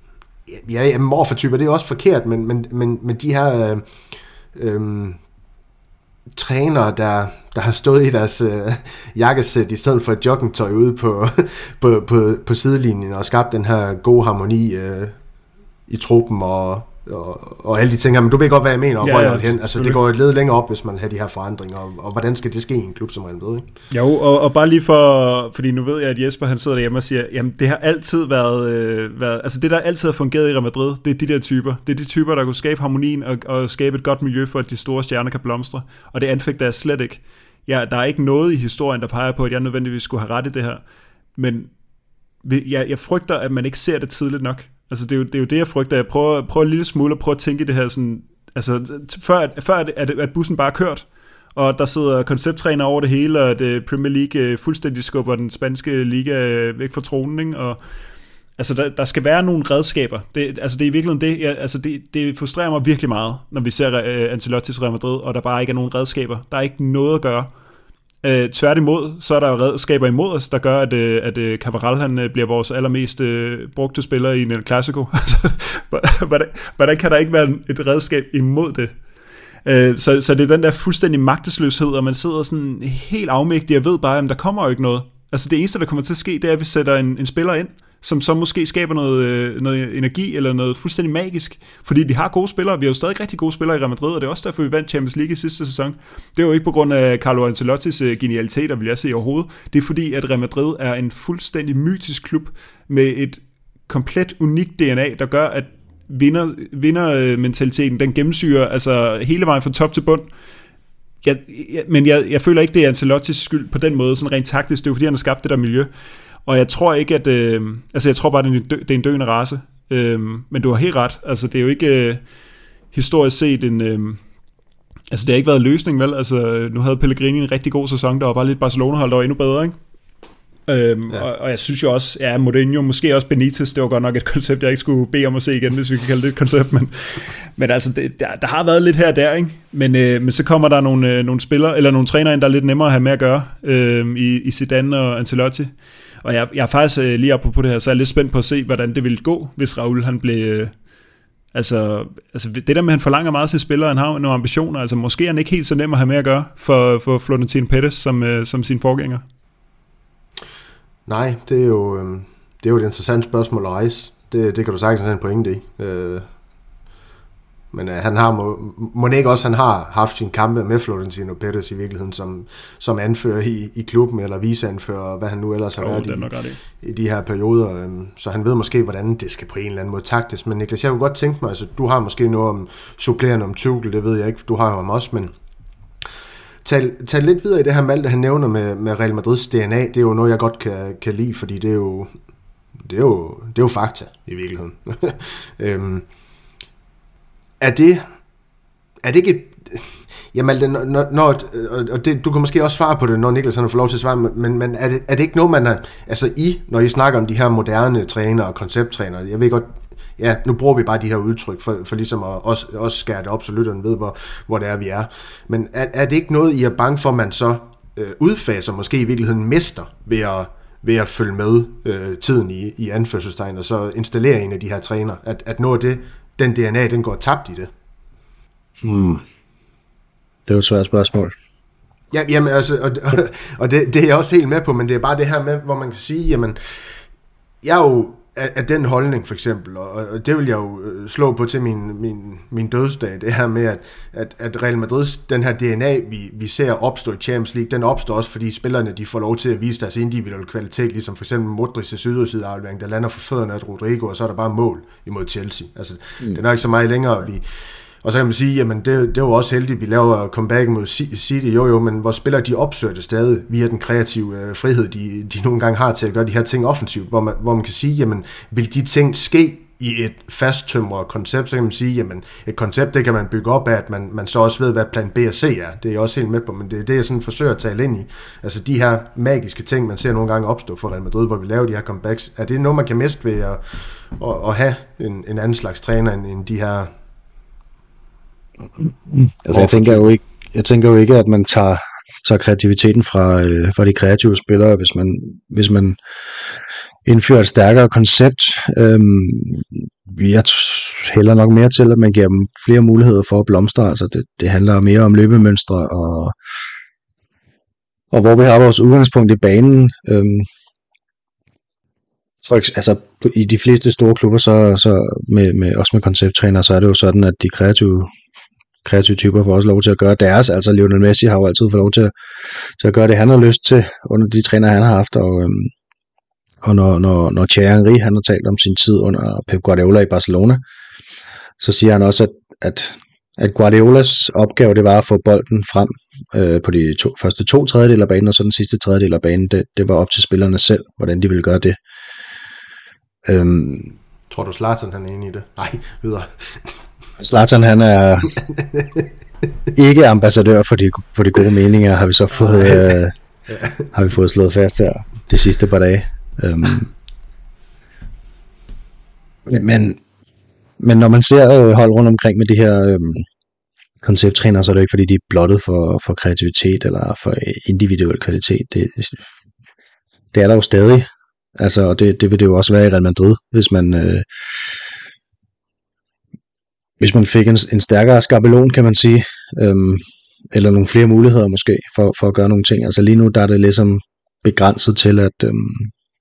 ja, ja morfertyper, det er også forkert, men, men, men, men de her øh, øh, trænere, der, der har stået i deres øh, jakkesæt i stedet for et joggingtøj ude på, på, på, på sidelinjen og skabt den her gode harmoni øh, i truppen og Og, og alle de ting her, men du ved godt, hvad jeg mener, og ja, hvor jeg vil hen. Altså, det går et led længere op, hvis man har de her forandringer, og, og hvordan skal det ske i en klub som Real Madrid, ikke? Jo, og, og bare lige for, fordi nu ved jeg, at Jesper, han sidder derhjemme og siger, jamen, det har altid været, øh, været, altså det, der altid har fungeret i Real Madrid, det er de der typer. Det er de typer, der kunne skabe harmonien og, og skabe et godt miljø for, at de store stjerner kan blomstre, og det anfægter jeg slet ikke. Ja, der er ikke noget i historien, der peger på, at jeg nødvendigvis skulle have ret i det her, men jeg, jeg frygter, at man ikke ser det tidligt nok. Altså det er, jo, det er jo det, jeg frygter. Jeg prøver, prøver en lille smule at prøve at tænke det her sådan, altså før, før at, at, at bussen bare er kørt, og der sidder koncepttræner over det hele, og at Premier League fuldstændig skubber den spanske liga væk fra tronen, ikke? Og altså der, der skal være nogle redskaber. Det, altså det er i virkeligheden det, jeg, altså det, det frustrerer mig virkelig meget, når vi ser uh, Ancelottis Real Madrid, og der bare ikke er nogen redskaber. Der er ikke noget at gøre. Uh, tværtimod, så er der jo redskaber imod os, der gør, at, uh, at uh, Cabral han uh, bliver vores allermest uh, brugte spiller i en El Clasico. hvordan, hvordan kan der ikke være et redskab imod det? Uh, så, så det er den der fuldstændig magtesløshed, og man sidder sådan helt afmægtig og ved bare, at der kommer jo ikke noget. Altså det eneste, der kommer til at ske, det er, at vi sætter en, en spiller ind, som så måske skaber noget, noget energi eller noget fuldstændig magisk, fordi vi har gode spillere, vi har jo stadig rigtig gode spillere i Real Madrid, og det er også derfor, vi vandt Champions League i sidste sæson. Det er jo ikke på grund af Carlo Ancelottis genialiteter, vil jeg sige overhovedet. Det er fordi, at Real Madrid er en fuldstændig mytisk klub med et komplet unikt D N A, der gør, at vinder, vindermentaliteten, den gennemsyrer altså hele vejen fra top til bund. Jeg, jeg, men jeg, jeg føler ikke, det er Ancelottis skyld på den måde, sådan rent taktisk. Det er jo fordi, han har skabt det der miljø. Og jeg tror ikke, at... Øh, altså, jeg tror bare, det er en, dø, det er en døende race. Øh, men du har helt ret. Altså, det er jo ikke øh, historisk set en... Øh, altså, det har ikke været en løsning, vel? Altså, nu havde Pellegrini en rigtig god sæson, der var bare lidt Barcelona-hold, der var endnu bedre, ikke? Øhm, ja. og, og jeg synes jo også, ja, Mourinho, måske også Benitez, det var godt nok et koncept, jeg ikke skulle bede om at se igen, hvis vi kan kalde det et koncept, men, men altså, det, der, der har været lidt her og der, ikke? Men, øh, men så kommer der nogle, øh, nogle spillere, eller nogle trænere ind, der er lidt nemmere at have med at gøre, øh, i, i Zidane og Ancelotti, og jeg, jeg er faktisk øh, lige oppe på det her, så er jeg lidt spændt på at se, hvordan det ville gå, hvis Raul, han blev, øh, altså, altså, det der med, at han forlanger meget til spillere, han har nogle ambitioner, altså måske er han ikke helt så nem at have med at gøre, for, for Florentino Pérez, som, øh, som sin forgænger. Nej, det er jo, øh, det er jo et interessant spørgsmål at rejse. Det, det kan du sagtens have en pointe i. Øh, men øh, han har må, må ikke også han har haft sin kampe med Florentino Pérez i virkeligheden som, som anfører i, i klubben, eller viceanfører, hvad han nu ellers har oh, været i, i de her perioder. Øh, så han ved måske, hvordan det skal på en eller anden måde taktes. Men Niklas, jeg kunne godt tænke mig, altså du har måske noget om supplerende om Tuchel, det ved jeg ikke, du har jo om også, men Tal, tal lidt videre i det her Malte, han nævner med, med Real Madrids D N A. Det er jo noget, jeg godt kan, kan lide, fordi det er jo, det er jo, det er jo fakta i virkeligheden. øhm, er det er det ikke et... Ja, Malte, når, når, og det, du kan måske også svare på det, når Niklas har fået lov til at svare, men, men er, det, er det ikke noget, man har... Altså I, når I snakker om de her moderne trænere og koncepttrænere, jeg ved godt... Ja, nu bruger vi bare de her udtryk for, for ligesom at også, også skære det op, så lytterne ved, hvor, hvor det er, vi er. Men er, er det ikke noget, I er bange for, at man så øh, udfaser, måske i virkeligheden mister, ved at, ved at følge med øh, tiden i, i anførselstegn, og så installere en af de her træner? At, at noget af det, den D N A, den går tabt i det? Hmm. Det er jo et svært spørgsmål. Ja, jamen, altså, og, og, og det, det er jeg også helt med på, men det er bare det her med, hvor man kan sige, jamen, jeg er jo af den holdning for eksempel, og det vil jeg jo slå på til min, min, min dødsdag, det her med, at, at, at Real Madrids, den her D N A, vi, vi ser opstå i Champions League, den opstår også, fordi spillerne, de får lov til at vise deres individuelle kvalitet, ligesom for eksempel Modric's syd-og-side-aflevering, der lander for fødderne af Rodrigo, og så er der bare mål imod Chelsea. Altså, mm. det er ikke så meget længere, vi... Og så kan man sige, jamen det, det var også heldigt, vi laver comeback mod City, jo jo, men vores spillere, de opsøger det stadig via den kreative øh, frihed, de, de nogle gange har til at gøre de her ting offensivt, hvor man, hvor man kan sige, jamen vil de ting ske i et fasttømret koncept, så kan man sige, jamen et koncept, det kan man bygge op af, at man, man så også ved, hvad plan B og C er. Det er jeg også helt med på, men det er det, jeg sådan forsøger at tale ind i. Altså de her magiske ting, man ser nogle gange opstå for Real Madrid, hvor vi laver de her comebacks, er det noget, man kan miste ved at, at, at have en, en anden slags træner end, end de her... Altså jeg tænker jo ikke, jeg tænker jo ikke, at man tager, tager kreativiteten fra, øh, fra de kreative spillere, hvis man, hvis man indfører et stærkere koncept. Øhm, jeg hælder nok mere til, at man giver dem flere muligheder for at blomstre. Altså det, det handler mere om løbemønstre og, og hvor vi har vores udgangspunkt i banen. Øhm, for, altså i de fleste store klubber, så, så med, med, også med koncepttræner, så er det jo sådan, at de kreative kreative typer får også lov til at gøre deres. Altså Lionel Messi har jo altid fået lov til at, til at gøre det, han har lyst til under de træner, han har haft. Og, øhm, og når, når, når Thierry Henry, han har talt om sin tid under Pep Guardiola i Barcelona, så siger han også, at, at, at Guardiolas opgave, det var at få bolden frem øh, på de to, første to tredjedel af banen, og så den sidste tredjedel af banen, det, det var op til spillerne selv, hvordan de ville gøre det. Øhm, Tror du Zlatan, han er enig i det? Nej, videre. Zlatan, han er ikke ambassadør for de, for de gode meninger, har vi så fået, øh, har vi fået slået fast her de sidste par dage. Um, Men, men når man ser øh, hold rundt omkring med de her øh, koncepttræner, så er det ikke fordi, de er blottet for, for kreativitet eller for individuel kvalitet. Det, det er der jo stadig. Altså, og det, det vil det jo også være i Real Madrid, hvis man øh, hvis man fik en, en stærkere skabelon, kan man sige, øhm, eller nogle flere muligheder måske for, for at gøre nogle ting. Altså lige nu der er det ligesom begrænset til at øhm,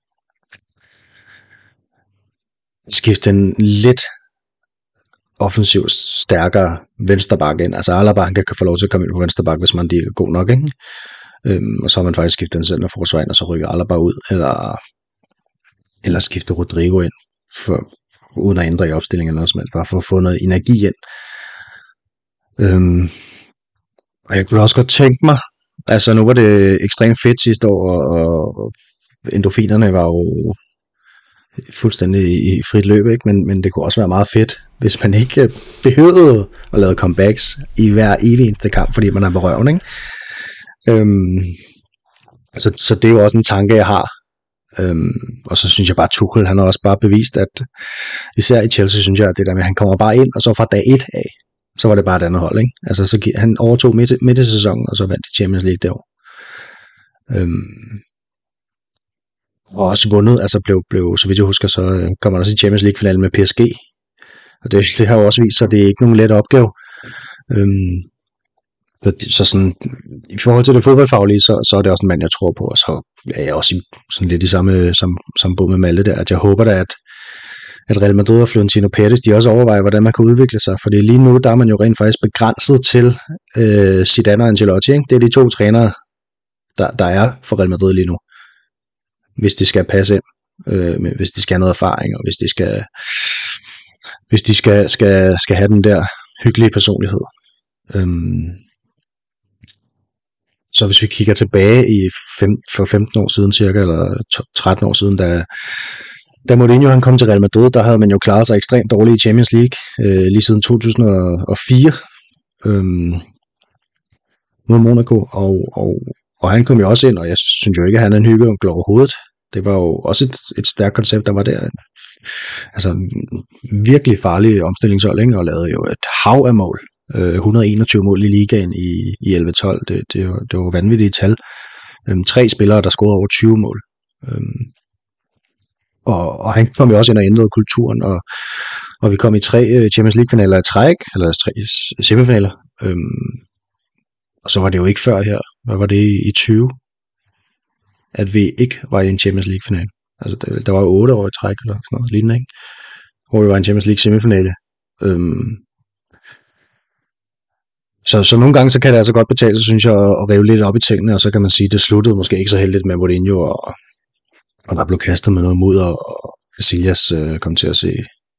skifte en lidt offensivt stærkere venstreback ind. Altså Alaba kan få lov til at komme ind på venstreback, hvis man ikke er god nok, ikke? Øhm, og så har man faktisk skiftet den centerforsvar ind, og så rykker Alaba ud, eller eller skifte Rodrigo ind, for, uden at ændre i opstillingen eller noget som helst, bare for at få noget energi ind. Øhm, og jeg kunne også godt tænke mig, altså nu var det ekstremt fedt sidste år, og, og endorfinerne var jo fuldstændig i frit løb, ikke? Men, men det kunne også være meget fedt, hvis man ikke behøvede at lave comebacks i hver evig eneste kamp, fordi man er på røven, ikke? Øhm, så, så det er jo også en tanke, jeg har. Øhm, og så synes jeg bare, at Tuchel, han har også bare bevist, at især i Chelsea, synes jeg, at det der med, at han kommer bare ind, og så fra dag et af, så var det bare et andet hold, ikke? Altså, så han overtog midt, midt i sæsonen, og så vandt de Champions League derovre. Øhm, og også vundet, altså blev, blev, så vidt jeg husker, så kommer han også i Champions League-finalen med P S G. Og det, det har jo også vist sig, at det er ikke nogen let opgave. Øhm, Så, så sådan, i forhold til det fodboldfaglige, så, så er det også en mand, jeg tror på, og så er jeg også i, sådan lidt i samme, samme, samme båd med Malte der, at jeg håber da, at, at Real Madrid og Florentino Pérez, de også overvejer, hvordan man kan udvikle sig, fordi lige nu, der er man jo rent faktisk begrænset til øh, Zidane og Ancelotti, ikke? Det er de to trænere, der, der er for Real Madrid lige nu, hvis de skal passe ind, øh, hvis de skal have noget erfaring, og hvis de skal, hvis de skal, skal, skal have den der hyggelige personlighed. Øhm, Så hvis vi kigger tilbage i fem, for femten år siden cirka, eller tretten år siden, da, da Mourinho han kom til Real Madrid, der havde man jo klaret sig ekstremt dårligt i Champions League, øh, lige siden to tusind og fire, øhm, mod Monaco, og, og, og han kom jo også ind, og jeg synes jo ikke, at han er en hyggeonkel overhovedet. Det var jo også et, et stærkt koncept, der var der. Altså virkelig farlig omstillingshold, ikke? Og lavede jo et hav af mål. et hundrede og enogtyve mål i ligaen i, i elleve tolv, det, det, var, det var vanvittige tal. Øhm, tre spillere, der scorede over tyve mål. Øhm, og, og han kom jo også ind og ændrede kulturen, og, og vi kom i tre Champions League-finaler i træk, eller tre semifinaler. Øhm, og så var det jo ikke før her, hvad var det i tyve, at vi ikke var i en Champions League-final. Altså, der, der var jo otte år i træk, eller sådan noget lignende, ikke? Hvor vi var i en Champions League-semifinale. Øhm, Så, så nogle gange så kan det altså godt betale sig, synes jeg, at rive lidt op i tingene, og så kan man sige, at det sluttede måske ikke så heldigt med Mourinho, og, og der blev kastet med noget mod, og, og Casillas øh, kom til at se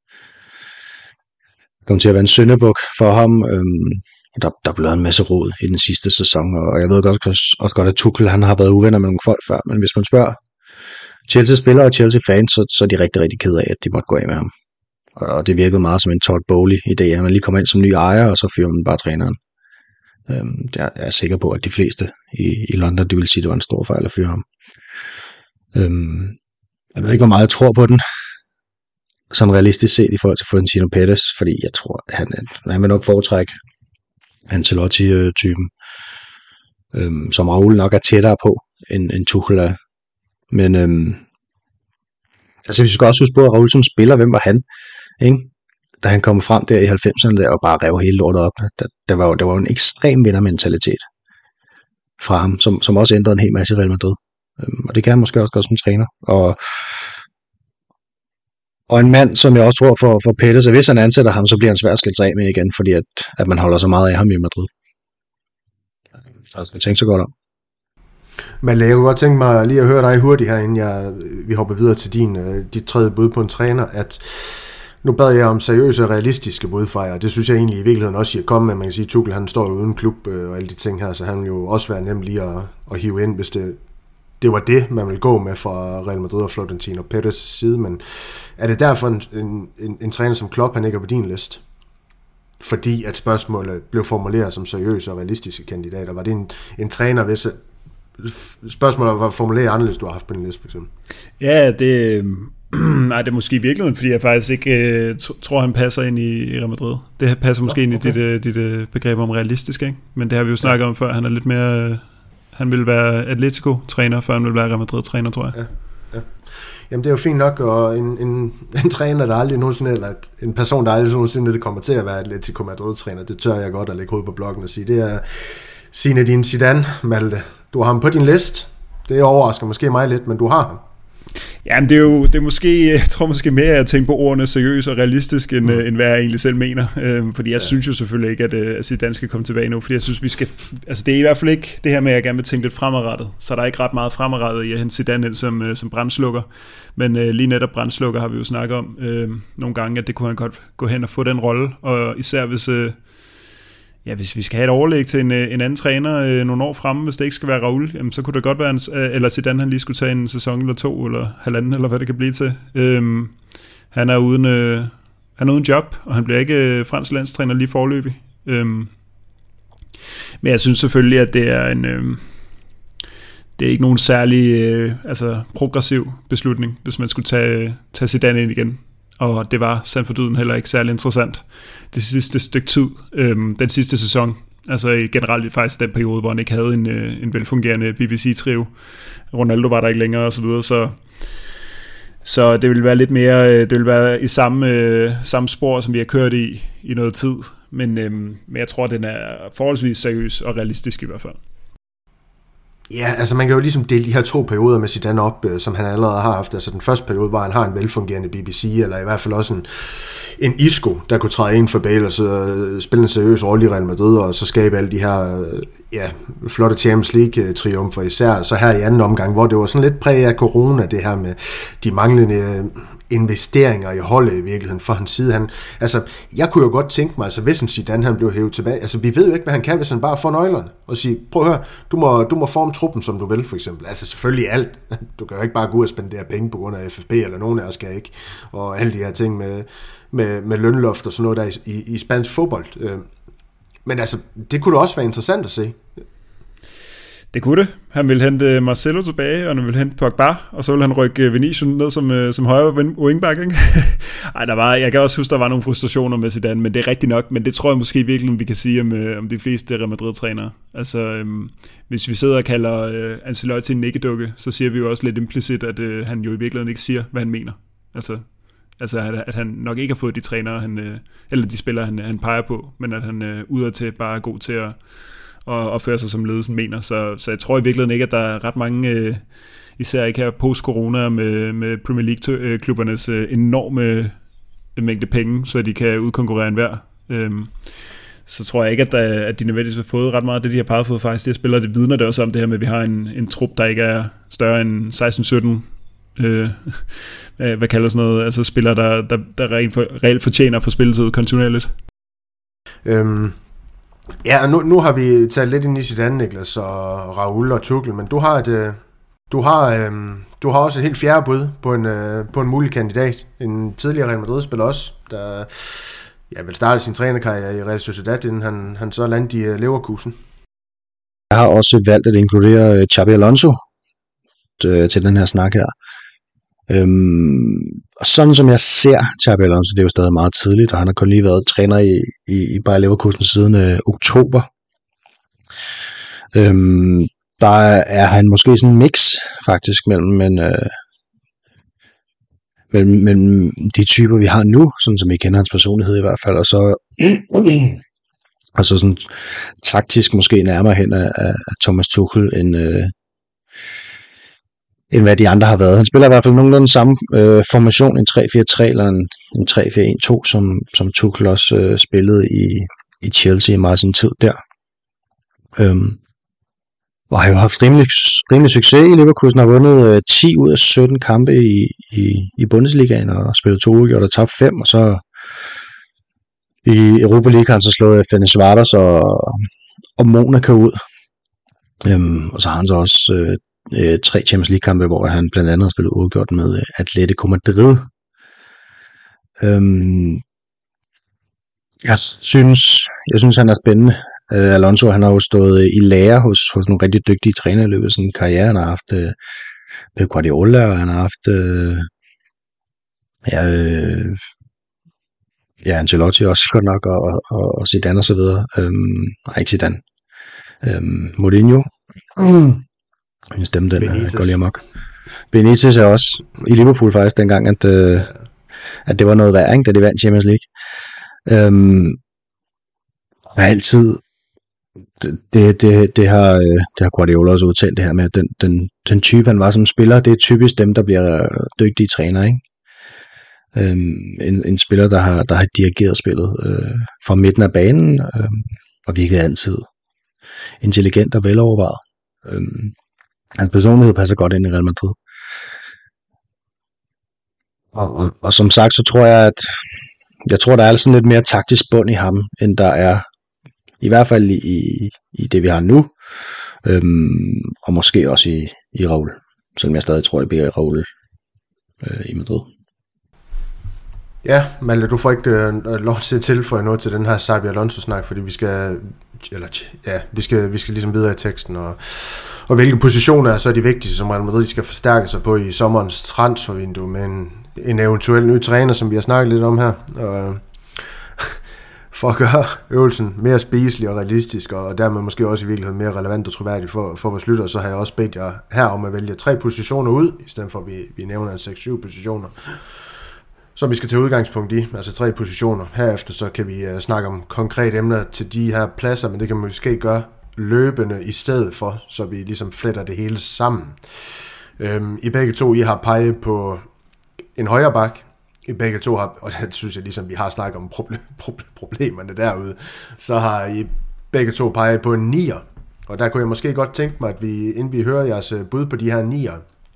kom til at være en syndebuk for ham. Øhm, der, der blev en masse rod i den sidste sæson, og jeg ved godt, også godt, at Tuchel han har været uvenner med nogle folk før, men hvis man spørger Chelsea-spillere og Chelsea-fans, så, så er de rigtig, rigtig ked af, at de måtte gå af med ham. Og det virkede meget som en Todd Bowley-idé, at man lige kommer ind som ny ejer, og så fyrer man bare træneren. Øhm, jeg er sikker på, at de fleste i, i London, de vil sige, at det var en stor fejl at fyre ham. Øhm, jeg ved ikke, hvor meget jeg tror på den, sådan realistisk set i forhold til Florentino Pérez, fordi jeg tror, at han, han vil nok foretrække Ancelotti-typen, øhm, som Raul nok er tættere på, end, end Tuchel er. Men øhm, altså, vi skal også huske på, at Raul som spiller, hvem var han? Ikke? Da han kom frem der i halvfemserne der, og bare rev hele lortet op, der, der, var jo, der var jo en ekstrem vindermentalitet fra ham, som, som også ændrede en hel masse i Real Madrid. Øhm, og det kan han måske også gøre som træner. Og, og en mand, som jeg også tror for, for Pérez, at hvis han ansætter ham, så bliver han svært at skille sig af med igen, fordi at, at man holder så meget af ham i Madrid. Så jeg skal tænke så godt om. Men jeg kunne godt tænke mig lige at høre dig hurtigt her, inden jeg, vi hopper videre til din, dit tredje bud på en træner, at nu bad jeg om seriøse og realistiske bud fra jer, og det synes jeg egentlig i virkeligheden også, at komme med. Man kan sige, at Tuchel han står jo uden klub og alle de ting her, så han vil jo også være nem lige at, at hive ind, hvis det, det var det, man vil gå med fra Real Madrid og Florentino Pérez' side. Men er det derfor en, en, en, en træner som Klopp, han ikke er på din liste? Fordi at spørgsmålet blev formuleret som seriøse og realistiske kandidater. Var det en, en træner, hvis spørgsmålet var formuleret anderledes, du har haft på din liste, for eksempel? Ja, det, Nej, det er måske i virkeligheden, fordi jeg faktisk ikke øh, tror, han passer ind i, i Real Madrid. Det passer måske oh, okay. ind i dit, dit, dit begreb om realistisk, ikke? Men det har vi jo snakket ja. om før. Han er lidt mere... Øh, han vil være Atletico-træner, før han vil være Real Madrid-træner, tror jeg. Ja. Ja. Jamen det er jo fint nok, og en, en, en træner, der aldrig nogensinde, eller en person, der aldrig nogensinde kommer til at være Atletico Madrid-træner, det tør jeg godt at lægge hovedet på bloggen og sige. Det er Zinedine Zidane, Malte. Du har ham på din liste. Det overrasker måske mig lidt, men du har ham. Jamen det er jo det er måske, jeg tror måske mere at tænke på ordene seriøst og realistisk, end, mm. end hvad jeg egentlig selv mener. Øhm, fordi jeg ja. synes jo selvfølgelig ikke, at, at Zidane skal komme tilbage nu, fordi jeg synes, vi skal, altså det er i hvert fald ikke det her med, at jeg gerne vil tænke lidt fremadrettet, så der er ikke ret meget fremadrettet i at hente Zidane ind som, som brandslukker, men øh, lige netop brandslukker har vi jo snakket om øh, nogle gange, at det kunne han godt gå hen og få den rolle, og især hvis... Øh, Ja, hvis vi skal have et overlæg til en, en anden træner øh, nogle år fremme, hvis det ikke skal være Raul, jamen, så kunne det godt være, en, eller Zidane han lige skulle tage en sæson eller to, eller halvanden, eller hvad det kan blive til. Øhm, han er uden øh, han er uden job, og han bliver ikke øh, fransk landstræner lige forløbig. Øhm, men jeg synes selvfølgelig, at det er en... Øh, det er ikke nogen særlig øh, altså, progressiv beslutning, hvis man skulle tage, tage Zidane ind igen. Og det var sandt for dyden heller ikke særlig interessant det sidste stykke tid, øhm, den sidste sæson, altså generelt faktisk den periode, hvor han ikke havde en, øh, en velfungerende B B C-trio. Ronaldo var der ikke længere og så videre, så, så det ville være lidt mere, det ville være i samme, øh, samme spor, som vi har kørt i i noget tid, men, øh, men jeg tror, den er forholdsvis seriøs og realistisk i hvert fald. Ja, altså man kan jo ligesom dele de her to perioder med Zidane op, som han allerede har haft. Altså den første periode, hvor han har en velfungerende B B C, eller i hvert fald også en, en Isco, der kunne træde ind for Bale, og så spille en seriøs rolle i Real Madrid, og så skabe alle de her ja, flotte Champions League-triumfer især. Så her i anden omgang, hvor det var sådan lidt præg af corona, det her med de manglende investeringer i holdet i virkeligheden fra hans side. Han, altså, jeg kunne jo godt tænke mig, altså hvis en Zidane han blev hævet tilbage, altså vi ved jo ikke, hvad han kan, hvis han bare får nøglerne, og sige, prøv at høre, du må, du må forme truppen, som du vil, for eksempel. Altså selvfølgelig alt. Du kan jo ikke bare gå ud og spendere penge på grund af F F P, eller nogen af os kan ikke, og alle de her ting med, med, med lønloft og sådan noget der i, i, i spansk fodbold. Men altså, det kunne da også være interessant at se. Det kunne det. Han ville hente Marcelo tilbage, og han ville hente Pogba, og så ville han rykke Vinicius ned som, som højre wingback, ikke? Ej, der var, jeg kan også huske, der var nogle frustrationer med Zidane, men det er rigtigt nok, men det tror jeg måske virkelig, vi kan sige om, om de fleste Real Madrid-trænere. Altså, øhm, hvis vi sidder og kalder øh, Ancelotti en nikkedukke, så siger vi jo også lidt implicit, at øh, han jo i virkeligheden ikke siger, hvad han mener. Altså, altså at, at han nok ikke har fået de trænere, han, øh, eller de spillere, han, han peger på, men at han øh, udadtil bare er god til at og opføre sig som ledelsen mener, så, så jeg tror i virkeligheden ikke, at der er ret mange, øh, især ikke her post-corona med, med Premier League-klubbernes øh, enorme mængde penge, så de kan udkonkurrere enhver. Øhm, så tror jeg ikke, at, der, at de nødvendigvis har fået ret meget af det, de har peget på faktisk. De spillere, det vidner det også om det her med, at vi har en, en trup, der ikke er større end seksten sytten øh, hvad kalder sådan noget, altså spillere, der, der, der reelt, for, reelt fortjener for spilletid kontinuerligt. Øhm Ja, nu, nu har vi taget lidt ind i Zidane, Niklas, og Raul og Tuchel, men du har et, du har, øhm, du har også et helt fjerde bud på en, øh, på en mulig kandidat. En tidligere Real Madrid-spiller også, der ja, vil starte sin trænerkarriere i Real Sociedad, inden han, han så landte i uh, Leverkusen. Jeg har også valgt at inkludere Xabi Alonso til, til den her snak her. Øhm, og sådan som jeg ser Xabi Alonso, det er jo stadig meget tidligt, og han har kun lige været træner i, i, i Bayer Leverkusen siden øh, oktober. Øhm, der er han måske sådan en mix faktisk mellem, en, øh, mellem, mellem de typer vi har nu, sådan som vi kender hans personlighed i hvert fald, og så og så sådan taktisk måske nærmere hen af, af Thomas Tuchel end øh, end hvad de andre har været. Han spiller i hvert fald nogenlunde samme øh, formation, en tre fire tre eller en, en tre fire en to, som, som Tuchel også øh, spillede i, i Chelsea i meget sin tid der. Øhm, og har jo haft rimelig, rimelig succes i Leverkusen, har vundet øh, ti ud af sytten kampe i, i, i Bundesligaen, og spillet to uger, og tabt fem, og så i Europa League har han så slået Ferencváros og, og Monaco ud. Øhm, og så har han så også øh, Øh, tre Champions League-kampe, hvor han blandt andet har spillet uafgjort med øh, Atletico Madrid. Øhm, jeg synes, jeg synes han er spændende. Øh, Alonso, han har jo stået i lære hos, hos nogle rigtig dygtige trænere i løbet af sin karriere. Han har haft øh, Pep Guardiola, og han har haft øh, Ja, øh, ja, Ancelotti også godt nok, og, og, og Zidane og så videre. Øhm, nej, ikke Zidane. Øhm, Mourinho. Mm. Min stemme, den Benitez. Går lige amok. Benitez er også i Liverpool faktisk dengang, at, øh, ja. at det var noget værd, ikke, da de vandt Champions League. Øhm, og altid det, det, det, har, det har Guardiola også udtalt, det her med, at den, den, den type, han var som spiller, det er typisk dem, der bliver dygtige trænere, ikke? Øhm, en, en spiller, der har, der har dirigeret spillet øh, fra midten af banen, øh, og virkelig altid intelligent og velovervejet. Øhm, hans personlighed passer godt ind i Real Madrid. Og, og, og som sagt, så tror jeg, at jeg tror, der er sådan lidt mere taktisk bund i ham, end der er i hvert fald i, i det, vi har nu, øhm, og måske også i, i Raul, selvom jeg stadig tror, det bliver Raul øh, i Madrid. Ja, Malte, du får ikke øh, lov til at tilføje noget til den her Xabi Alonso-snak, fordi vi skal, eller, ja, vi skal, vi skal ligesom videre i teksten, og, og hvilke positioner er så de vigtigste, som Real Madrid skal forstærke sig på i sommerens transfervindue, med en, en eventuel ny træner, som vi har snakket lidt om her, og for at gøre øvelsen mere spiselig og realistisk, og dermed måske også i virkeligheden mere relevant og troværdig for, for vores lytter, så har jeg også bedt jer her om at vælge tre positioner ud, i stedet for at vi, vi nævner en seks syv positioner, som vi skal tage udgangspunkt i, altså tre positioner. Herefter så kan vi uh, snakke om konkrete emner til de her pladser, men det kan man måske gøre løbende i stedet for, så vi ligesom fletter det hele sammen. Øhm, I begge to, I har peget på en højre bak. I begge to har, og det synes jeg ligesom, vi har snakket om problem, problemerne derude, så har I begge to peget på en nier. Og der kunne jeg måske godt tænke mig, at vi, inden vi hører jeres bud på de her nier,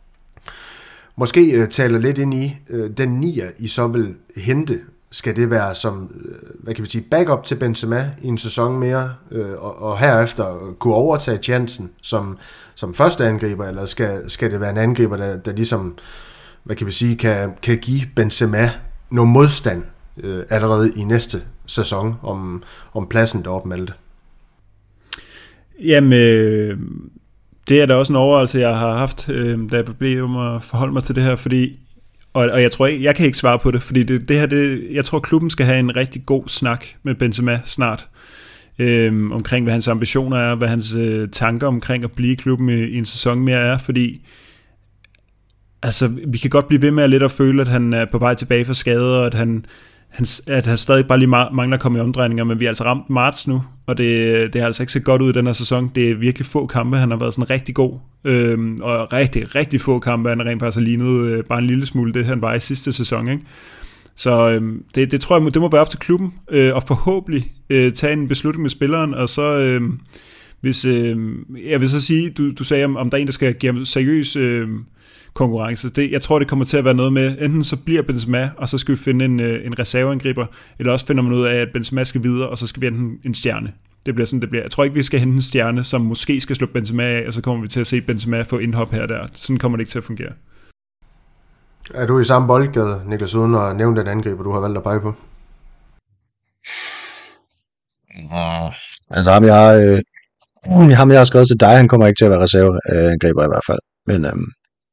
måske uh, taler lidt ind i uh, den nier, I så vil hente. Skal det være som, uh, hvad kan vi sige, backup til Benzema i en sæson mere, uh, og, og herefter kunne overtage chancen som, som første angriber, eller skal, skal det være en angriber, der, der ligesom, hvad kan vi sige, kan, kan give Benzema noget modstand uh, allerede i næste sæson, om, om pladsen deroppe, Malte? Jamen, øh, det er da også en overvejelse, jeg har haft, øh, da jeg blev om at forholde mig til det her, fordi, og, og jeg tror ikke, jeg kan ikke svare på det, fordi det, det her, det, jeg tror, klubben skal have en rigtig god snak med Benzema snart, øh, omkring hvad hans ambitioner er, hvad hans øh, tanker omkring at blive i klubben i, i en sæson mere er, fordi altså, vi kan godt blive ved med at lidt at føle, at han er på vej tilbage fra skade, og at han, han, at han stadig bare lige mangler at komme i omdrejninger, men vi er altså ramt marts nu, og det, det har altså ikke set godt ud i den her sæson. Det er virkelig få kampe, han har været sådan rigtig god, øhm, og rigtig, rigtig få kampe, han rent faktisk har lignet øh, bare en lille smule det, han var i sidste sæson, ikke? Så øhm, det, det tror jeg, det må være op til klubben, øh, og forhåbentlig øh, tage en beslutning med spilleren, og så, øh, hvis, øh, jeg vil så sige, du, du sagde, om, om der er en, der skal give seriøs øh, konkurrence. Det, jeg tror, det kommer til at være noget med, enten så bliver Benzema, og så skal vi finde en, en reserveangriber, eller også finder man ud af, at Benzema skal videre, og så skal vi hente en stjerne. Det bliver sådan, det bliver. Jeg tror ikke, vi skal hente en stjerne, som måske skal slå Benzema af, og så kommer vi til at se Benzema få indhop her og der. Sådan kommer det ikke til at fungere. Er du i samme boldgade, Niklas, uden at nævne den angriber, du har valgt at pege på? Uh, altså ham jeg, har, øh, ham, jeg har skrevet til dig, han kommer ikke til at være reserveangriber i hvert fald. Men øhm,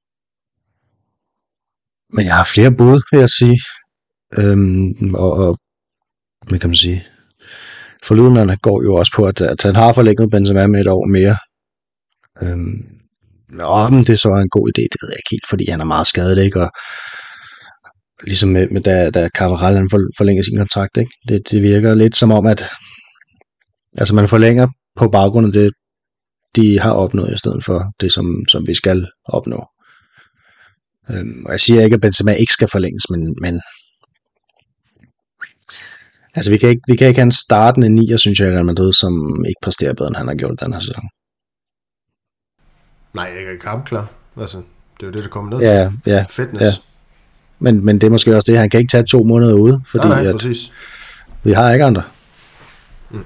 Men jeg har flere bud, vil jeg sige. Øhm, og, og hvad kan man sige? Forlydenderne går jo også på, at, at han har forlænget Benzema med et år mere. Øhm, og om det så er en god idé, det ved jeg ikke helt, fordi han er meget skadet, ikke? Og ligesom med, med da, da Carvajal han forlænger sin kontrakt, ikke? Det, det virker lidt som om, at altså man forlænger på baggrund af det, de har opnået, i stedet for det, som, som vi skal opnå. Øhm, og jeg siger ikke, at Benzema ikke skal forlænges, men, men altså vi kan ikke, vi kan ikke have en startende nier, synes jeg, Real Madrid, som ikke præsterer bedre, end han har gjort den her sæson. Nej, jeg er kampklar. Altså, det er jo det, der kommer ned ja, til. Ja, Fitness. Ja. Men, men det er måske også det, han kan ikke tage to måneder ude, fordi nej, nej, at præcis. Vi har ikke andre. Mm.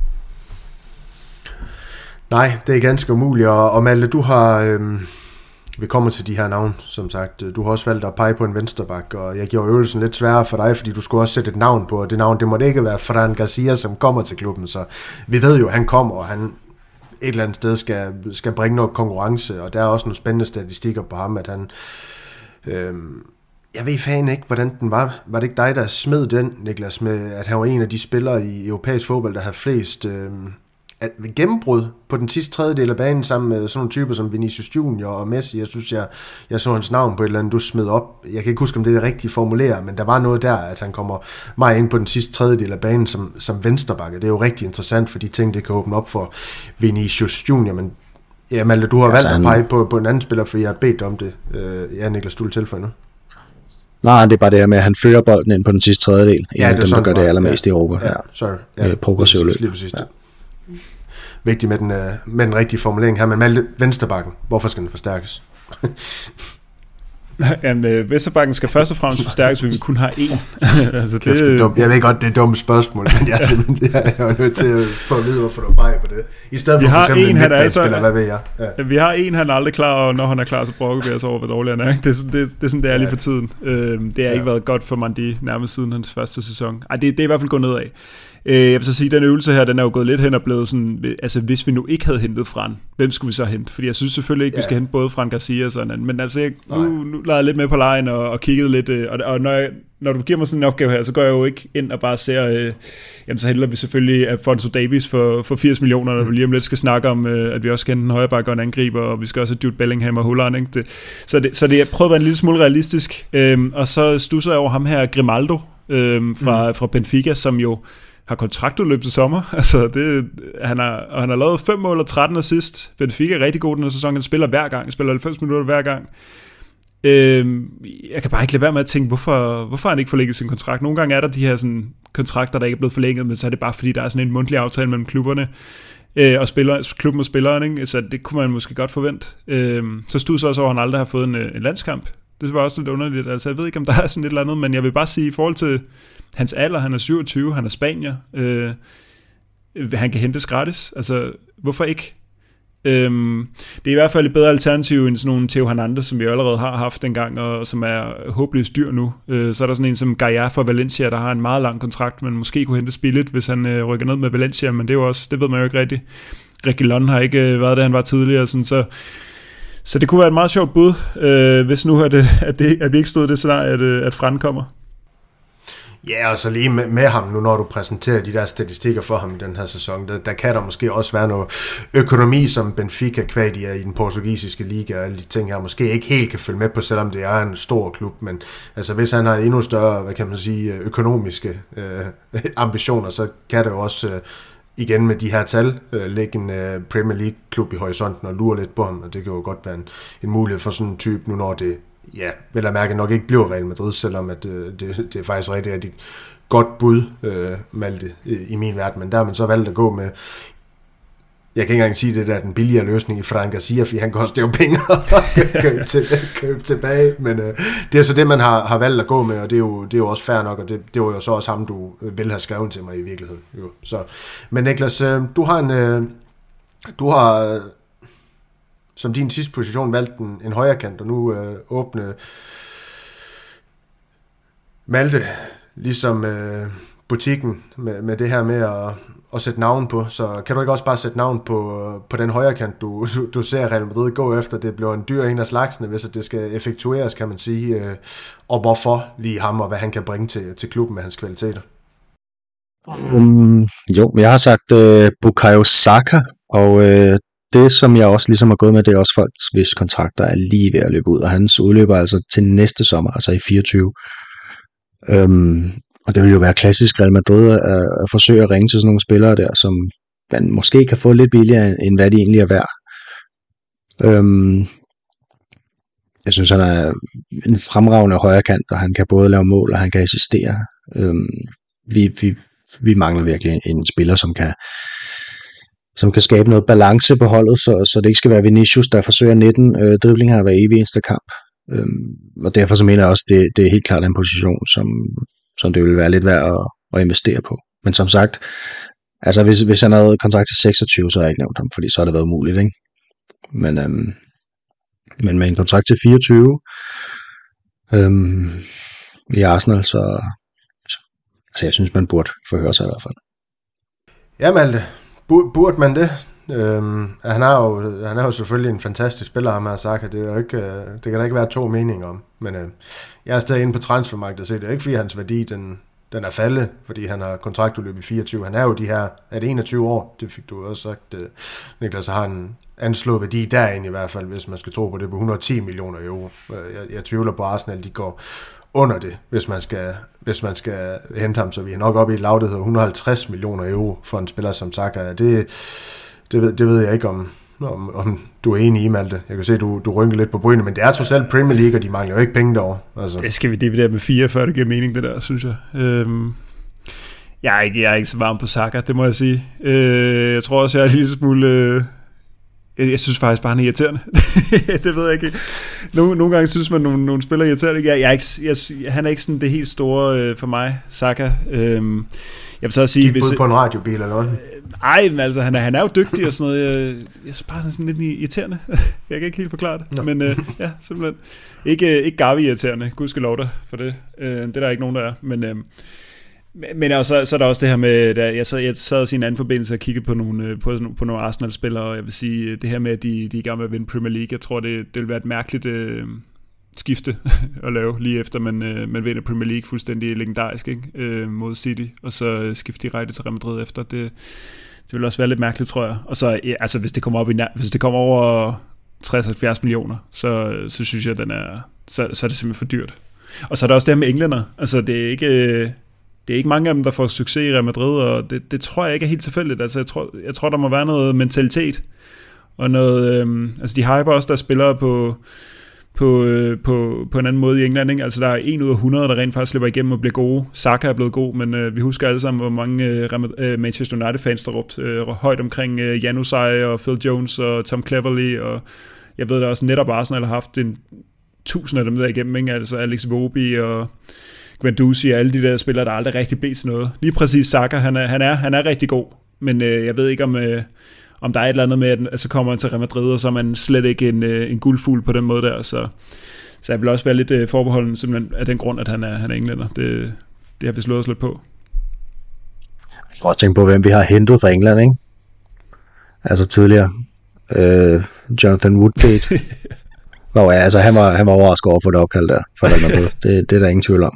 Nej, det er ganske umuligt, og, og Malte, du har... Øhm Vi kommer til de her navn, som sagt. Du har også valgt at pege på en vensterbak, og jeg gjorde øvelsen lidt sværere for dig, fordi du skulle også sætte et navn på, og det navn, det måtte ikke være Fran Garcia, som kommer til klubben, så vi ved jo, at han kommer, og han et eller andet sted skal, skal bringe noget konkurrence, og der er også nogle spændende statistikker på ham, at han, øhm, Jeg ved fanden ikke, hvordan den var. Var det ikke dig, der smed den, Niklas, med at han var en af de spillere i europæisk fodbold, der havde flest øh, at gennembrud på den sidste tredjedel af banen, sammen med sådan nogle typer som Vinicius Junior og Messi. Jeg synes, jeg, jeg så hans navn på et eller andet, du smed op. Jeg kan ikke huske, om det er det rigtige formulere, men der var noget der, at han kommer meget ind på den sidste tredjedel af banen som, som venstrebakke. Det er jo rigtig interessant, for de ting, det kan åbne op for Vinicius Junior, men ja, Malte, du har ja, valgt at pege på, på en anden spiller, for jeg har bedt om det. Øh, ja, Niklas, du vil tilføje nu. Nej, det er bare det her med, at han fører bolden ind på den sidste tredjedel. Ja, en af dem, der gør det allermest ja, i Europa. Ja, sorry. Ja, øh, progressiv løb. Lige præcis. Ja. Vigtigt med den, med den rigtige formulering her, men Malte, venstrebakken, hvorfor skal den forstærkes? Jamen, venstrebakken skal først og fremmest forstærkes, fordi vi kun har én. altså, det... det er jeg ved godt, det er et dumt spørgsmål, men jeg er simpelthen jeg er nødt til at få at vide, hvorfor du peger på det. I stedet vi for har for eksempel en, en han er altså, hvad ved jeg? Ja. Vi har en, han er aldrig klar, og når han er klar, så brokker vi os over, hvor dårlig han er. Det er, sådan, det, det er sådan, det er lige for tiden. Øhm, det har ja. ikke været godt for Mandi nærmest siden hans første sæson. Ej, det, det er i hvert fald gået nedad. Jeg vil så sige, at den øvelse her, den er jo gået lidt hen og blevet sådan, altså hvis vi nu ikke havde hentet Fran, hvem skulle vi så hente? Fordi jeg synes selvfølgelig ikke, ja. vi skal hente både Fran Garcia og sådan, men altså jeg, nu, nu lader jeg lidt med på lejen og, og kiggede lidt, og, og når, jeg, når du giver mig sådan en opgave her, så går jeg jo ikke ind og bare ser, øh, jamen så henter vi selvfølgelig Alfonso Davies for, for firs millioner, når vi lige om lidt skal snakke om, øh, at vi også skal hente en højreback og en angriber, og vi skal også have Jude Bellingham og Holland, ikke? Det, så, det, så det, jeg prøvede at være en lille smule realistisk, øh, og så stusser jeg over ham her, Grimaldo, øh, fra, mm. fra Benfica, som jo har kontraktudløb til sommer. Altså det, han, har, og han har lavet fem mål og tretten assist. Benfica er rigtig god den her sæson. Han spiller hver gang. Han spiller halvfems minutter hver gang. Øhm, jeg kan bare ikke lade være med at tænke, hvorfor, hvorfor han ikke forlænget sin kontrakt. Nogle gange er der de her sådan, kontrakter, der ikke er blevet forlænget, men så er det bare fordi, der er sådan en mundtlig aftale mellem klubberne øh, og spiller, klubben og spilleren. Ikke? Så det kunne man måske godt forvente. Øhm, så stod så også over, at han aldrig har fået en, en landskamp. Det var også lidt underligt. Altså jeg ved ikke, om der er sådan et eller andet, men jeg vil bare sige, i forhold til hans alder, han er syvogtyve, han er spanier, øh, han kan hentes gratis, altså hvorfor ikke? Øhm, det er i hvert fald et bedre alternativ end sådan nogle Theo Hernandez, som vi allerede har haft engang, og som er håbløst dyr nu. Øh, så er der sådan en som Gaia fra Valencia, der har en meget lang kontrakt, men måske kunne hentes billigt, hvis han øh, rykker ned med Valencia, men det er jo også, det ved man jo ikke rigtigt. Reguilon har ikke øh, været det, han var tidligere, sådan, så så det kunne være et meget sjovt bud, øh, hvis nu er det, at, det, at vi ikke stod i det scenarie, at, at Fran kommer. Ja, og så lige med, med ham nu, når du præsenterer de der statistikker for ham i den her sæson, der, der kan der måske også være noget økonomi, som Benfica kvad i, i den portugisiske liga, og alle de ting her måske ikke helt kan følge med på, selvom det er en stor klub, men altså hvis han har endnu større, hvad kan man sige, økonomiske øh, ambitioner, så kan det jo også øh, igen med de her tal øh, lægge en øh, Premier League-klub i horisonten og lure lidt på ham, og det kan jo godt være en, en mulighed for sådan en type nu, når det ja, vel at mærke nok ikke bliver Real Madrid, selvom at, øh, det, det er faktisk rigtig, rigtig godt bud, øh, Malte, øh, i min verden, men der har man så valgt at gå med, jeg kan ikke engang sige det der, den billigere løsning i Fran Garcia, fordi han koster jo penge at købe, til, købe tilbage, men øh, det er så det, man har, har valgt at gå med, og det er jo, det er jo også fair nok, og det, det var jo så også ham, du ville have skrevet til mig i virkeligheden. Jo. Så, men Niklas, øh, du har en, øh, du har øh, som din sidste position valgt en, en højre kant, og nu øh, åbne Malte, ligesom øh, butikken med, med det her med at, at sætte navn på, så kan du ikke også bare sætte navn på, på den højre kant, du, du, du ser Real Madrid gå efter? Det bliver en dyr en af slagsene, hvis det skal effektueres, kan man sige, øh, og hvorfor lige ham, og hvad han kan bringe til, til klubben med hans kvaliteter. Um, jo, men jeg har sagt øh, Bukayo Saka, og øh, det, som jeg også ligesom har gået med, det er også folk, hvis kontrakter er lige ved at løbe ud, og hans udløber altså til næste sommer, altså i fireogtyve. Øhm, og det vil jo være klassisk Real Madrid at, at forsøge at ringe til sådan nogle spillere der, som man måske kan få lidt billigere, end hvad de egentlig er værd. Øhm, jeg synes, han er en fremragende højre kant, og han kan både lave mål, og han kan assistere. Øhm, vi, vi, vi mangler virkelig en, en spiller, som kan som kan skabe noget balance på holdet, så, så det ikke skal være Vinicius, der forsøger nitten øh, driblinger hver evig eneste kamp. Øhm, og derfor så mener jeg også, det, det er helt klart en position, som, som det vil være lidt værd at, at investere på. Men som sagt, altså hvis, hvis han havde kontrakt til seksogtyve, så har jeg ikke nævnt ham, fordi så har det været umuligt, ikke? Men, øhm, men med en kontrakt til fireogtyve øhm, i Arsenal, så altså jeg synes, man burde forhøre sig i hvert fald. Ja, Malte. Burde man det? Øhm, han, er jo, han er jo selvfølgelig en fantastisk spiller, ham her Saka. Det, er jo ikke, det kan der ikke være to meninger om. Men øh, jeg er stadig inde på transfermarkedet og se, det er ikke fordi hans værdi den, den er faldet, fordi han har kontraktudløb i fireogtyve. Han er jo de her, er det enogtyve år, det fik du også sagt, øh, Niklas, har en anslået værdi derinde i hvert fald, hvis man skal tro på det, på et hundrede og ti millioner euro. Jeg, jeg tvivler på Arsenal, de går under det, hvis man skal, hvis man skal hente ham, så vi er nok oppe i et lav, der hedder et hundrede og halvtreds millioner euro for en spiller som Saka. Det, det, ved, det ved jeg ikke, om, om, om du er enig i, Malte. Jeg kan se, at du, du rynker lidt på brynene, men det er trods alt Premier League, og de mangler jo ikke penge derovre. Altså. Det skal vi dividere med fire, før det giver mening, det der, synes jeg. Øhm, jeg, er ikke, jeg er ikke så varm på Saka, det må jeg sige. Øh, jeg tror også, jeg er en lille smule... Øh, jeg, jeg synes faktisk bare, han er irriterende. Det ved jeg ikke. Nogle, nogle gange synes man, at nogle, nogle spillere er irriterende. Jeg, jeg er ikke, jeg, han er ikke sådan det helt store øh, for mig, Saka. Øhm, jeg vil så sige... Gik hvis, på en radiobil eller noget? Ej, men altså, han er, han er jo dygtig og sådan noget. Jeg, jeg synes bare, han er sådan lidt irriterende. Jeg kan ikke helt forklare det. No. Men øh, ja, simpelthen. Ikke, ikke Gavi-irriterende. Gud skal love dig for det. Øh, det er der ikke nogen, der er. Men, øh, men også, så er der også det her med, da jeg sad, jeg sad også i en anden forbindelse og kiggede på nogle, på, på nogle Arsenal-spillere, og jeg vil sige, det her med, at de, de er i gang med at vinde Premier League, jeg tror, det, det vil være et mærkeligt øh, skifte at lave, lige efter man, øh, man vinder Premier League fuldstændig legendarisk, ikke? Øh, mod City, og så skifte direkte til Real Madrid efter. Det, det vil også være lidt mærkeligt, tror jeg. Og så, ja, altså, hvis det kommer op i, hvis det kommer over tres til halvfjerds millioner, så, så synes jeg, den er, så, så er det simpelthen for dyrt. Og så er der også det her med englænder. Altså, det er ikke... Øh, Det er ikke mange af dem, der får succes i Real Madrid, og det, det tror jeg ikke er helt tilfældigt. Altså, jeg tror, jeg tror, der må være noget mentalitet, og noget, øhm, altså de hyper også, der spiller på, på, øh, på, på en anden måde i England, ikke? Altså, der er en ud af hundrede, der rent faktisk slipper igennem og bliver gode. Saka er blevet god, men øh, vi husker alle sammen, hvor mange øh, Manchester United-fans, der råbte øh, højt omkring øh, Januzaj og Phil Jones og Tom Cleverley, og jeg ved da også, netop Arsenal har haft en tusind af dem der igennem, ikke? Altså Alex Iwobi og Guendouzi og alle de der spillere, der aldrig rigtig blev til noget. Lige præcis Saka, han er, han er, han er rigtig god, men øh, jeg ved ikke, om, øh, om der er et eller andet med, at altså, kommer man til Real Madrid, og så er man slet ikke en, øh, en guldfugl på den måde der, så, så jeg vil også være lidt øh, forbeholden simpelthen af den grund, at han er, han er englænder. Det, det har vi slået os lidt på. Jeg får også tænke på, hvem vi har hentet fra England, ikke? Altså tidligere. Øh, Jonathan Woodgate. Hvor, ja, altså, han var, han var overrasket over for det opkald der, for Real Madrid. Det, det er der ingen tvivl om.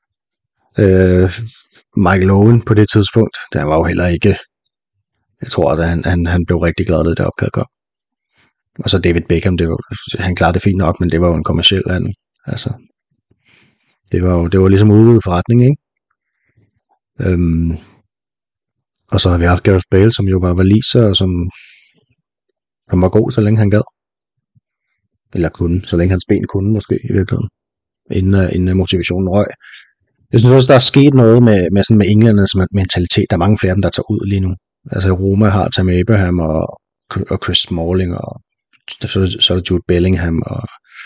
Øh, Michael Owen på det tidspunkt, der var jo heller ikke, jeg tror at han, han, han blev rigtig glad, da det opkald kom. Og så David Beckham, det var, han klarede det fint nok, men det var jo en kommerciel handel. Altså, det var jo det var ligesom udvidet forretning, ikke? Øhm, og så har vi haft Gareth Bale, som jo var valiser, og som, som var god, så længe han gad. Eller kunne, så længe hans ben kunne måske i virkeligheden, inden, inden motivationen røg. Jeg synes også, der er sket noget med, med, sådan med englændernes mentalitet. Der er mange flere af dem, der tager ud lige nu. Altså Roma har Tammy Abraham og, og Chris Smalling, og så, så er der Jude Bellingham, og,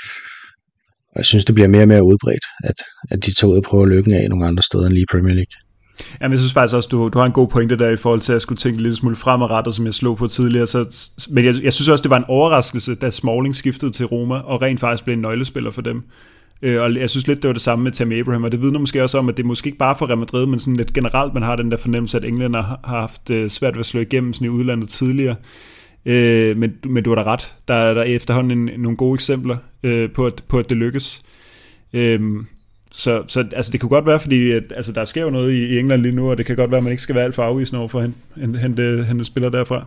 og jeg synes, det bliver mere og mere udbredt, at, at de tager ud og prøver lykken af nogle andre steder end lige Premier League. Jamen, jeg synes faktisk også, du, du har en god pointe der i forhold til, at jeg skulle tænke lidt smule fremadrettet, som jeg slog på tidligere. Så, men jeg, jeg synes også, det var en overraskelse, da Smalling skiftede til Roma, og rent faktisk blev en nøglespiller for dem. Øh, og jeg synes lidt, det var det samme med Tammy Abraham, og det vidner måske også om, at det er måske ikke bare for Real Madrid, men sådan lidt generelt, man har den der fornemmelse, at englænder har haft øh, svært ved at slå igennem sådan i udlandet tidligere. Øh, men, men du har da ret. Der er der efterhånden en, nogle gode eksempler øh, på, at, på, at det lykkes. Øh, Så, så altså, det kan godt være, fordi at, altså, der sker jo noget i, i England lige nu, og det kan godt være, at man ikke skal være alt for afvisende over for at hente, hente, hente spillere derfra.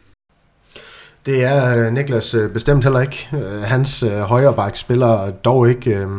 Det er Niklas bestemt heller ikke. Hans øh, højreback spiller dog ikke øh,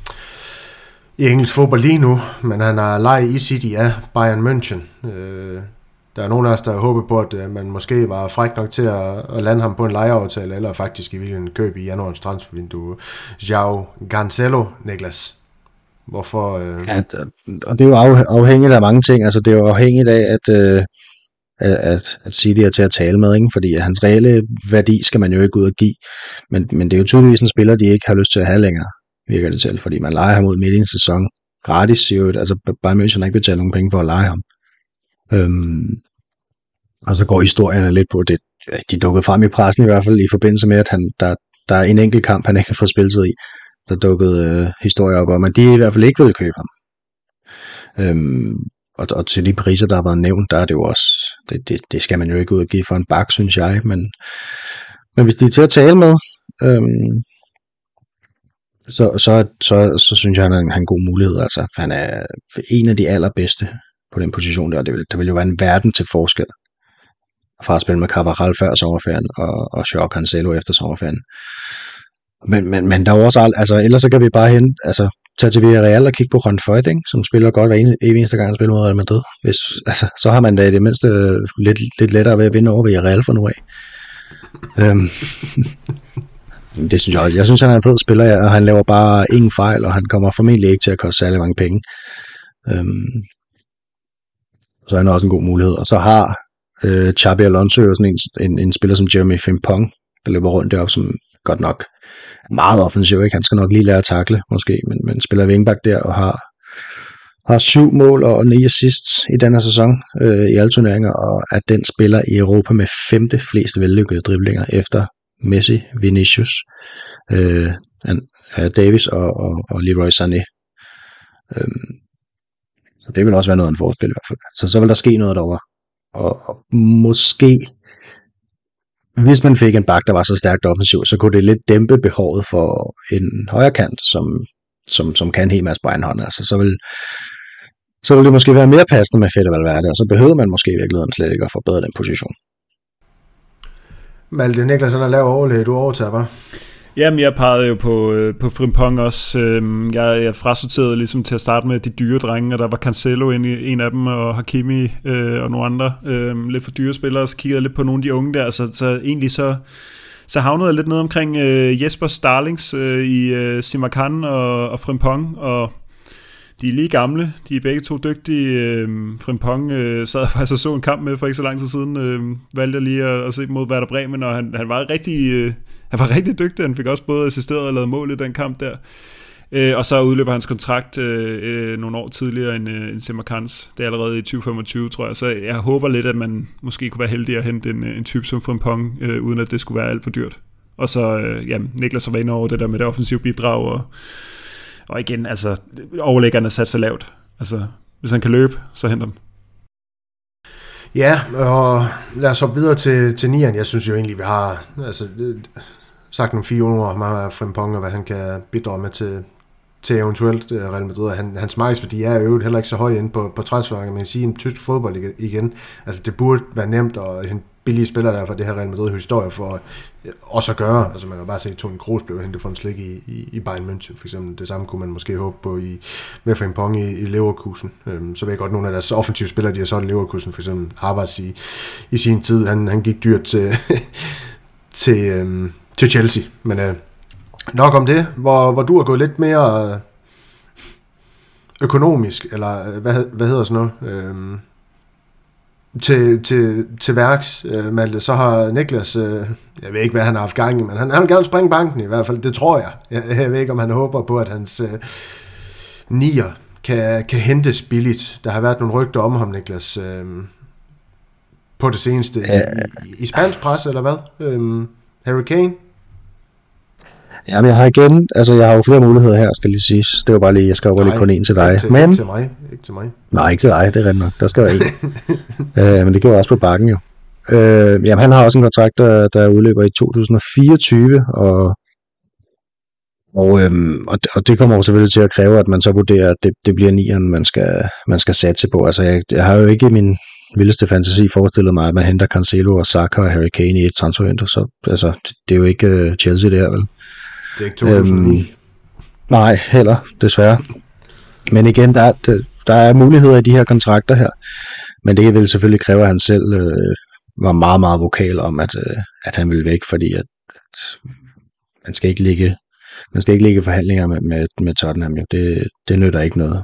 i engelsk fodbold lige nu, men han har lejet i City af Bayern München. Øh, der er nogen af os, der håber på, at øh, man måske var fræk nok til at, at lande ham på en lejeaftale, eller faktisk i virkeligheden køb i januarens transfervindue. Joao Cancelo, Niklas. Hvorfor? Øh... Ja, og det er jo afhængigt af mange ting. Altså, det er jo afhængigt af, at, øh, at, at City er til at tale med, ikke? Fordi hans reelle værdi skal man jo ikke ud og give. Men, men det er jo tydeligvis en spiller, de ikke har lyst til at have længere, virker det til. Fordi man leger ham ud midt i en sæson. Gratis, jo. Altså, Bayern München har ikke betalt nogen penge for at lege ham. Øhm, og så går historierne lidt på det. De dukkede frem i pressen i hvert fald, i forbindelse med, at han, der, der er en enkelt kamp, han ikke har fået spilletid i. Der dukkede øh, historier op om, at de i hvert fald ikke ville købe ham. Øhm, og, og til de priser, der har været nævnt, der er det jo også, det, det, det skal man jo ikke ud og give for en bak, synes jeg, men, men hvis de er til at tale med, øhm, så, så, så, så synes jeg, han har en god mulighed. Altså, han er en af de allerbedste på den position der, det vil, der vil jo være en verden til forskel fra at spille med Carvajal før sommerferien og, og Joao Cancelo efter sommerferien. Men, men, men der er jo også, altså ellers så kan vi bare hen, altså tage til Villarreal og kigge på Ron Foyt, ikke, som spiller godt hver eneste gang, han spiller mod Real Madrid. Hvis, altså, så har man da i det mindste lidt, lidt lettere ved at vinde over Villarreal for nu af. øhm. Det synes jeg også. Jeg synes, han er en fed spiller, og han laver bare ingen fejl, og han kommer formentlig ikke til at koste særlig mange penge. Øhm. Så han er også en god mulighed. Og så har øh, Xabi Alonso jo sådan en, en, en spiller som Jeremy Frimpong, der løber rundt deroppe, som godt nok meget offensiv, ikke? Han skal nok lige lære at takle, måske, men, men spiller wingback der og har, har syv mål og ni assists i denne sæson øh, i alle turneringer, og er den spiller i Europa med femte flest vellykkede driblinger efter Messi, Vinicius, øh, Davis og, og, og Leroy Sané. Øhm, så det vil også være noget af en forskel i hvert fald. Så, så vil der ske noget derovre. Og, og måske hvis man fik en bak, der var så stærkt offensiv, så kunne det lidt dæmpe behovet for en højre kant, som, som, som kan en hel masse på egen hånd. Altså, så vil, så vil det måske være mere passende med Fede Valverde, og så behøver man måske i virkeligheden slet ikke at forbedre den position. Malte, Niklas, han har lavet overlæg, du overtager, hva'? Jamen, jeg pegede jo på, øh, på Frimpong også. Øh, jeg, jeg frasorterede ligesom til at starte med de dyre drenge, og der var Cancelo en, en af dem, og Hakimi øh, og nogle andre øh, lidt for dyre spillere, så kiggede jeg lidt på nogle af de unge der, så, så egentlig så, så havnede jeg lidt ned omkring øh, Jesper Starlings øh, i øh, Simakan og, og Frimpong, og de er lige gamle, de er begge to dygtige. Øh, Frimpong øh, sad faktisk og så en kamp med for ikke så lang tid siden, øh, valgte jeg lige at, at se mod Werder Bremen, og han, han var rigtig... Øh, Han var rigtig dygtig, han fik også både assisteret og lavet mål i den kamp der. Øh, og så udløber hans kontrakt øh, øh, nogle år tidligere end, øh, end Simakans. Det er allerede i tyve femogtyve, tror jeg. Så jeg håber lidt, at man måske kunne være heldig at hente en, en type som Frimpong, øh, uden at det skulle være alt for dyrt. Og så, øh, jamen, Niklas var inde over det der med det offensive bidrag, og, og igen, altså, overlæggerne sat så lavt. Altså, hvis han kan løbe, så henter ham. Ja, og lad os hoppe videre til, til nieren. Jeg synes jo egentlig, vi har altså, sagt nogle fire ord om Frimpong, og hvad han kan bidrage med til, til eventuelt Real Madrid. Han, hans markedsværdi er jo heller ikke så høj inde på, på transfermarkedet. Man kan sige, en tysk fodbold igen. Altså, det burde være nemt at hente billige spillere der for det her Real Madrid-historie for også at gøre. Altså, man kan bare se, at Toni Kroos blev hentet for en slik i, i, i Bayern München, for eksempel. Det samme kunne man måske håbe på i, med Frimpong i, i Leverkusen. Øhm, så ved jeg godt, nogle af deres offensive spillere, de har solgt Leverkusen, for eksempel Havertz i, i sin tid. Han, han gik dyrt til, til, øhm, til Chelsea. Men øh, nok om det, hvor, hvor du er gået lidt mere økonomisk, eller hvad, hvad hedder sådan noget, øhm, til, til, til værks, øh, Malte, så har Niklas, øh, jeg ved ikke, hvad han har haft gang i, men han, han vil gerne springe banken i hvert fald, det tror jeg. Jeg, jeg ved ikke, om han håber på, at hans øh, nier kan, kan hentes billigt. Der har været nogle rygter om ham, Niklas, øh, på det seneste. I, i, i spansk pres, eller hvad? Øh, Harry Kane? Jamen, jeg har igen, altså jeg har jo flere muligheder her, skal lige siges. Det var bare lige, jeg skal jo bare lige kun en til dig. Ikke til, men, ikke til mig. Ikke til mig. Nej, ikke til dig, det er rent nok. Der skal være en. øh, men det går også på bakken jo. Øh, jamen, han har også en kontrakt, der, der udløber i to tusind fireogtyve, og, og, øhm, og, og det kommer jo selvfølgelig til at kræve, at man så vurderer, at det, det bliver nieren, man skal, man skal satse på. Altså, jeg, jeg har jo ikke i min vildeste fantasi forestillet mig, at man henter Cancelo og Saka og Harry Kane i et transfervindue, så altså, det, det er jo ikke uh, Chelsea det her, vel? Det er ikke to tusind ni. Øhm, nej, heller, desværre. Men igen, der, der, der er muligheder i de her kontrakter her, men det vil selvfølgelig kræve, at han selv øh, var meget, meget vokal om, at, øh, at han ville væk, fordi at, at man skal ikke ligge, man skal ikke ligge forhandlinger med, med, med Tottenham. Jo. Det, det nytter ikke noget.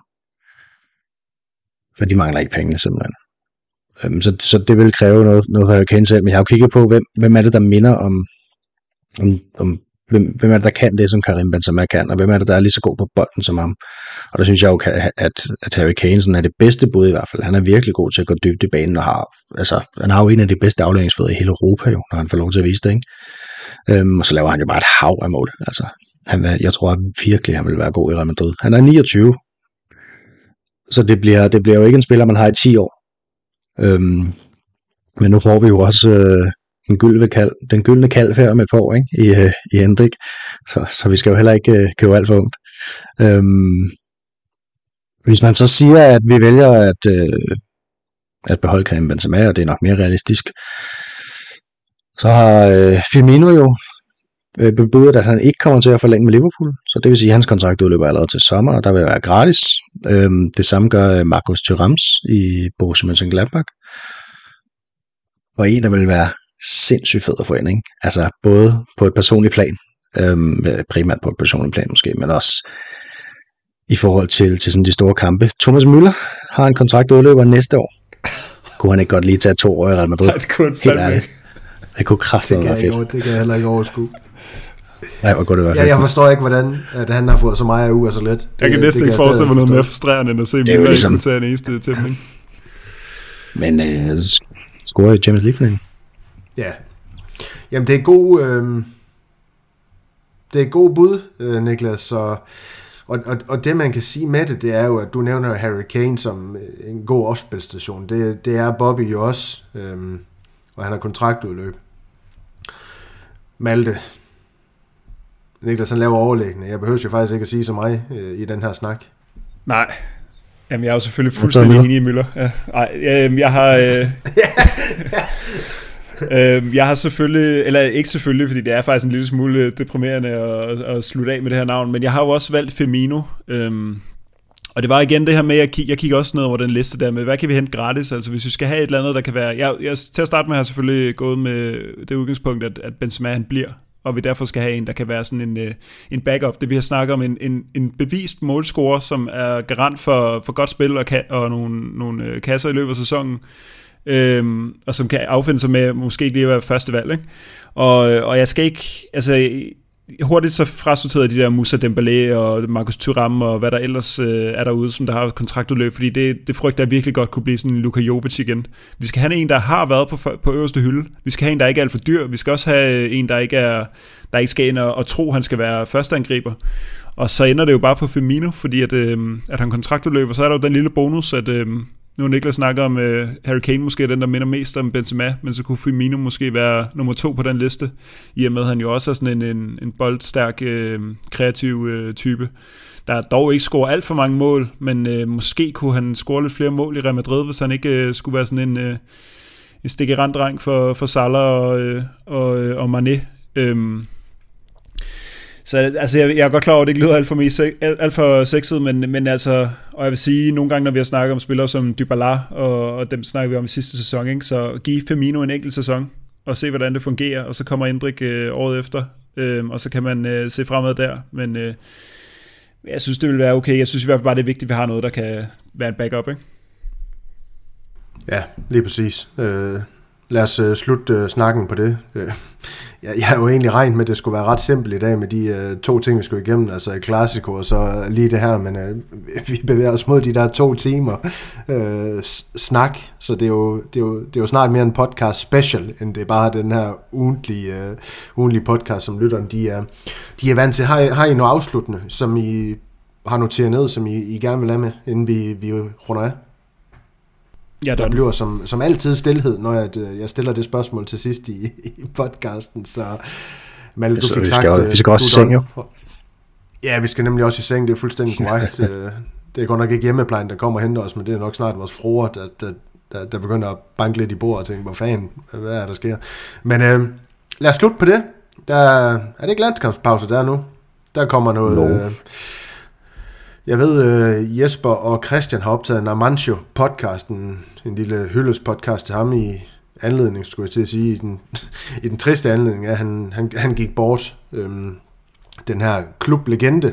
For de mangler ikke penge, simpelthen. Øhm, så, så det vil kræve noget, noget for Harry Kane selv, men jeg har jo kigget på, hvem, hvem er det, der minder om, om, om Hvem, hvem er det, der kan det, som Karim Benzema kan, og hvem er det, der er lige så god på bolden som ham. Og der synes jeg jo, at, at Harry Kane sådan er det bedste bud i hvert fald. Han er virkelig god til at gå dybt i banen, og har, altså, han har jo en af de bedste afleveringsfødder i hele Europa, jo, når han får lov til at vise det, ikke? Øhm, og så laver han jo bare et hav af mål. Altså, han, jeg tror virkelig, han vil være god i Real Madrid. Han er niogtyve, så det bliver, det bliver jo ikke en spiller, man har i ti år. Øhm, men nu får vi jo også øh, den, gyldne kalv, den gyldne kalv her om et par år, ikke? I, øh, i Hendrik. Så, så vi skal jo heller ikke øh, købe alt for ungt. Øhm, hvis man så siger, at vi vælger at, øh, at beholde Karim Benzema, og det er nok mere realistisk, så har øh, Firmino jo øh, bebudet, at han ikke kommer til at forlænge med Liverpool, så det vil sige, at hans kontrakt udløber allerede til sommer, og der vil være gratis. Øhm, det samme gør Marcus Thuram i Borussia Mönchengladbach, og en, der vil være sindssygt fed at få ind, ikke? Altså både på et personligt plan, øhm, primært på et personligt plan måske, men også i forhold til, til sådan de store kampe. Thomas Müller har en kontrakt, der udløber næste år. Kunne han ikke godt lige tage to år i Real Madrid? Nej, det kunne han fandme ikke. Det kunne kraftigt være fedt. Det kan jeg heller ikke overskue. Nej, hvor kunne det være ja, fedt. Jeg forstår ikke, hvordan at han har fået så meget af uge så let. Jeg kan næsten ikke forestille mig noget mere frustrerende, end at se Müller ligesom ikke kunne tage en eneste tæmning. Men øh, scorer i Champions League for den. Ja. Jamen, det er god... Øh, det er god bud, øh, Niklas, så... Og, og, og det man kan sige med det, det er jo, at du nævner Harry Kane som en god opspilstation. Det, det er Bobby jo også, øhm, og han har kontraktudløb. Malte. Niklas, han laver overlæggende. Jeg behøver jo faktisk ikke at sige så meget øh, i den her snak. Nej. Jamen, jeg er jo selvfølgelig fuldstændig enig i Müller. Ja. Ej, øh, jeg har... Øh... Øh, jeg har selvfølgelig, eller ikke selvfølgelig, fordi det er faktisk en lille smule deprimerende at, at slutte af med det her navn, men jeg har jo også valgt Firmino, øhm, og det var igen det her med, at jeg, kig, jeg kigger også ned over den liste der med, hvad kan vi hente gratis, altså hvis vi skal have et eller andet, der kan være, jeg, jeg til at starte med har jeg selvfølgelig gået med det udgangspunkt, at, at Benzema han bliver, og vi derfor skal have en, der kan være sådan en, en backup, det vi har snakket om, en, en, en bevist målscorer, som er garant for, for godt spil og, ka- og nogle, nogle kasser i løbet af sæsonen, Øhm, og som kan affinde sig med måske ikke lige at være første valg, ikke? Og, og jeg skal ikke, altså hurtigt så frasorterede de der Moussa Dembélé og Marcus Thuram og hvad der ellers øh, er derude, som der har kontraktudløb, fordi det, det frygter jeg virkelig godt kunne blive sådan en Luka Jovic igen. Vi skal have en, der har været på, på øverste hylde. Vi skal have en, der ikke er alt for dyr. Vi skal også have en, der ikke er, der ikke skal ind og, og tro, han skal være førsteangriber. Og så ender det jo bare på Firmino, fordi at, øh, at han kontraktudløber, så er der jo den lille bonus, at øh, nu Niklas snakker om uh, Harry Kane måske er den, der minder mest om Benzema, men så kunne Firmino måske være nummer to på den liste, i og med at han jo også er sådan en, en, en boldstærk, uh, kreativ uh, type, der dog ikke scorer alt for mange mål, men uh, måske kunne han score lidt flere mål i Real Madrid, hvis han ikke uh, skulle være sådan en, uh, en stikkerand-dreng for, for Salah og, uh, og, uh, og Mané. Um, Så altså, jeg, jeg er godt klar over, at det ikke lyder alt for, mig, alt, alt for sexet, men, men altså, og jeg vil sige, nogle gange, når vi har snakket om spillere som Dybala, og, og dem snakker vi om i sidste sæson, ikke? Så giv Firmino en enkelt sæson, og se, hvordan det fungerer, og så kommer Endrik øh, året efter, øh, og så kan man øh, se fremad der, men øh, jeg synes, det vil være okay. Jeg synes i hvert fald bare, det er vigtigt, at vi har noget, der kan være en backup, ikke? Ja, lige præcis. Øh, lad os øh, slutte øh, snakken på det. Øh, jeg, jeg har jo egentlig regnet med, at det skulle være ret simpelt i dag med de øh, to ting, vi skulle igennem, altså et Clasico og så lige det her, men øh, vi bevæger os mod de der to timer øh, snak, så det er, jo, det, er jo, det er jo snart mere en podcast special, end det er bare den her ugentlige, øh, ugentlige podcast, som lytterne de er, de er vant til. Har I, har I noget afsluttende, som I har noteret ned, som I, I gerne vil have med, inden vi, vi runder af? Ja, der bliver som, som altid stilhed, når jeg, jeg stiller det spørgsmål til sidst i, i podcasten, så Malte, du fik vi sagt... Skal, vi skal også i seng, jo. Ja, vi skal nemlig også i seng, det er fuldstændig korrekt. Det er godt nok ikke hjemmeplejen, der kommer og henter os, men det er nok snart vores fruer, der, der, der, der begynder at banke lidt i bordet og tænke, hvor fanden, hvad er der sker? Men øh, lad os slutte på det. Der, er det ikke landskampspause der nu? Der kommer noget... No. Øh, Jeg ved, uh, Jesper og Christian har optaget en Amancio-podcasten, en lille hyldespodcast til ham i anledning, skulle jeg til at sige, i den, i den triste anledning, at han, han, han gik bort, øhm, den her klublegende.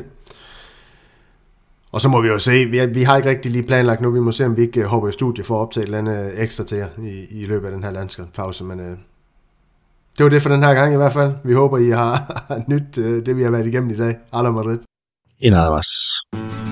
Og så må vi jo se, vi, vi har ikke rigtig lige planlagt nu, vi må se, om vi ikke hopper i studie for at optage et eller andet ekstra til jer i, i løbet af den her landskabspause, men uh, det var det for den her gang i hvert fald. Vi håber, I har, har nyt uh, det, vi har været igennem i dag. Alla Madrid. En af os.